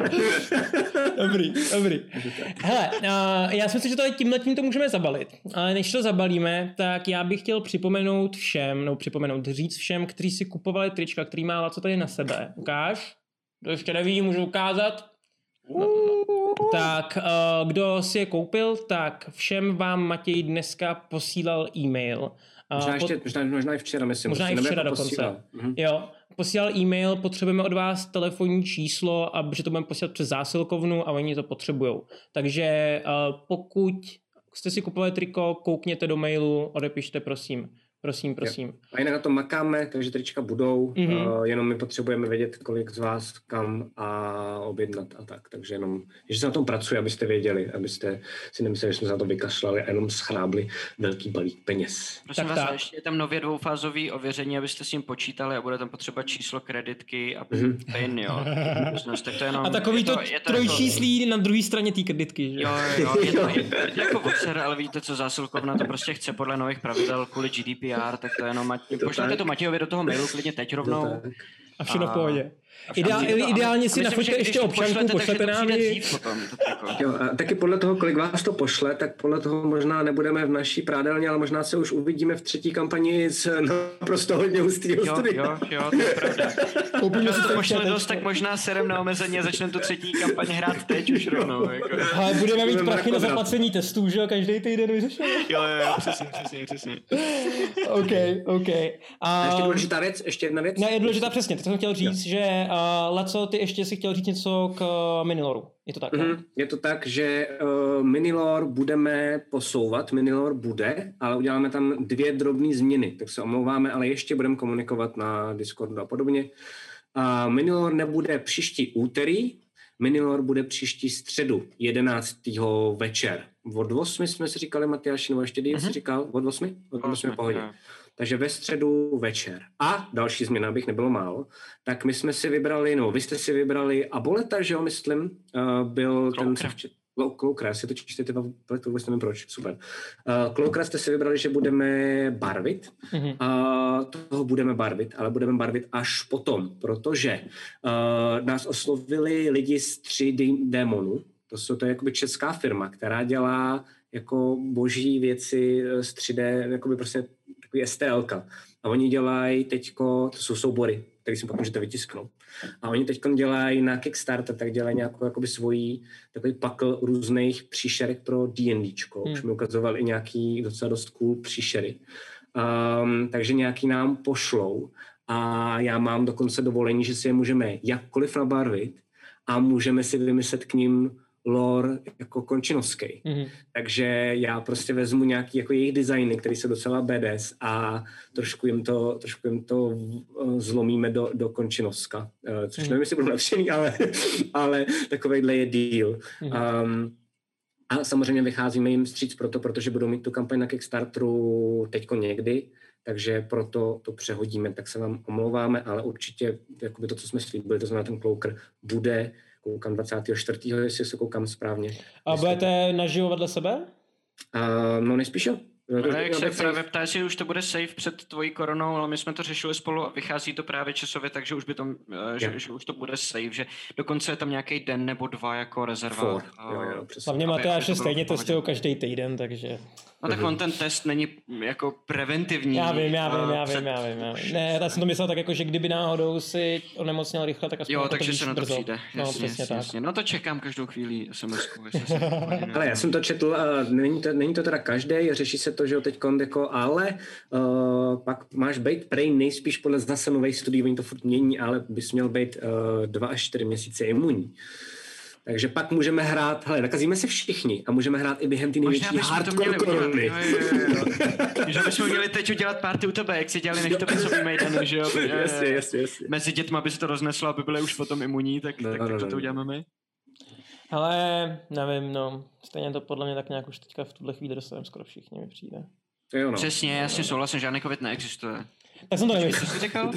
Speaker 6: Dobrý, dobrý. Hele, uh, já si myslím, že to tímhle tím to můžeme zabalit. Ale než to zabalíme, tak já bych chtěl připomenout všem, no připomenout, říct všem, kteří si kupovali trička, který má Laco tady na sebe. Ukáž? To ještě neví, můžu ukázat? No, no. Tak, uh, kdo si je koupil, tak všem vám Matěj dneska posílal e-mail. Uh,
Speaker 5: Možná,
Speaker 6: pod-
Speaker 5: ještě, možná, možná i včera, myslím.
Speaker 6: Možná i
Speaker 5: Nebo
Speaker 6: včera
Speaker 5: jako
Speaker 6: dokonce.
Speaker 5: posílal. Mhm.
Speaker 6: Jo, posílal e-mail, potřebujeme od vás telefonní číslo, a že to budeme posílat přes zásilkovnu a oni to potřebujou. Takže uh, pokud jste si kupovali triko, koukněte do mailu, odepište prosím. Prosím, prosím.
Speaker 5: A jinak na to makáme, takže trička budou,
Speaker 6: Mhm.
Speaker 5: mm-hmm. uh, jenom my potřebujeme vědět, kolik z vás kam a objednat a tak. Takže jenom, že se na tom pracuje, abyste věděli, abyste si nemysleli, že jsme se na to vykašlali a jenom schrábli velký balík peněz.
Speaker 4: Prosím
Speaker 6: Tak
Speaker 4: vás,
Speaker 6: tak.
Speaker 4: a ještě je tam nově dvoufázový ověření, abyste s ním počítali a bude tam potřeba číslo kreditky a
Speaker 5: Mhm.
Speaker 4: PIN, jo. Tak to je jenom,
Speaker 6: A takový
Speaker 4: je
Speaker 6: to,
Speaker 4: to, je to
Speaker 6: trojčíslí na druhé straně té kreditky, že?
Speaker 4: Jo, jo, je to, je, je to jako vocer, ale víte co, zásilkovna to prostě chce podle nových pravidel kvůli G D P R, tak to jenom Mati-
Speaker 5: to
Speaker 4: pošlete
Speaker 5: tak.
Speaker 4: to Matějovi do toho mailu klidně teď rovnou.
Speaker 5: To tak.
Speaker 6: A všechno v
Speaker 4: A-
Speaker 6: pohodě.
Speaker 4: a
Speaker 6: Ideál,
Speaker 4: všem-
Speaker 6: ideálně
Speaker 4: a
Speaker 6: si
Speaker 4: myslím,
Speaker 6: nafoťte
Speaker 4: že když
Speaker 6: ještě
Speaker 4: to
Speaker 6: občanku,
Speaker 4: pošlete,
Speaker 6: pošlete
Speaker 4: takže to
Speaker 6: nám
Speaker 4: přijde
Speaker 6: ji.
Speaker 4: dřív potom, to jako.
Speaker 5: Jo, a taky podle toho, kolik vás to pošle, tak podle toho možná nebudeme v naší prádelně, ale možná se už uvidíme v třetí kampani z naprosto hodně hustýho
Speaker 4: Jo,
Speaker 5: studia.
Speaker 4: jo, jo, to je pravda.
Speaker 6: Koupíme
Speaker 4: Když
Speaker 6: si
Speaker 4: to
Speaker 6: to
Speaker 4: pošle
Speaker 6: ještě
Speaker 4: dost, tak možná serem na omezení a začneme tu třetí kampaň hrát teď už rovnou. Jako.
Speaker 6: Ale budeme mít
Speaker 5: Budeme
Speaker 6: prachy na
Speaker 5: nakládat.
Speaker 6: zaplacení testů, že jo, každý týden vyřešený.
Speaker 4: Jo, jo, jo, přesně, přesně, přesně.
Speaker 6: OK, OK.
Speaker 5: A
Speaker 6: A
Speaker 5: ještě důležitá věc, ještě jedna věc.
Speaker 6: Ne, je důležitá přesně, teď jsem chtěl říct, že uh, Laco, ty ještě si chtěl říct něco k uh, Miniloru. Je to tak, ne?
Speaker 5: Mhm. Je to tak, že uh, Minilore budeme posouvat, Minilore bude, ale uděláme tam dvě drobné změny, tak se omlouváme, ale ještě budeme komunikovat na Discordu a podobně. Uh, Minilore nebude příští úterý, Minilore bude příští středu, jedenáctého večer. Od osmi jsme si říkali, Matyáši, nebo ještě díl si říkal? Od osmi? Od osmi v pohodě.
Speaker 4: jo.
Speaker 5: Takže ve středu večer. A další změna, abych nebylo málo, tak my jsme si vybrali, no vy jste si vybrali Aboleta, že jo, myslím, uh, byl ten... Kloukra, si to čtěte, to vůbec nevím proč, super. Uh, Kloukra jste si vybrali, že budeme barvit.
Speaker 6: Mhm.
Speaker 5: Uh, toho budeme barvit, ale budeme barvit až potom, protože uh, nás oslovili lidi z tři D Démonů. To, jsou, to je jakoby česká firma, která dělá jako boží věci z tři dé, jakoby prostě takový S T L ka. A oni dělají teďko, to jsou soubory, který si pak můžete vytisknout. A oni teďko dělají na Kickstarter, tak dělají nějakou jakoby svojí takový pakl různých příšerek pro D&Dčko. Hmm. Už mi ukazoval i nějaký docela dost cool příšery. Um, takže nějaký nám pošlou a já mám dokonce dovolení, že si je můžeme jakkoliv nabarvit a můžeme si vymyslet k ním lore jako končinovský. Mm-hmm. Takže já prostě vezmu nějaký jako jejich designy, které jsou docela badass a trošku jim to, trošku jim to zlomíme do, do končinovska. Což mm-hmm. nevím, jestli budu nadšený, ale, ale takovejhle je deal. Mm-hmm. Um, A samozřejmě vycházíme jim vstříc proto, protože budou mít tu kampaň na Kickstarteru teďko někdy, takže proto to přehodíme, tak se vám omlouváme, ale určitě jakoby to, co jsme slíbili, to znamená ten Cloaker bude, koukám dvacátého čtvrtého jestli se koukám správně.
Speaker 6: A budete naživo vedle sebe?
Speaker 5: Uh, no nejspíš jo.
Speaker 4: Ale jak se právě ptá, jestli už to bude safe před tvojí koronou, ale my jsme to řešili spolu a vychází to právě časově, takže už by to, že, že už to bude safe, že dokonce je tam nějaký den nebo dva jako rezerva.
Speaker 5: Jo, jo,
Speaker 6: hlavně Matyáše stejně testují každý týden, takže...
Speaker 4: No tak on ten test není jako preventivní.
Speaker 6: Já vím, já vím, já
Speaker 4: před...
Speaker 6: vím, já vím, já vím. Ne, já jsem to myslel tak jako, že kdyby náhodou si onemocněl rychle, tak aspoň
Speaker 4: jo,
Speaker 6: to
Speaker 4: takže se na to
Speaker 6: brzo.
Speaker 4: přijde.
Speaker 6: No,
Speaker 4: jasně,
Speaker 6: přesně
Speaker 4: jasně,
Speaker 6: tak.
Speaker 4: jasně. No to čekám každou chvíli es em esku.
Speaker 5: Ale já jsem to četl, uh, není, to, není to teda každý, řeší se to, že jo, teď jako, ale uh, pak máš být prej nejspíš podle zase nových studií, oni to furt mění, ale bys měl být uh, dva až čtyři měsíce imunní. Takže pak můžeme hrát, hele, nakazíme se všichni a můžeme hrát i během ty největší hardcore korony.
Speaker 4: Že bychom měli teď udělat party u tebe, jak si dělali než to pěcový Maidenu, že jo?
Speaker 5: Jasně, jasně, jasně.
Speaker 4: Mezi dětma by se to rozneslo, aby byly už potom imunní, tak,
Speaker 5: no,
Speaker 4: tak,
Speaker 5: no,
Speaker 4: tak
Speaker 5: no,
Speaker 4: to,
Speaker 5: no.
Speaker 4: to uděláme my.
Speaker 6: Ale nevím, no, stejně to podle mě tak nějak už teďka v tuhle chvíli dostaneme skoro všichni, mi přijde.
Speaker 5: Jo, no.
Speaker 4: Přesně, já si souhlasím, žádný covid neexistuje.
Speaker 6: Tak jsem to
Speaker 4: Co
Speaker 6: nemyslel.
Speaker 4: jsi říkal?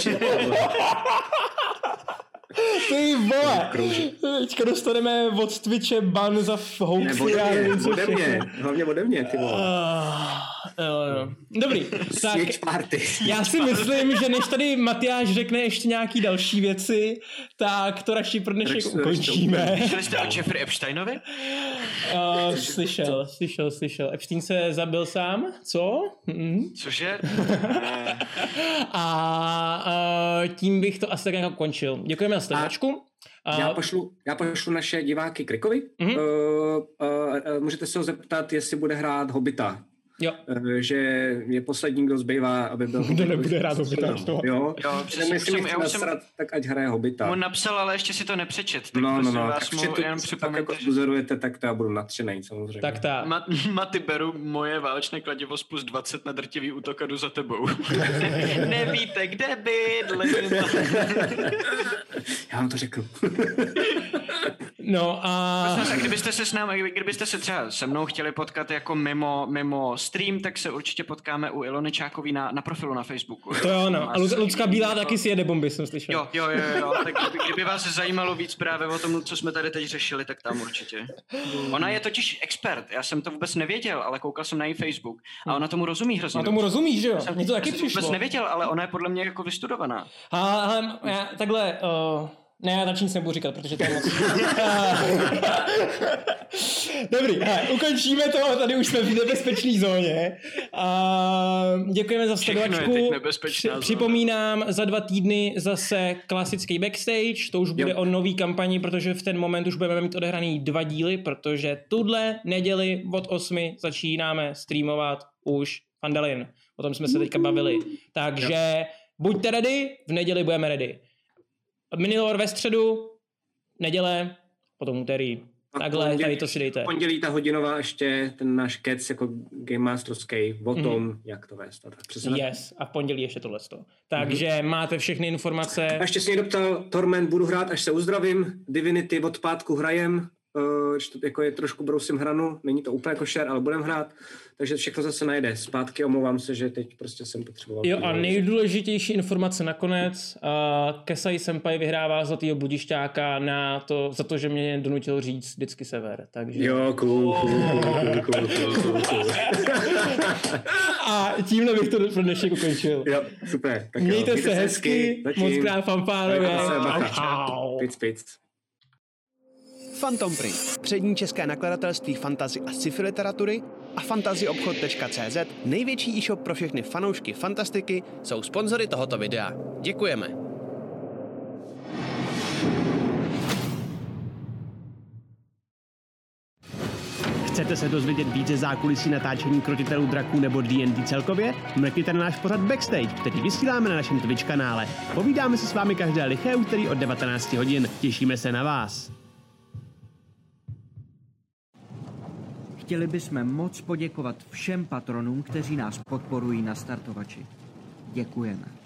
Speaker 6: Ty vole, teďka dostaneme od Twitche ban za hoaxy.
Speaker 5: Ne,
Speaker 6: já
Speaker 5: ode mě,
Speaker 6: nevím, co
Speaker 5: ode
Speaker 6: všechno.
Speaker 5: mě, hlavně ode mě, ty vole.
Speaker 6: Uh, jo, jo. Dobrý, tak
Speaker 5: Switch party.
Speaker 6: já si myslím, že než tady Matyáš řekne ještě nějaký další věci, tak to radši pro dnešek
Speaker 5: Radši-
Speaker 6: ukončíme.
Speaker 4: Slyšeli jste o Jeffrey Epsteinovi?
Speaker 6: Uh, slyšel, slyšel, slyšel. Epstein se zabil sám, co? Mm.
Speaker 4: Cože?
Speaker 6: A uh, tím bych to asi tak nějak končil. Děkujeme za sledovačku.
Speaker 5: Já pošlu, já pošlu naše diváky Krikovi. Mm-hmm. Uh, uh, uh, můžete se ho zeptat, jestli bude hrát Hobita.
Speaker 6: Jo.
Speaker 5: Uh, že je poslední, kdo zbývá, aby byl...
Speaker 6: Kdo nebude hrát Hobita.
Speaker 5: No, jo,
Speaker 4: Jo, přesně,
Speaker 5: myslím,
Speaker 4: už jsem- já už jsem-
Speaker 5: nasrat, tak ať hraje Hobita.
Speaker 4: On napsal, ale ještě si to nepřečet. Tak
Speaker 5: No, no,
Speaker 4: prosím
Speaker 5: no,
Speaker 4: vás
Speaker 5: tak
Speaker 4: mu
Speaker 5: všichni
Speaker 4: jenom
Speaker 5: tak
Speaker 4: připomeňte,
Speaker 5: jako
Speaker 4: že...
Speaker 5: pozorujete, tak to já budu nadšenej samozřejmě.
Speaker 6: Tak tak.
Speaker 4: Ma- Maty, beru moje válečné kladivo plus dvacet na drtivý útok a jdu za tebou. Nevíte, kde bydlím.
Speaker 5: Já vám to řeknu.
Speaker 6: No a...
Speaker 4: Prosím, kdybyste se s námi, kdybyste se třeba se mnou chtěli potkat jako mimo, mimo stream, tak se určitě potkáme u Ilony Čákový na, na profilu na Facebooku.
Speaker 6: To jo, no. A Lu- Lucka Bílá
Speaker 4: jako-
Speaker 6: taky si jede bomby, jsem slyšel.
Speaker 4: Jo, jo, jo, jo. Tak kdyby, kdyby vás zajímalo víc právě o tom, co jsme tady teď řešili, tak tam určitě. Ona je totiž expert, já jsem to vůbec nevěděl, ale koukal jsem na její Facebook a ona tomu rozumí hrozně.
Speaker 6: A tomu rozumíš, že jo?
Speaker 4: Jsem,
Speaker 6: Mně to taky
Speaker 4: já jsem
Speaker 6: přišlo.
Speaker 4: vůbec nevěděl, ale ona je podle mě jako vystudovaná.
Speaker 6: A, ale já, takhle, uh, ne, já radši nic nebudu říkat, protože to je moc. Dobrý, hele, ukončíme to, tady už jsme v nebezpečné zóně. A děkujeme za
Speaker 4: Všechno je
Speaker 6: sledovačku.
Speaker 4: teď nebezpečná zóna.
Speaker 6: Připomínám, za dva týdny zase klasický backstage, to už bude
Speaker 5: Jo.
Speaker 6: o nový kampani, protože v ten moment už budeme mít odehraný dva díly, protože tuhle neděli od osmi začínáme streamovat už Fandalin. O tom jsme se teďka bavili. Takže buďte ready, v neděli budeme ready. Minilor ve středu, neděle, potom úterý.
Speaker 5: A
Speaker 6: Takhle,
Speaker 5: pondělí-
Speaker 6: tady to si dejte.
Speaker 5: Pondělí ta hodinová ještě, ten náš kec jako Game Masterovský o tom,
Speaker 6: Mhm.
Speaker 5: jak to vést. A tak přesně.
Speaker 6: Yes, a v pondělí ještě tohleto. Takže mm-hmm. máte všechny informace.
Speaker 5: A ještě si někdo ptal, Torment budu hrát, až se uzdravím, Divinity od pátku hrajem, uh, to jako je trošku brousím hranu, není to úplně košer, ale budem hrát, takže všechno zase najde. Zpátky omlouvám se, že teď prostě jsem potřeboval.
Speaker 6: Jo a nejdůležitější informace nakonec. Uh, Kesai Senpai vyhrává zlatýho budišťáka na to, za to, že mě donutil říct vždycky sever. Takže...
Speaker 5: Jo, cool, cool, cool, cool, cool, cool, cool.
Speaker 6: A tímhle bych to pro dnešek ukončil.
Speaker 5: Jo, super. Tak
Speaker 6: Mějte
Speaker 5: jo,
Speaker 6: se hezky,
Speaker 5: zatím.
Speaker 6: moc krát fanfárově.
Speaker 5: Mějte se, bacha.
Speaker 6: Čau.
Speaker 5: Pic, pic.
Speaker 1: Phantom Print, přední české nakladatelství fantasy a sci-fi literatury a fantasyobchod tečka cé zet, největší e-shop pro všechny fanoušky fantastiky, jsou sponzory tohoto videa. Děkujeme. Chcete se dozvědět více zákulisí natáčení Krotitelů draků nebo D and D celkově? Mrkněte na náš pořad Backstage, který vysíláme na našem Twitch kanále. Povídáme se s vámi každé liché úterý od devatenáct hodin. Těšíme se na vás.
Speaker 2: Chtěli bychom moc poděkovat všem patronům, kteří nás podporují na startovači. Děkujeme.